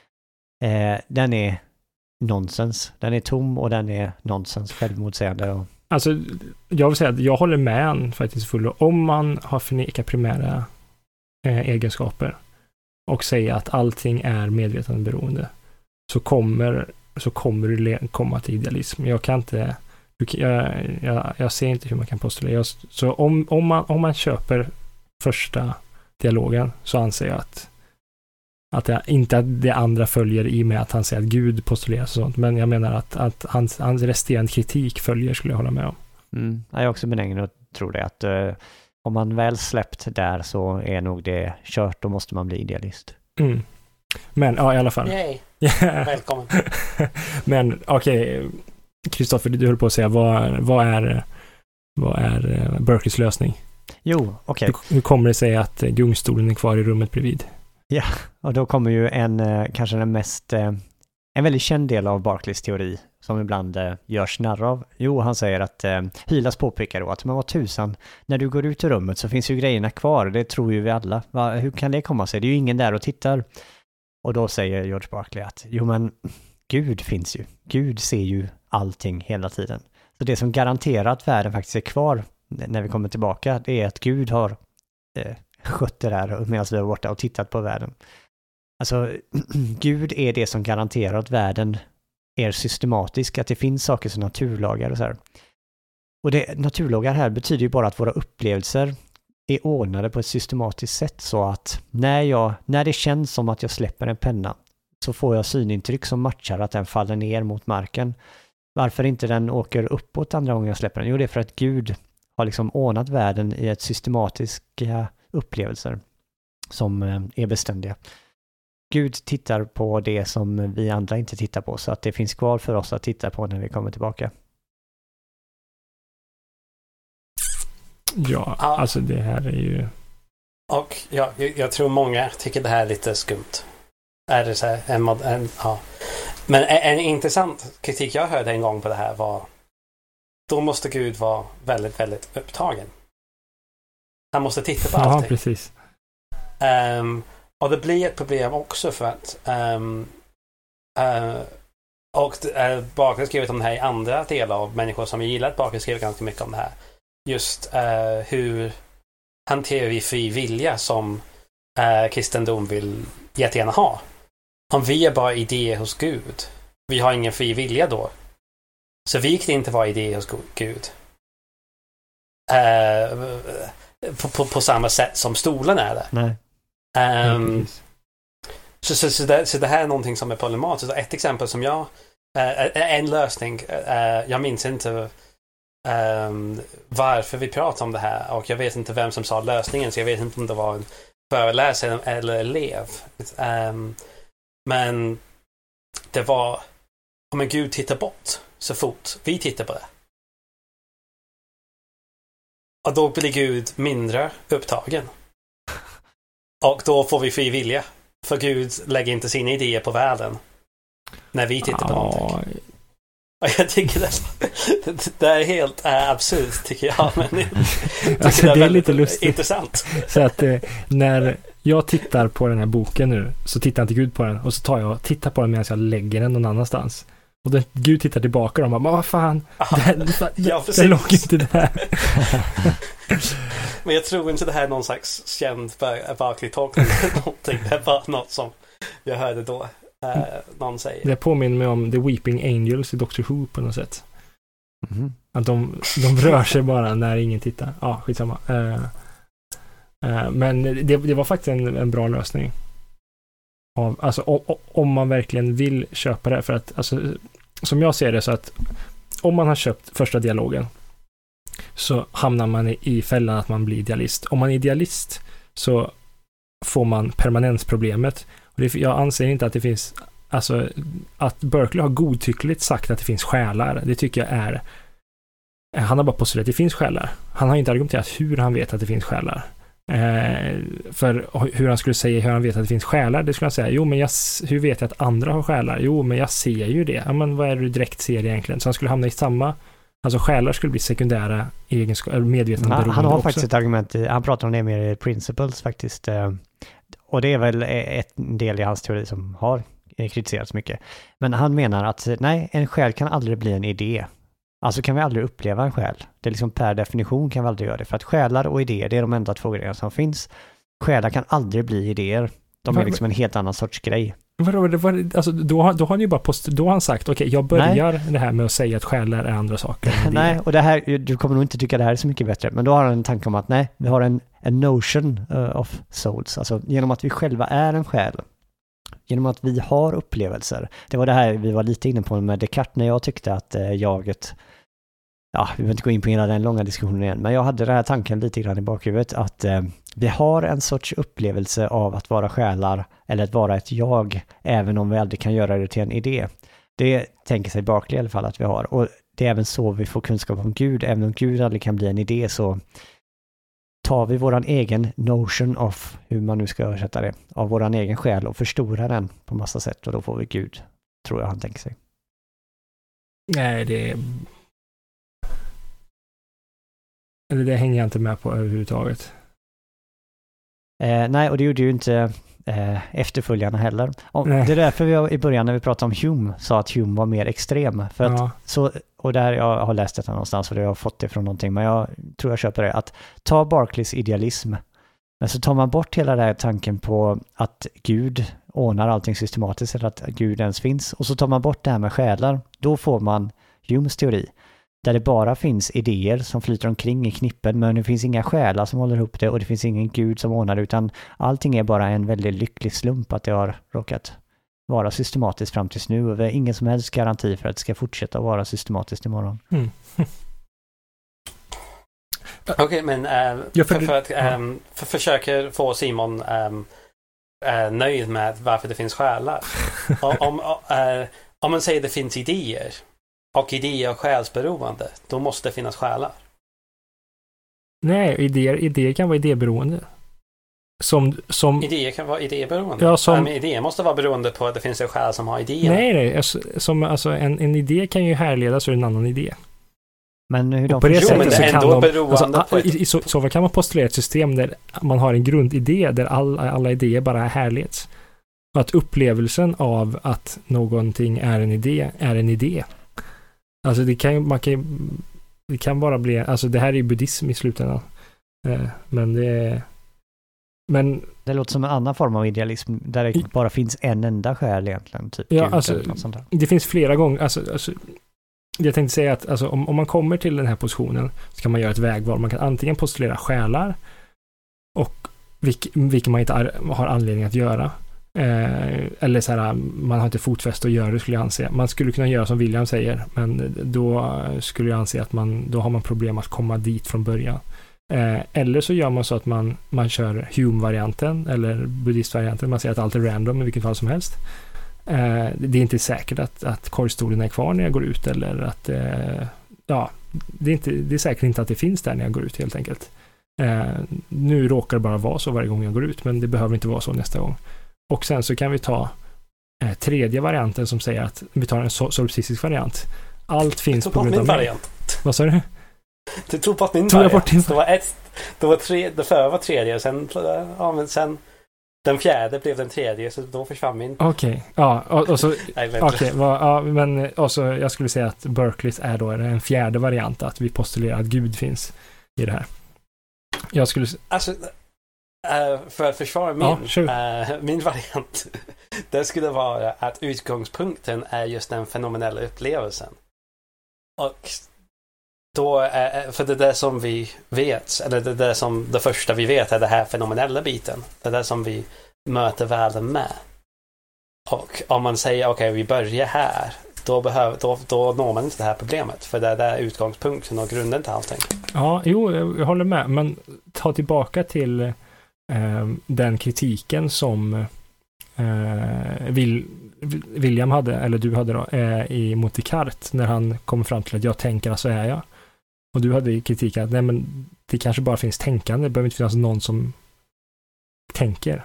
eh, den är nonsens. Den är tom och den är nonsens, självmotsägande. Och... Alltså, jag vill säga att jag håller med han faktiskt fullt. Om man har förnekat primära eh, egenskaper och säger att allting är medvetandeberoende så kommer, så kommer du le- komma till idealism. Jag kan inte jag, jag, jag ser inte hur man kan postulera. Jag, så om, om, man, om man köper första dialogen så anser jag att Att det, inte att det andra följer i med att han säger att Gud postuleras och sånt. Men jag menar att, att hans, hans resterande kritik följer, skulle jag hålla med om. Mm. Jag är också benägen att tro det. Att uh, om man väl släppt där så är nog det kört. Då måste man bli idealist. Mm. Men ja, i alla fall. Yay. Välkommen. Men okej, Kristoffer, du höll på att säga vad, vad är vad är Berkeleys lösning? Jo, okej. Okay. Hur, hur kommer det sig att gungstolen är kvar i rummet bredvid? Ja, och då kommer ju en, kanske den mest, en väldigt känd del av Barclays teori som ibland görs narr av. Jo, han säger att Hylas påpekar då att men vad tusan, när du går ut ur rummet så finns ju grejerna kvar, det tror ju vi alla. Va, hur kan det komma sig? Det är ju ingen där och tittar. Och då säger George Barclay att jo men Gud finns ju. Gud ser ju allting hela tiden. Så det som garanterar att världen faktiskt är kvar när vi kommer tillbaka, det är att Gud har eh, skött det där medan vi var borta och tittat på världen. Alltså, Gud är det som garanterar att världen är systematisk, att det finns saker som naturlagar och så här. Och det, naturlagar här betyder ju bara att våra upplevelser är ordnade på ett systematiskt sätt så att när, jag, när det känns som att jag släpper en penna så får jag synintryck som matchar att den faller ner mot marken. Varför inte den åker uppåt andra gången jag släpper den? Jo, det är för att Gud har liksom ordnat världen i ett systematiska upplevelser som är beständiga. Gud tittar på det som vi andra inte tittar på så att det finns kvar för oss att titta på när vi kommer tillbaka. Ja, ja. Alltså det här är ju... Och ja, jag tror många tycker det här är lite skumt. Är det så här, en, en, ja. Men en, en intressant kritik jag hörde en gång på det här var då måste Gud vara väldigt, väldigt upptagen. Han måste titta på allting. Ja, precis. Um, och det blir ett problem också för att um, uh, och uh, Barclay skrivit om det här i andra delar av människor som gillar att Barclay skriver ganska mycket om det här. Just uh, hur hanterar vi fri vilja som uh, kristendom vill jättegärna ha. Om vi är bara idéer hos Gud, vi har ingen fri vilja då. Så vi kan inte vara idéer hos Gud. Uh, på, på, på samma sätt som stolen är det. Nej. Um, ja, så, så, så, det, så det här är någonting som är problematiskt. Ett exempel som jag uh, en lösning uh, jag minns inte um, varför vi pratar om det här och jag vet inte vem som sa lösningen så jag vet inte om det var en föreläsare eller elev. Um, men det var om en Gud tittar bort så fort vi tittar på det. Och då blir Gud mindre upptagen. Och då får vi fri vilja. För Gud lägger inte sina idéer på världen när vi tittar på Ja. någonting. Och jag tycker det, det är helt äh, absurt tycker jag. Men jag tycker Alltså, det är, det är lite lustigt. intressant. Så att eh, när jag tittar på den här boken nu så tittar inte Gud på den och så tar jag och tittar på den medan jag lägger den någon annanstans. Och då Gud tittar tillbaka och man bara, vad fan, den, Ja, den låg inte där. Men jag tror inte det här är någon slags känd Berkeley-tolkning eller någonting. Det är bara något som jag hörde då eh, någon säger. Det påminner mig om The Weeping Angels i Doctor Who på något sätt. Mm. Att de, de rör sig bara när ingen tittar. Ja, skitsamma. Uh, uh, men det, det var faktiskt en, en bra lösning. Av, alltså, o, om man verkligen vill köpa det. För att, alltså, som jag ser det så att om man har köpt första dialogen så hamnar man i, i fällan att man blir idealist. Om man är idealist så får man permanensproblemet. Och det, jag anser inte att det finns, alltså att Berkeley har godtyckligt sagt att det finns själar. Det tycker jag är, han har bara postulerat att det finns själar. Han har inte argumenterat hur han vet att det finns själar. Eh, för hur han skulle säga hur han vet att det finns själar, det skulle han säga, jo men jag, hur vet jag att andra har själar? Jo men jag ser ju det. Ja, men vad är det du direkt ser egentligen? Så han skulle hamna i samma, alltså själar skulle bli sekundära egenskaper, medvetna beroende. Han har också. faktiskt ett argument, han pratar om det mer i Principles faktiskt, och det är väl ett del i hans teori som har kritiserats mycket. Men han menar att nej, en själ kan aldrig bli en idé. Alltså kan vi aldrig uppleva en själ. Det är liksom per definition kan vi aldrig göra det. För att själar och idéer, det är de enda två grejerna som finns. Själar kan aldrig bli idéer. De är liksom en helt annan sorts grej. Vadå, det var, alltså, då, har, då har han ju bara post, då har han sagt, okej, okay, jag börjar Nej. det här med att säga att själar är andra saker. Nej, och det här, du kommer nog inte tycka det här är så mycket bättre, men då har han en tanke om att nej, vi har en, en notion uh, of souls. Alltså genom att vi själva är en själ. Genom att vi har upplevelser. Det var det här vi var lite inne på med Descartes när jag tyckte att eh, jaget, ja, vi behöver inte gå in på hela den långa diskussionen igen, men jag hade den här tanken lite grann i bakhuvudet att eh, vi har en sorts upplevelse av att vara själar eller att vara ett jag, även om vi aldrig kan göra det till en idé. Det tänker sig Berkeley i alla fall att vi har, och det är även så vi får kunskap om Gud. Även om Gud aldrig kan bli en idé så tar vi våran egen notion of, hur man nu ska översätta det, av våran egen själ och förstorar den på massa sätt, och då får vi Gud, tror jag han tänker sig. Nej, det eller det hänger jag inte med på överhuvudtaget. Eh, nej, och det gjorde ju inte eh, efterföljarna heller. Och det är därför vi i början när vi pratade om Hume sa att Hume var mer extrem. För att, ja. så, och där jag har läst detta någonstans och jag har fått det från någonting, men jag tror jag köper det, att ta Berkeleys idealism, men så tar man bort hela den här tanken på att Gud ordnar allting systematiskt eller att Gud ens finns, och så tar man bort det här med själar, då får man Humes teori. Där det bara finns idéer som flyter omkring i knippen, men det finns inga själar som håller ihop det och det finns ingen Gud som ordnar det, utan allting är bara en väldigt lycklig slump att det har råkat vara systematiskt fram tills nu, och det är ingen som helst garanti för att det ska fortsätta vara systematiskt imorgon. Mm. Okej, okay, men äh, ja, för, för, för att ähm, för försöker få Simon ähm, äh, nöjd med varför det finns själar. om, om, äh, om man säger det finns idéer och idéer och själsberoende, då måste det finnas själar. Nej, idéer, idéer kan vara idéberoende. Som, som, idéer kan vara idéberoende. Ja, som, men idéer måste vara beroende på att det finns en själ som har idéer. Nej, nej. Alltså, som, alltså, en, en idé kan ju härledas ur en annan idé. Men hur de på det jo, sättet men det så är kan ändå de, beroende alltså, på ett... i, i, så, så kan man postulera ett system där man har en grundidé där all, alla idéer bara härleds. Och att upplevelsen av att någonting är en idé är en idé. Alltså det kan man kan det kan bara bli, alltså det här är ju buddhism i slutändan. Eh, men det men det låter som en annan form av idealism där det i, bara finns en enda själ egentligen, typ ja, Gud alltså, eller något sånt där. Det finns flera gånger, alltså, alltså jag tänkte säga att alltså, om, om man kommer till den här positionen så kan man göra ett vägval. Man kan antingen postulera själar och vilk, vilket man inte ar, har anledning att göra. Eh, eller så här, man har inte fotfäste att göra det, skulle jag anse. Man skulle kunna göra som William säger, men då skulle jag anse att man, då har man problem att komma dit från början. Eh, eller så gör man så att man, man kör Hume-varianten eller buddhist-varianten. Man säger att allt är random i vilket fall som helst. Eh, det är inte säkert att, att korgstolen är kvar när jag går ut eller att eh, ja, det är, inte, det är säkert inte att det finns där när jag går ut helt enkelt. Eh, nu råkar det bara vara så varje gång jag går ut, men det behöver inte vara så nästa gång. Och sen så kan vi ta eh, tredje varianten som säger att vi tar en sol- solipsistisk variant. Allt finns på grund av mig. Variant. Vad sa du? Du tog bort min variant. Det var ett, det var tre, det förra var tredje och sen, ja, men sen den fjärde blev den tredje, så då försvann min. Okej, okay. Ja, och, och så okej, okay, ja, men och så jag skulle säga att Berkeley är då en fjärde variant, att vi postulerar att Gud finns i det här. Jag skulle alltså uh, för att försvara min ja, sure. uh, min variant, det skulle vara att utgångspunkten är just den fenomenella upplevelsen. Och då är, för det är det som vi vet, eller det är det som det första vi vet är det här fenomenella biten. Det är det som vi möter världen med. Och om man säger okej, okay, vi börjar här, då, behöver, då, då når man inte det här problemet. För det är där utgångspunkten och grunden till allting. Ja, jo, jag håller med. Men ta tillbaka till eh, den kritiken som eh, Will, William hade, eller du hade då, eh, i mot Descartes, när han kom fram till att jag tänker, så är jag. Och du hade kritiken att nej, men det kanske bara finns tänkande, det behöver inte finnas någon som tänker.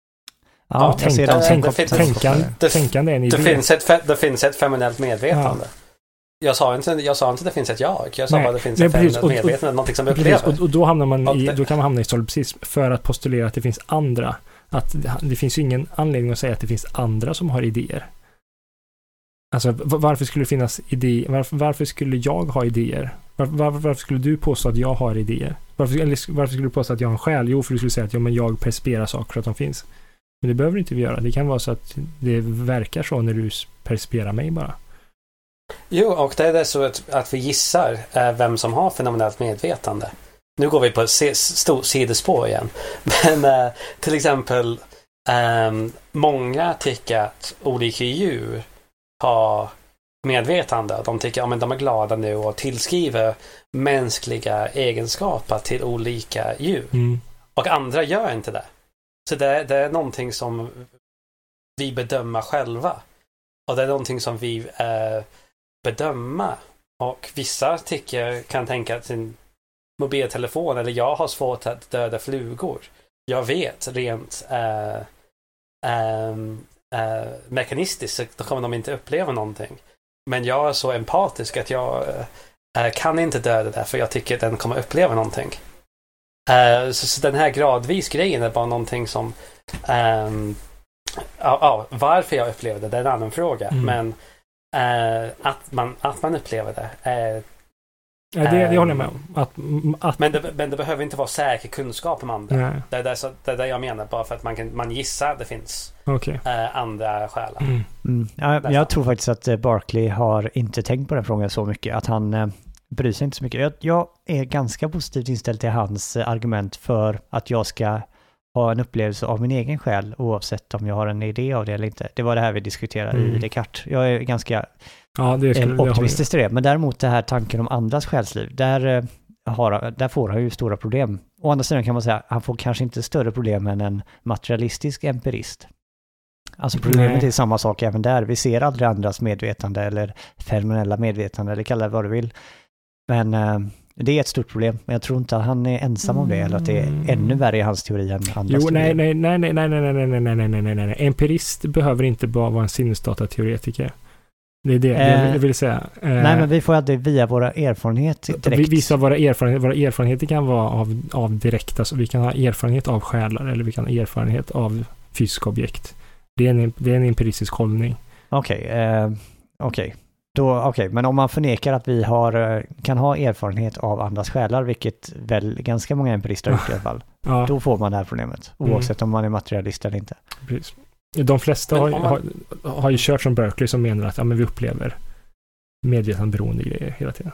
Ja, tänk, tänk, tänk, tänk, tänk, tänkande, det, tänkande är en idé. Det finns ett, det finns ett feminellt medvetande. Ja. Jag sa inte jag sa inte att det finns ett jag. Jag sa nej, bara att det finns nej, ett feminellt medvetande, någonting som vi upplever. Och, och då hamnar man i, då kan man hamna i solipsism för att postulera att det finns andra. Att det finns ju ingen anledning att säga att det finns andra som har idéer. Alltså varför skulle det finnas idéer? Varför, varför skulle jag ha idéer? Varför, varför, varför skulle du påstå att jag har idéer? Varför, eller, varför skulle du påstå att jag har en själ? Jo, för du skulle säga att ja, men jag percipierar saker att de finns. Men det behöver inte vi göra. Det kan vara så att det verkar så när du percipierar mig bara. Jo, och det är det så att, att vi gissar eh, vem som har fenomenellt medvetande. Nu går vi på se, stor sidospår igen. Men eh, till exempel eh, många tycker att olika djur har medvetande. De tycker att ja, de är glada nu och tillskriver mänskliga egenskaper till olika djur. Mm. Och andra gör inte det. Så det, det är någonting som vi bedömer själva. Och det är någonting som vi eh, bedömer. Och vissa tycker, kan tänka att sin mobiltelefon, eller jag har svårt att döda flugor. Jag vet rent eh, eh, eh, mekanistiskt så då kommer de inte uppleva någonting. Men jag är så empatisk att jag eh, kan inte döda det, för jag tycker att den kommer uppleva någonting. Uh, så, så den här gradvis grejen är bara någonting som um, ja, ja, varför jag upplever det, det är en annan fråga. Mm. Men uh, att, man, att man upplever det uh, ja, det, det håller jag med om. Att, att... Men, det, men det behöver inte vara säker kunskap om andra. Det är det, så, det är det jag menar, bara för att man, kan, man gissar att det finns okay. uh, andra själar. Mm. Mm. Ja, jag tror faktiskt att Berkeley har inte tänkt på den frågan så mycket, att han uh... bryr sig inte så mycket. Jag, jag är ganska positivt inställd till hans argument för att jag ska ha en upplevelse av min egen själ oavsett om jag har en idé av det eller inte. Det var det här vi diskuterade mm. i Descartes. Jag är ganska ja, det skulle, optimistisk till det. Men däremot det här tanken om andras själsliv, där, har, där får han ju stora problem. Å andra sidan kan man säga att han får kanske inte större problem än en materialistisk empirist. Alltså problemet Nej. är samma sak även där. Vi ser aldrig andras medvetande eller fenomenella medvetande, eller kalla det vad du vill. Men äh, det är ett stort problem. Men jag tror inte att han är ensam om det, eller att det är ännu värre i hans teori än andras. Jo, nej, nej, nej, nej, nej, nej, nej, nej, nej, nej, nej, nej, nej. Empirist behöver inte bara vara en sinnesdatateoretiker. Det är det eh, jag vill säga. Eh, nej, men vi får aldrig via våra erfarenheter direkt. Vissa av våra erfarenheter, våra erfarenheter kan vara av, av direkta, så vi kan ha erfarenhet av själar, eller vi kan ha erfarenhet av fysiska objekt. Det är en, det är en empiristisk hållning. Okej, okay, eh, okej. Okay. Då, okej, okay, men om man förnekar att vi har, kan ha erfarenhet av andras själar, vilket väl ganska många empirister har gjort i alla fall, ja. Då får man det här problemet, oavsett mm. om man är materialist eller inte. Precis. De flesta har, man... har, har ju kört från Berkeley som menar att ja, men vi upplever medvetande beroende grejer hela tiden.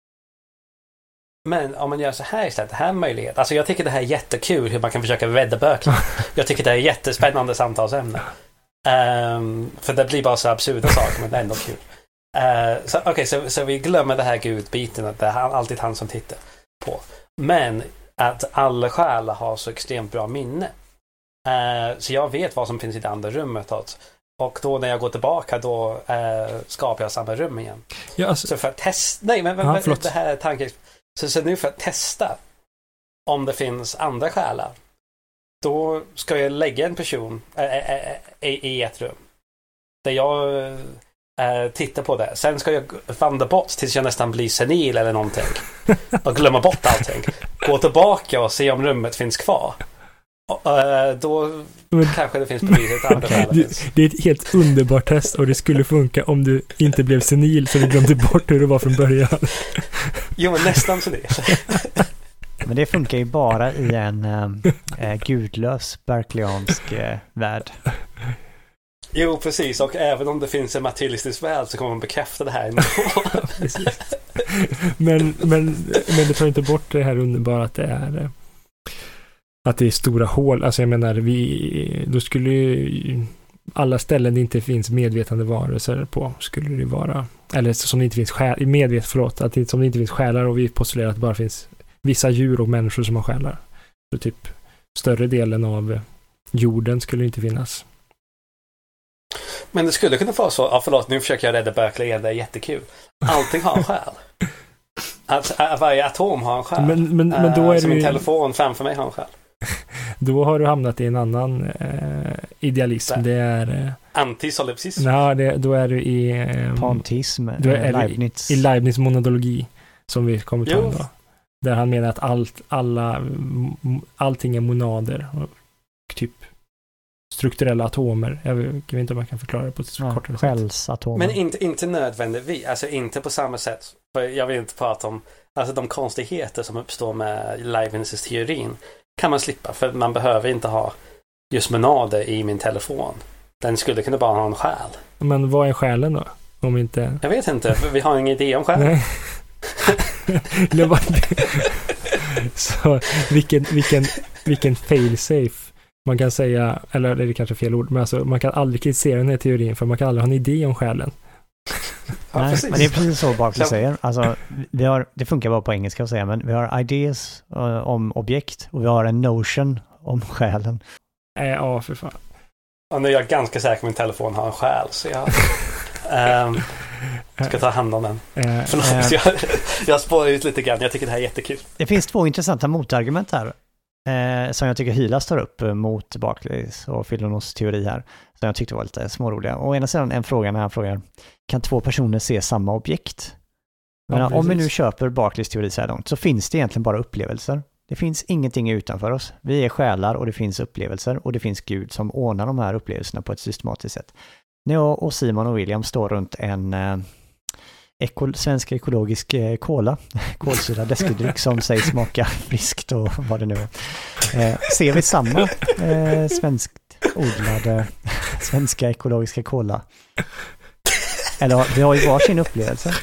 Men om man gör så här istället, det här är en möjlighet. Alltså jag tycker det här är jättekul hur man kan försöka rädda Berkeley. Jag tycker det är jättespännande samtalsämne. Um, för det blir bara så absurda saker, men det är ändå kul. Uh, så, Okej, okay, så, så vi glömmer det här gudbiten, att det är alltid han som tittar på. Men att alla själar har så extremt bra minne. Uh, så jag vet vad som finns i det andra rummet. Åt. Och då när jag går tillbaka då uh, skapar jag samma rum igen. Ja, alltså... Så för att testa... Nej, men, men ja, det här är tanken. Så, så nu för att testa om det finns andra själar, då ska jag lägga en person äh, äh, äh, i ett rum där jag äh, tittar på det. Sen ska jag vandra bort tills jag nästan blir senil eller någonting och glömma bort allting. Gå tillbaka och se om rummet finns kvar. Och, äh, då men, kanske det finns bevis att andra själar finns. Det är ett helt underbart test och det skulle funka om du inte blev senil så du glömde bort hur det var från början. Jo, men nästan senil. Men det funkar ju bara i en äh, gudlös berkeliansk äh, värld. Jo, precis. Och även om det finns en materialistisk värld så kommer man bekräfta det här ändå. Precis. Men, men, men det tar inte bort det här underbara att det är att det är stora hål. Alltså jag menar, vi, då skulle ju alla ställen det inte finns medvetande varelser på skulle det vara, eller som det inte finns själ, medvet, förlåt, att det, som det inte finns själar och vi postulerar att det bara finns vissa djur och människor som har själar. Så typ större delen av jorden skulle inte finnas. Men det skulle kunna vara så, ja förlåt, nu försöker jag rädda Berkeley igen, det är jättekul. Allting har en själ. Att, att varje atom har en själ. Men, men, men då är uh, som du... min telefon framför mig har en själ. Då har du hamnat i en annan eh, idealism. Där. Det är... Eh, antisolipsism. Nej, det, då är du i... Eh, Pantism. Då är Leibniz. I, i Leibniz monadologi som vi kommer ta idag. Där han menar att allt, alla, allting är monader. Och typ strukturella atomer. Jag vet, jag vet inte om jag kan förklara det på ett ja, kortare sätt. Men inte, inte nödvändigtvis. Alltså inte på samma sätt. För jag vill inte prata om alltså de konstigheter som uppstår med Leibniz teorin. Kan man slippa. För man behöver inte ha just monader i min telefon. Den skulle kunna bara ha en själ. Men vad är själen då? Om inte... Jag vet inte. Vi har ingen idé om själ. Nej. Så vilken, vilken, vilken fail-safe man kan säga, eller är det kanske fel ord, men alltså, man kan aldrig kritisera den här teorin för man kan aldrig ha en idé om själen. Ja, nej, men det är precis så Barclay säger. Alltså, vi har, det funkar bara på engelska att säga, men vi har ideas uh, om objekt och vi har en notion om själen. Äh, ja, för fan. Och nu är jag ganska säker på att min telefon har en själ, så jag um, ska ta hand om den. Uh, Förlåt, uh, jag, jag spårar ut lite grann. Jag tycker det här är jättekul. Det finns två intressanta motargument här eh, som jag tycker Hylas tar upp mot Barclays och Philonos teori här, som jag tyckte var lite småroliga. Och ena sidan en fråga när han frågar, kan två personer se samma objekt? Men ja, om vi nu köper Barclays teori så här långt så finns det egentligen bara upplevelser. Det finns ingenting utanför oss. Vi är själar och det finns upplevelser och det finns Gud som ordnar de här upplevelserna på ett systematiskt sätt. När jag och Simon och William står runt en eh, eko, svensk ekologisk eh, kola, kolsyrad läskedryck som sägs smaka friskt och vad det nu är. Eh, ser vi samma eh, svenskt odlade svenska ekologiska kola? Eller vi har ju varsin upplevelse.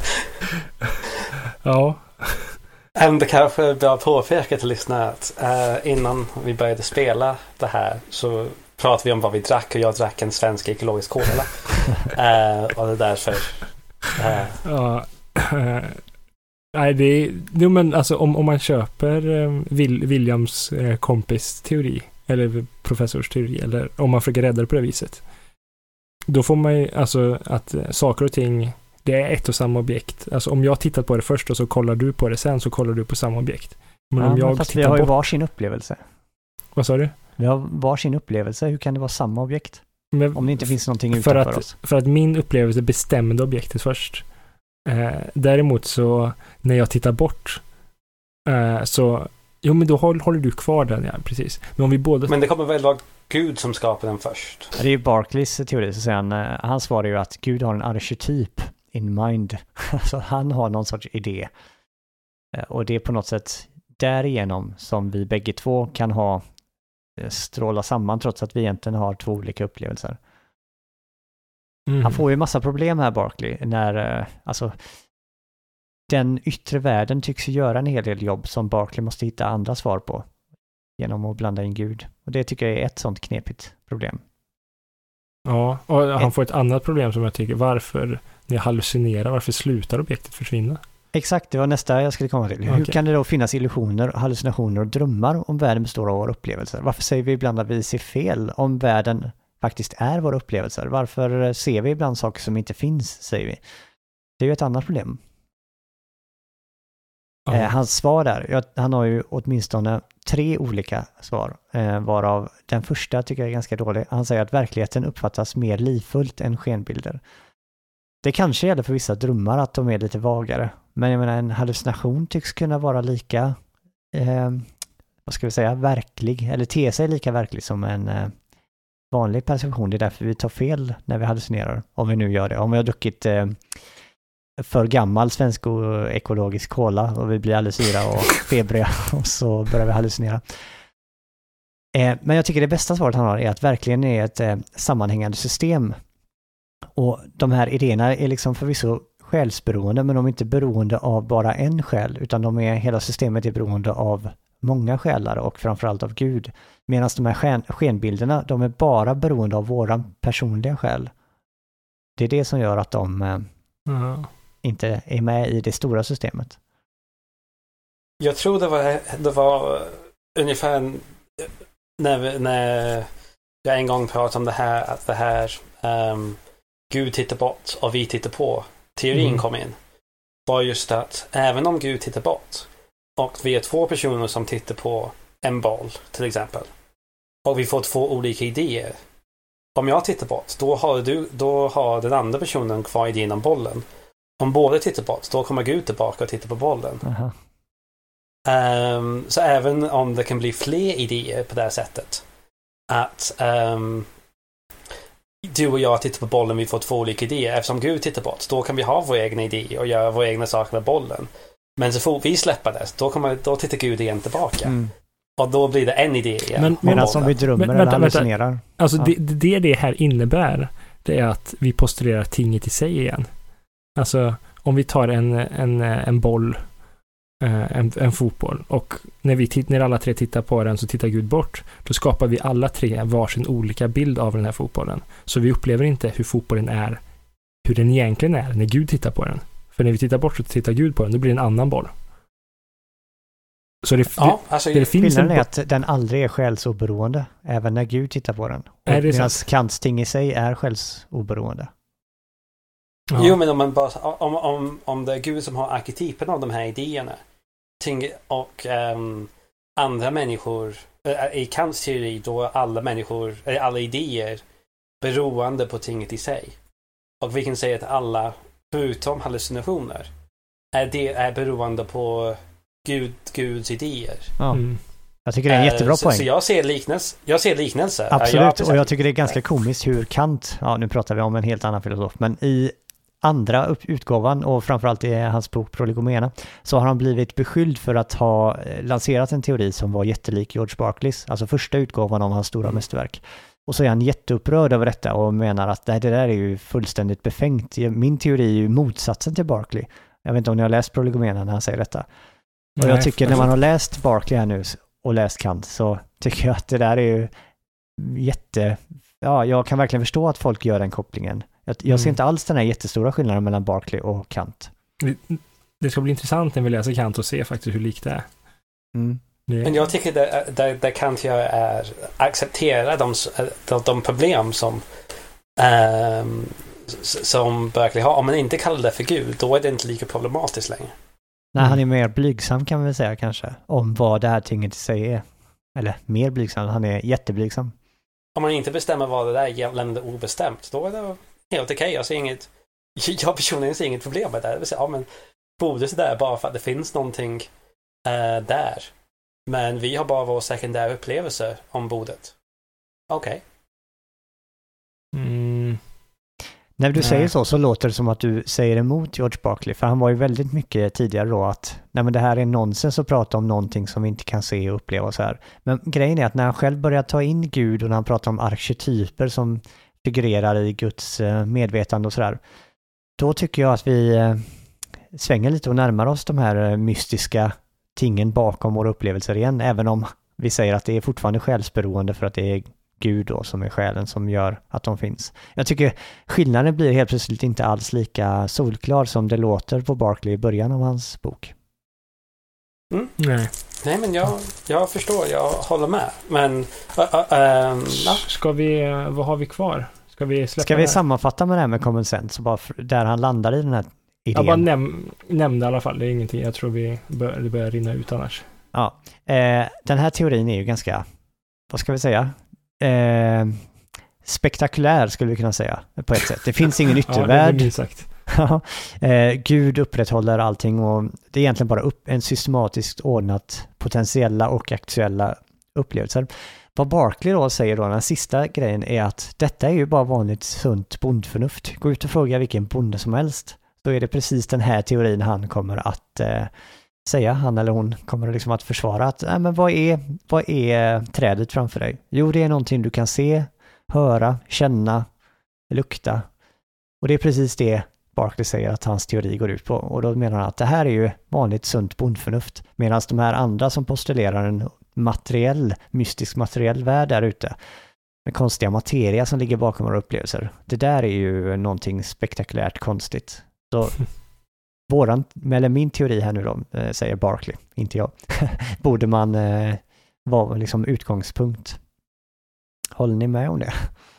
Ja. Även det kanske bör påpeka till lyssnare att uh, innan vi började spela det här så pratade vi om vad vi drack och jag drack en svensk ekologisk cola. uh, och det är därför uh. ja, uh, nej det är jo, men alltså om, om man köper uh, Will, Williams uh, kompis teori eller professors teori eller om man försöker rädda det på det viset, då får man ju alltså att uh, saker och ting, det är ett och samma objekt. Alltså om jag tittar på det först och så kollar du på det sen, så kollar du på samma objekt. Men ja, om jag men fast vi har ju bort... varsin upplevelse. Vad sa du? Vi har varsin upplevelse. Hur kan det vara samma objekt? Men om det inte finns någonting för utanför att, oss. För att min upplevelse bestämde objektet först. Eh, däremot så när jag tittar bort eh, så jo men då håller, håller du kvar den, ja precis. Men om vi båda... Men det kommer väl vara Gud som skapar den först? Det är ju Barclays teori, så säger han, han svarar ju att Gud har en arketyp in mind. Så han har någon sorts idé. Och det är på något sätt därigenom som vi bägge två kan ha stråla samman trots att vi egentligen har två olika upplevelser. Mm. Han får ju massa problem här, Barclay, när alltså den yttre världen tycks göra en hel del jobb som Barclay måste hitta andra svar på genom att blanda in Gud. Och det tycker jag är ett sånt knepigt problem. Ja, och han får ett annat problem som jag tycker, varför när jag hallucinerar, varför slutar objektet försvinna? Exakt, det var nästa jag skulle komma till. Hur Okay. kan det då finnas illusioner, hallucinationer och drömmar om världen består av våra upplevelser? Varför säger vi ibland att vi ser fel om världen faktiskt är våra upplevelser? Varför ser vi ibland saker som inte finns, säger vi? Det är ju ett annat problem. Ja. Eh, hans svar där, jag, han har ju åtminstone tre olika svar, eh, varav den första tycker jag är ganska dålig. Han säger att verkligheten uppfattas mer livfullt än skenbilder. Det kanske gäller för vissa drömmar att de är lite vagare, men jag menar en hallucination tycks kunna vara lika, eh, vad ska vi säga, verklig, eller te sig lika verklig som en eh, vanlig perception. Det är därför vi tar fel när vi hallucinerar, om vi nu gör det. Om vi har druckit eh, för gammal svensk och ekologisk cola och vi blir alldeles yra och febriga och så börjar vi hallucinera. Eh, men jag tycker det bästa svaret han har är att verkligen är ett eh, sammanhängande system. Och de här idéerna är liksom förvisso själsberoende, men de är inte beroende av bara en själ, utan de är, hela systemet är beroende av många själar och framförallt av Gud. Medan de här sken, skenbilderna, de är bara beroende av våra personliga själ. Det är det som gör att de eh, Mm. inte är med i det stora systemet. Jag tror det var, det var ungefär när, vi, när jag en gång pratade om det här, att det här um, Gud tittar bort och vi tittar på. Teorin Mm. kom in. Var just att även om Gud tittar bort och vi är två personer som tittar på en boll till exempel och vi får två olika idéer. Om jag tittar bort, då har, du, då har den andra personen kvar idén om bollen. Om båda tittar bort, då kommer Gud tillbaka och tittar på bollen. Aha. Um, så även om det kan bli fler idéer på det här sättet, att um, du och jag tittar på bollen, vi får två olika idéer. Eftersom Gud tittar bort, då kan vi ha våra egna idéer och göra våra egna saker med bollen. Men så fort vi släpper det, då, kommer, då tittar Gud igen tillbaka. Mm. Och då blir det en idé igen. Men- Medan som vi drömmer Men eller vänta, vänta. hallucinerar. Alltså Ja. det, det det här innebär, det är att vi postulerar tinget i sig igen. Alltså om vi tar en, en, en boll, eh, en, en fotboll, och när, vi titt, när alla tre tittar på den så tittar Gud bort, då skapar vi alla tre varsin olika bild av den här fotbollen. Så vi upplever inte hur fotbollen är, hur den egentligen är när Gud tittar på den. För när vi tittar bort så tittar Gud på den, då blir det en annan boll. Så det, Ja, alltså, det, det finns en Skillnaden är bo- att den aldrig är själsoberoende, även när Gud tittar på den. Är det Medan sant? Kants ting i sig är själsoberoende. ja. Jo, men om, man bara, om, om, om det är Gud som har arketypen av de här idéerna ting, och um, andra människor äh, i Kants teori, då är alla människor, äh, alla idéer beroende på tinget i sig. Och vi kan säga att alla, förutom hallucinationer, är, det, är beroende på Gud, Guds idéer. Ja. Mm. Jag tycker det är en jättebra Eh, så, poäng. Så jag ser liknelse. Jag ser liknelse. Absolut, jag, och jag tycker det är ganska komiskt hur Kant, ja nu pratar vi om en helt annan filosof, men i andra upp- utgåvan och framförallt i hans bok Prolegomena så har han blivit beskylld för att ha eh, lanserat en teori som var jättelik George Berkeleys, alltså första utgåvan av hans stora Mm. mästerverk. Och så är han jätteupprörd över detta och menar att det, det där är ju fullständigt befängt. Min teori är ju motsatsen till Berkeley. Jag vet inte om ni har läst Prolegomena när han säger detta. Och jag Nej, tycker när man har läst Berkeley här nu och läst Kant så tycker jag att det där är ju jätte... Ja, jag kan verkligen förstå att folk gör den kopplingen. Jag, jag ser Mm. inte alls den här jättestora skillnaden mellan Berkeley och Kant. Det- Det ska bli intressant när vi läser Kant och se faktiskt hur likt det är. Mm. Det, Men jag tycker det, det, det Kant gör är acceptera de, de, de problem som um, som Berkeley har. Om man inte kallar det för Gud, då är det inte lika problematiskt längre. Nej, Mm. han är mer blygsam kan man väl säga kanske, om vad det här tinget i sig är. Eller mer blygsam, han är jätteblygsam. Om man inte bestämmer vad det där är, lämnar obestämt, då är det helt okej. Okay. Jag ser inget, jag personligen ser inget problem med det. Det vill säga, ja men borde det där bara för att det finns någonting uh, där. Men vi har bara vår sekundära upplevelse om bordet. Okej. Okay. mm, När du Nej. säger så så låter det som att du säger emot George Berkeley, för han var ju väldigt mycket tidigare då att nej men det här är nonsens att prata om någonting som vi inte kan se och uppleva och så här. Men grejen är att när han själv börjar ta in Gud och när han pratar om arketyper som figurerar i Guds medvetande och så där, då tycker jag att vi svänger lite och närmar oss de här mystiska tingen bakom våra upplevelser igen, även om vi säger att det är fortfarande själsberoende för att det är Gud då, som är själen som gör att de finns. Jag tycker skillnaden blir helt plötsligt inte alls lika solklar som det låter på Berkeley i början av hans bok. Mm. Nej. Nej, men jag, jag förstår, jag håller med. Men, uh, uh, um, ja. Ska vi, vad har vi kvar? Ska vi släppa Ska vi det här? sammanfatta med det här med common sense, bara för, där han landar i den här idén? Jag bara näm- nämnde i alla fall, det är ingenting. Jag tror vi bör, det börjar rinna ut annars. Ja, eh, den här teorin är ju ganska, vad ska vi säga, eh, spektakulär skulle vi kunna säga på ett sätt. Det finns ingen yttervärld. Ja, det är sagt. eh, Gud upprätthåller allting och det är egentligen bara upp, en systematiskt ordnat potentiella och aktuella upplevelser. Vad Berkeley då säger då, den sista grejen är att detta är ju bara vanligt sunt bondförnuft. Gå ut och fråga vilken bonde som helst. Då är det precis den här teorin han kommer att eh, säga, han eller hon kommer liksom att försvara att äh, men vad är, vad är trädet framför dig? Jo, det är någonting du kan se, höra, känna, lukta. Och det är precis det Berkeley säger att hans teori går ut på. Och då menar han att det här är ju vanligt sunt bondförnuft. Medan de här andra som postulerar en materiell, mystisk materiell värld där ute med konstiga materia som ligger bakom våra upplevelser. Det där är ju någonting spektakulärt konstigt. Så våran, eller min teori här nu då, säger Berkeley, inte jag, borde man eh, vara liksom utgångspunkt. Håller ni med om det?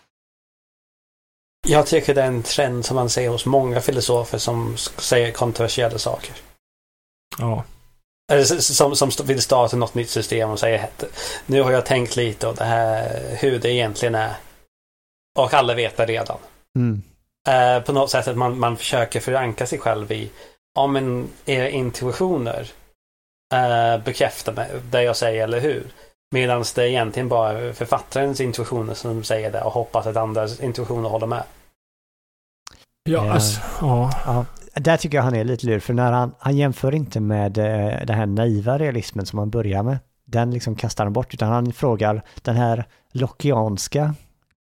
Jag tycker det är en trend som man ser hos många filosofer som säger kontroversiella saker. Ja. Eller som, som vill starta något nytt system och säger nu har jag tänkt lite och det här, hur det egentligen är. Och alla vet det redan. Mm. Uh, på något sätt att man, man försöker förankra sig själv i om en, era intuitioner uh, bekräftar mig, det jag säger, eller hur? Medan det är egentligen bara författarens intuitioner som säger det och hoppas att andras intuitioner håller med. Ja, Ja. alltså, ja. Ja, där tycker jag han är lite lur, för när han, han jämför inte med eh, den här naiva realismen som han börjar med. Den liksom kastar han bort, utan han frågar den här lockianska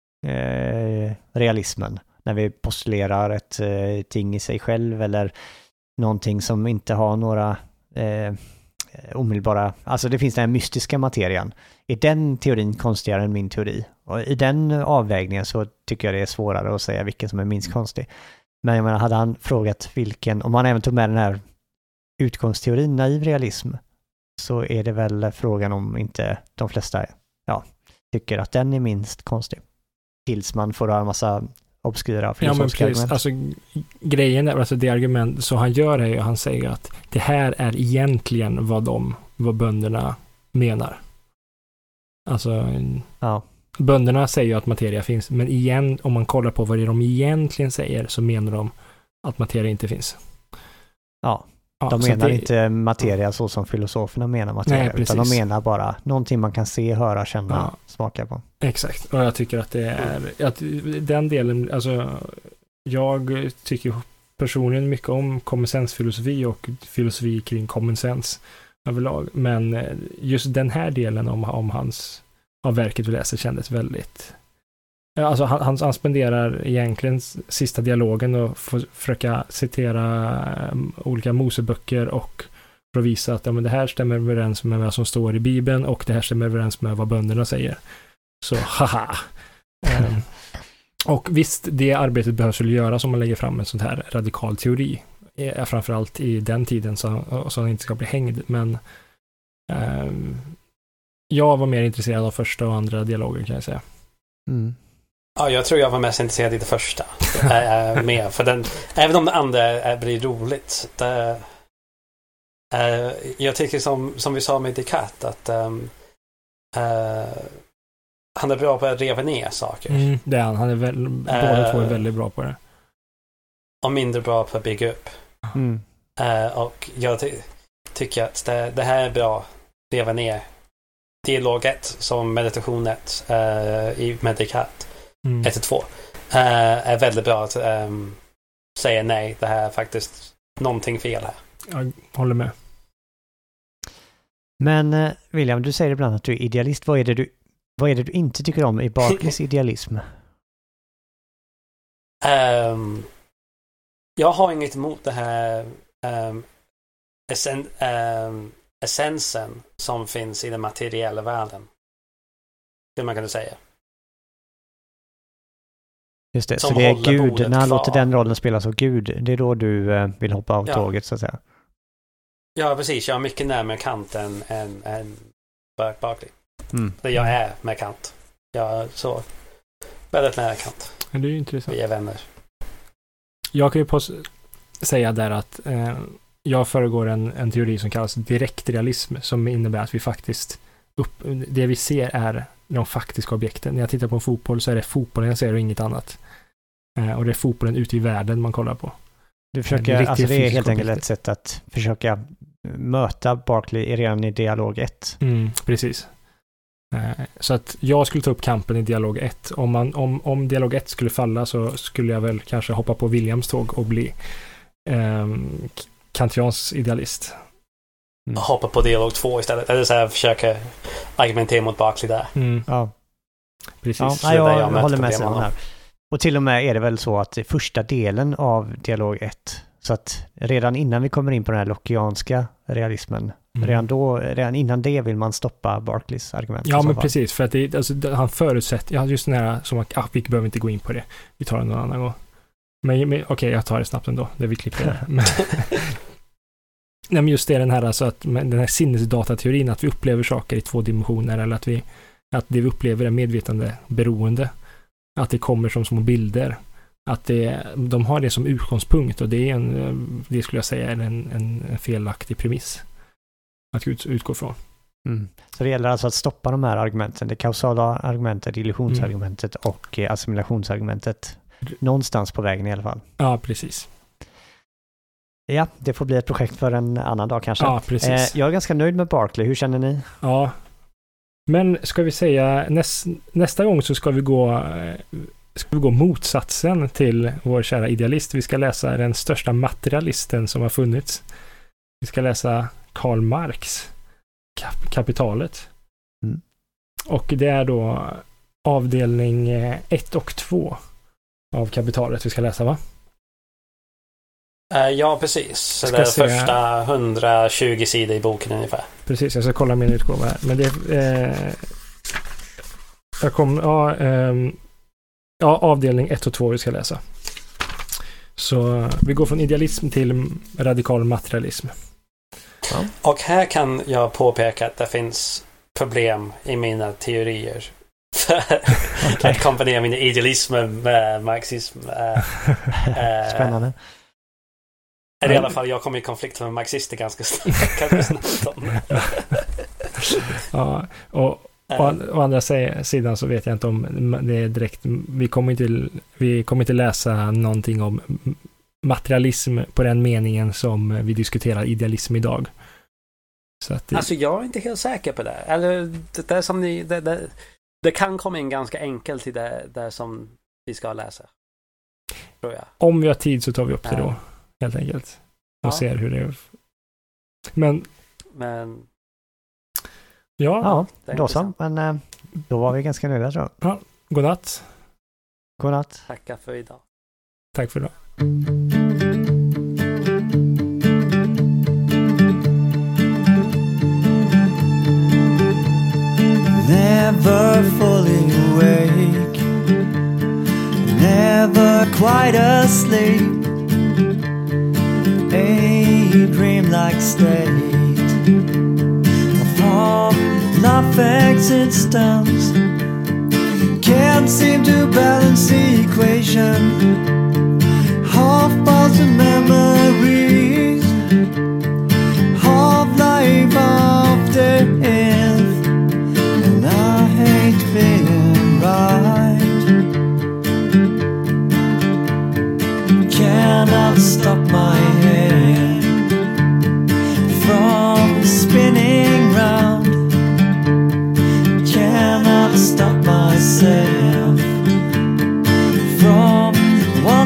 eh, realismen, när vi postulerar ett eh, ting i sig själv eller någonting som inte har några eh, omedelbara, alltså det finns den här mystiska materian. Är den teorin konstigare än min teori? Och i den avvägningen så tycker jag det är svårare att säga vilken som är minst konstig. Men jag menar, hade han frågat vilken, om han även tog med den här utgångsteorin, naiv realism, så är det väl frågan om inte de flesta ja, tycker att den är minst konstig. Tills man får ha en massa obskyra filosofiska ja, men precis. argument. Alltså, grejen är, alltså det argument så han gör är ju, han säger att det här är egentligen vad de, vad bönderna menar. Alltså, ja. Bönderna säger ju att materia finns, men igen, om man kollar på vad det är de egentligen säger, så menar de att materia inte finns. Ja, ja de menar det, inte materia så som filosoferna menar materia, nej, utan de menar bara någonting man kan se, höra, känna, ja. smaka på. Exakt, och jag tycker att det är att den delen, alltså jag tycker personligen mycket om common sense-filosofi och filosofi kring common sense överlag, men just den här delen om, om hans av verket vi läser kändes väldigt, alltså han, han, han spenderar egentligen sista dialogen och får försöka citera um, olika Moseböcker och för att visa att ja, men det här stämmer överens med vad som står i Bibeln och det här stämmer överens med vad bönderna säger. Så haha. um, och visst, det arbetet behövs väl göras om man lägger fram en sån här radikal teori. Eh, framförallt i den tiden så, så han inte ska bli hängd. Men um, jag var mer intresserad av första och andra dialoger, kan jag säga. Mm. Ja, jag tror jag var mest intresserad i det första. äh, med, för den, även om det andra är, blir roligt. Det, äh, jag tycker som, som vi sa med Descartes att um, äh, han är bra på att reva ner saker. Mm, det är han. Han är väl, båda äh, två är väldigt bra på det. Och mindre bra på att bygga upp. Mm. Äh, och jag ty- tycker att det, det här är bra. Reva ner. Dialog ett som meditation ett uh, i Descartes mm. ett till två uh, är väldigt bra att um, säga nej, det här är faktiskt någonting fel här. Jag håller med. Men William, du säger ibland att du är idealist. Vad är det du, vad är det du inte tycker om i Berkeleys idealism? Um, jag har inget emot det här um, essen, um, essensen som finns i den materiella världen. Det man kan säga. Just det, som så det är håller Gud, bordet när han kvar. låter den rollen spelas av Gud, det är då du eh, vill hoppa av Ja. tåget så att säga. Ja, precis. Jag är mycket närmare Kant än, än, än Burke Barkley. Mm. Det jag är med Kant. Jag är så väldigt nära Kant. Det är ju intressant. Vi är vänner. Jag kan ju pos- säga där att eh, jag föregår en, en teori som kallas direktrealism, som innebär att vi faktiskt upp, det vi ser är de faktiska objekten. När jag tittar på en fotboll så är det fotbollen jag ser och inget annat. Eh, och det är fotbollen ute i världen man kollar på. Du försöker, riktigt alltså det är fysiska helt enkelt objektet. ett sätt att försöka möta Barkley redan i dialog ett. Mm, precis. Eh, så att jag skulle ta upp kampen i dialog ett. Om, man, om, om dialog ett skulle falla så skulle jag väl kanske hoppa på Williams tåg och bli eh, kantians idealist. Mm. Hoppa på dialog två istället. Eller så här, försöka argumentera mot Barkley där. Mm, Ja, precis. ja Så nej, det är där jag, jag möter håller med problem Simon med här. Och till och med är det väl så att i första delen av dialog ett, så att redan innan vi kommer in på den här lockianska realismen, Mm. redan då, redan innan det vill man stoppa Barkleys argument. i Ja, så men fall. precis. För att det, alltså, det, han förutsätter, ja, just den här som att, ah, vi behöver inte gå in på det. Vi tar det någon annan gång. Men, men okej, okay, jag tar det snabbt ändå. Det vi klipper det. Men, nej, men just det, den här, alltså att, den här sinnesdatateorin, att vi upplever saker i två dimensioner, eller att vi, att det vi upplever är medvetande beroende. Att det kommer som små bilder. Att det, de har det som utgångspunkt, och det är en, det skulle jag säga är en, en, en felaktig premiss att ut, utgå från. Mm. Så det gäller alltså att stoppa de här argumenten, det kausala argumentet, illusionsargumentet Mm. och eh, assimilationsargumentet. Någonstans på vägen i alla fall. Ja, precis. Ja, det får bli ett projekt för en annan dag kanske. Ja, precis. Eh, jag är ganska nöjd med Barkley, hur känner ni? Ja, men ska vi säga näst, nästa gång så ska vi gå eh, ska vi gå motsatsen till vår kära idealist. Vi ska läsa den största materialisten som har funnits. Vi ska läsa Karl Marx, Kap- Kapitalet. Mm. Och det är då avdelning ett och två av Kapitalet vi ska läsa, va? Uh, ja, precis. Så Ska det är se. första hundratjugo sidor i boken ungefär. Precis, jag ska kolla min utgåva här. Men det eh, jag kom, ja, ehm, ja, avdelning ett och två vi ska läsa. Så vi går från idealism till radikal materialism. Ja. Och här kan jag påpeka att det finns problem i mina teorier. För Okay. att kombinera min idealism med marxism. Uh, uh, Spännande. Eller i alla fall, jag kommer i konflikt med marxister ganska snabbt. Ganska snabbt om. Ja, och å, å andra sidan så vet jag inte om det är direkt, vi kommer inte, vi kommer inte läsa någonting om materialism på den meningen som vi diskuterar idealism idag. Så att det, Alltså jag är inte helt säker på det. Eller det där som ni, det, det, det kan komma in ganska enkelt i det, det som vi ska läsa. Tror jag. om vi har tid så tar vi upp det Ja. då, helt enkelt. Och Ja. ser hur det är. Men, Men ja, Ja, det är då så. intressant. Men eh, då var vi ganska nöjda tror jag. godnatt. Godnatt. Tackar för idag. Tack för idag. Never fully awake, never quite asleep, a dreamlike state of all life existence. Can't seem to balance the equation, half past memories, half life after death. And I hate being right. Cannot stop my head from spinning round. Cannot stop myself from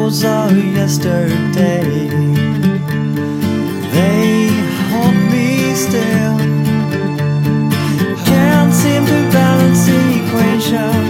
shadows of yesterday, they haunt me still. Can't seem to balance the equation.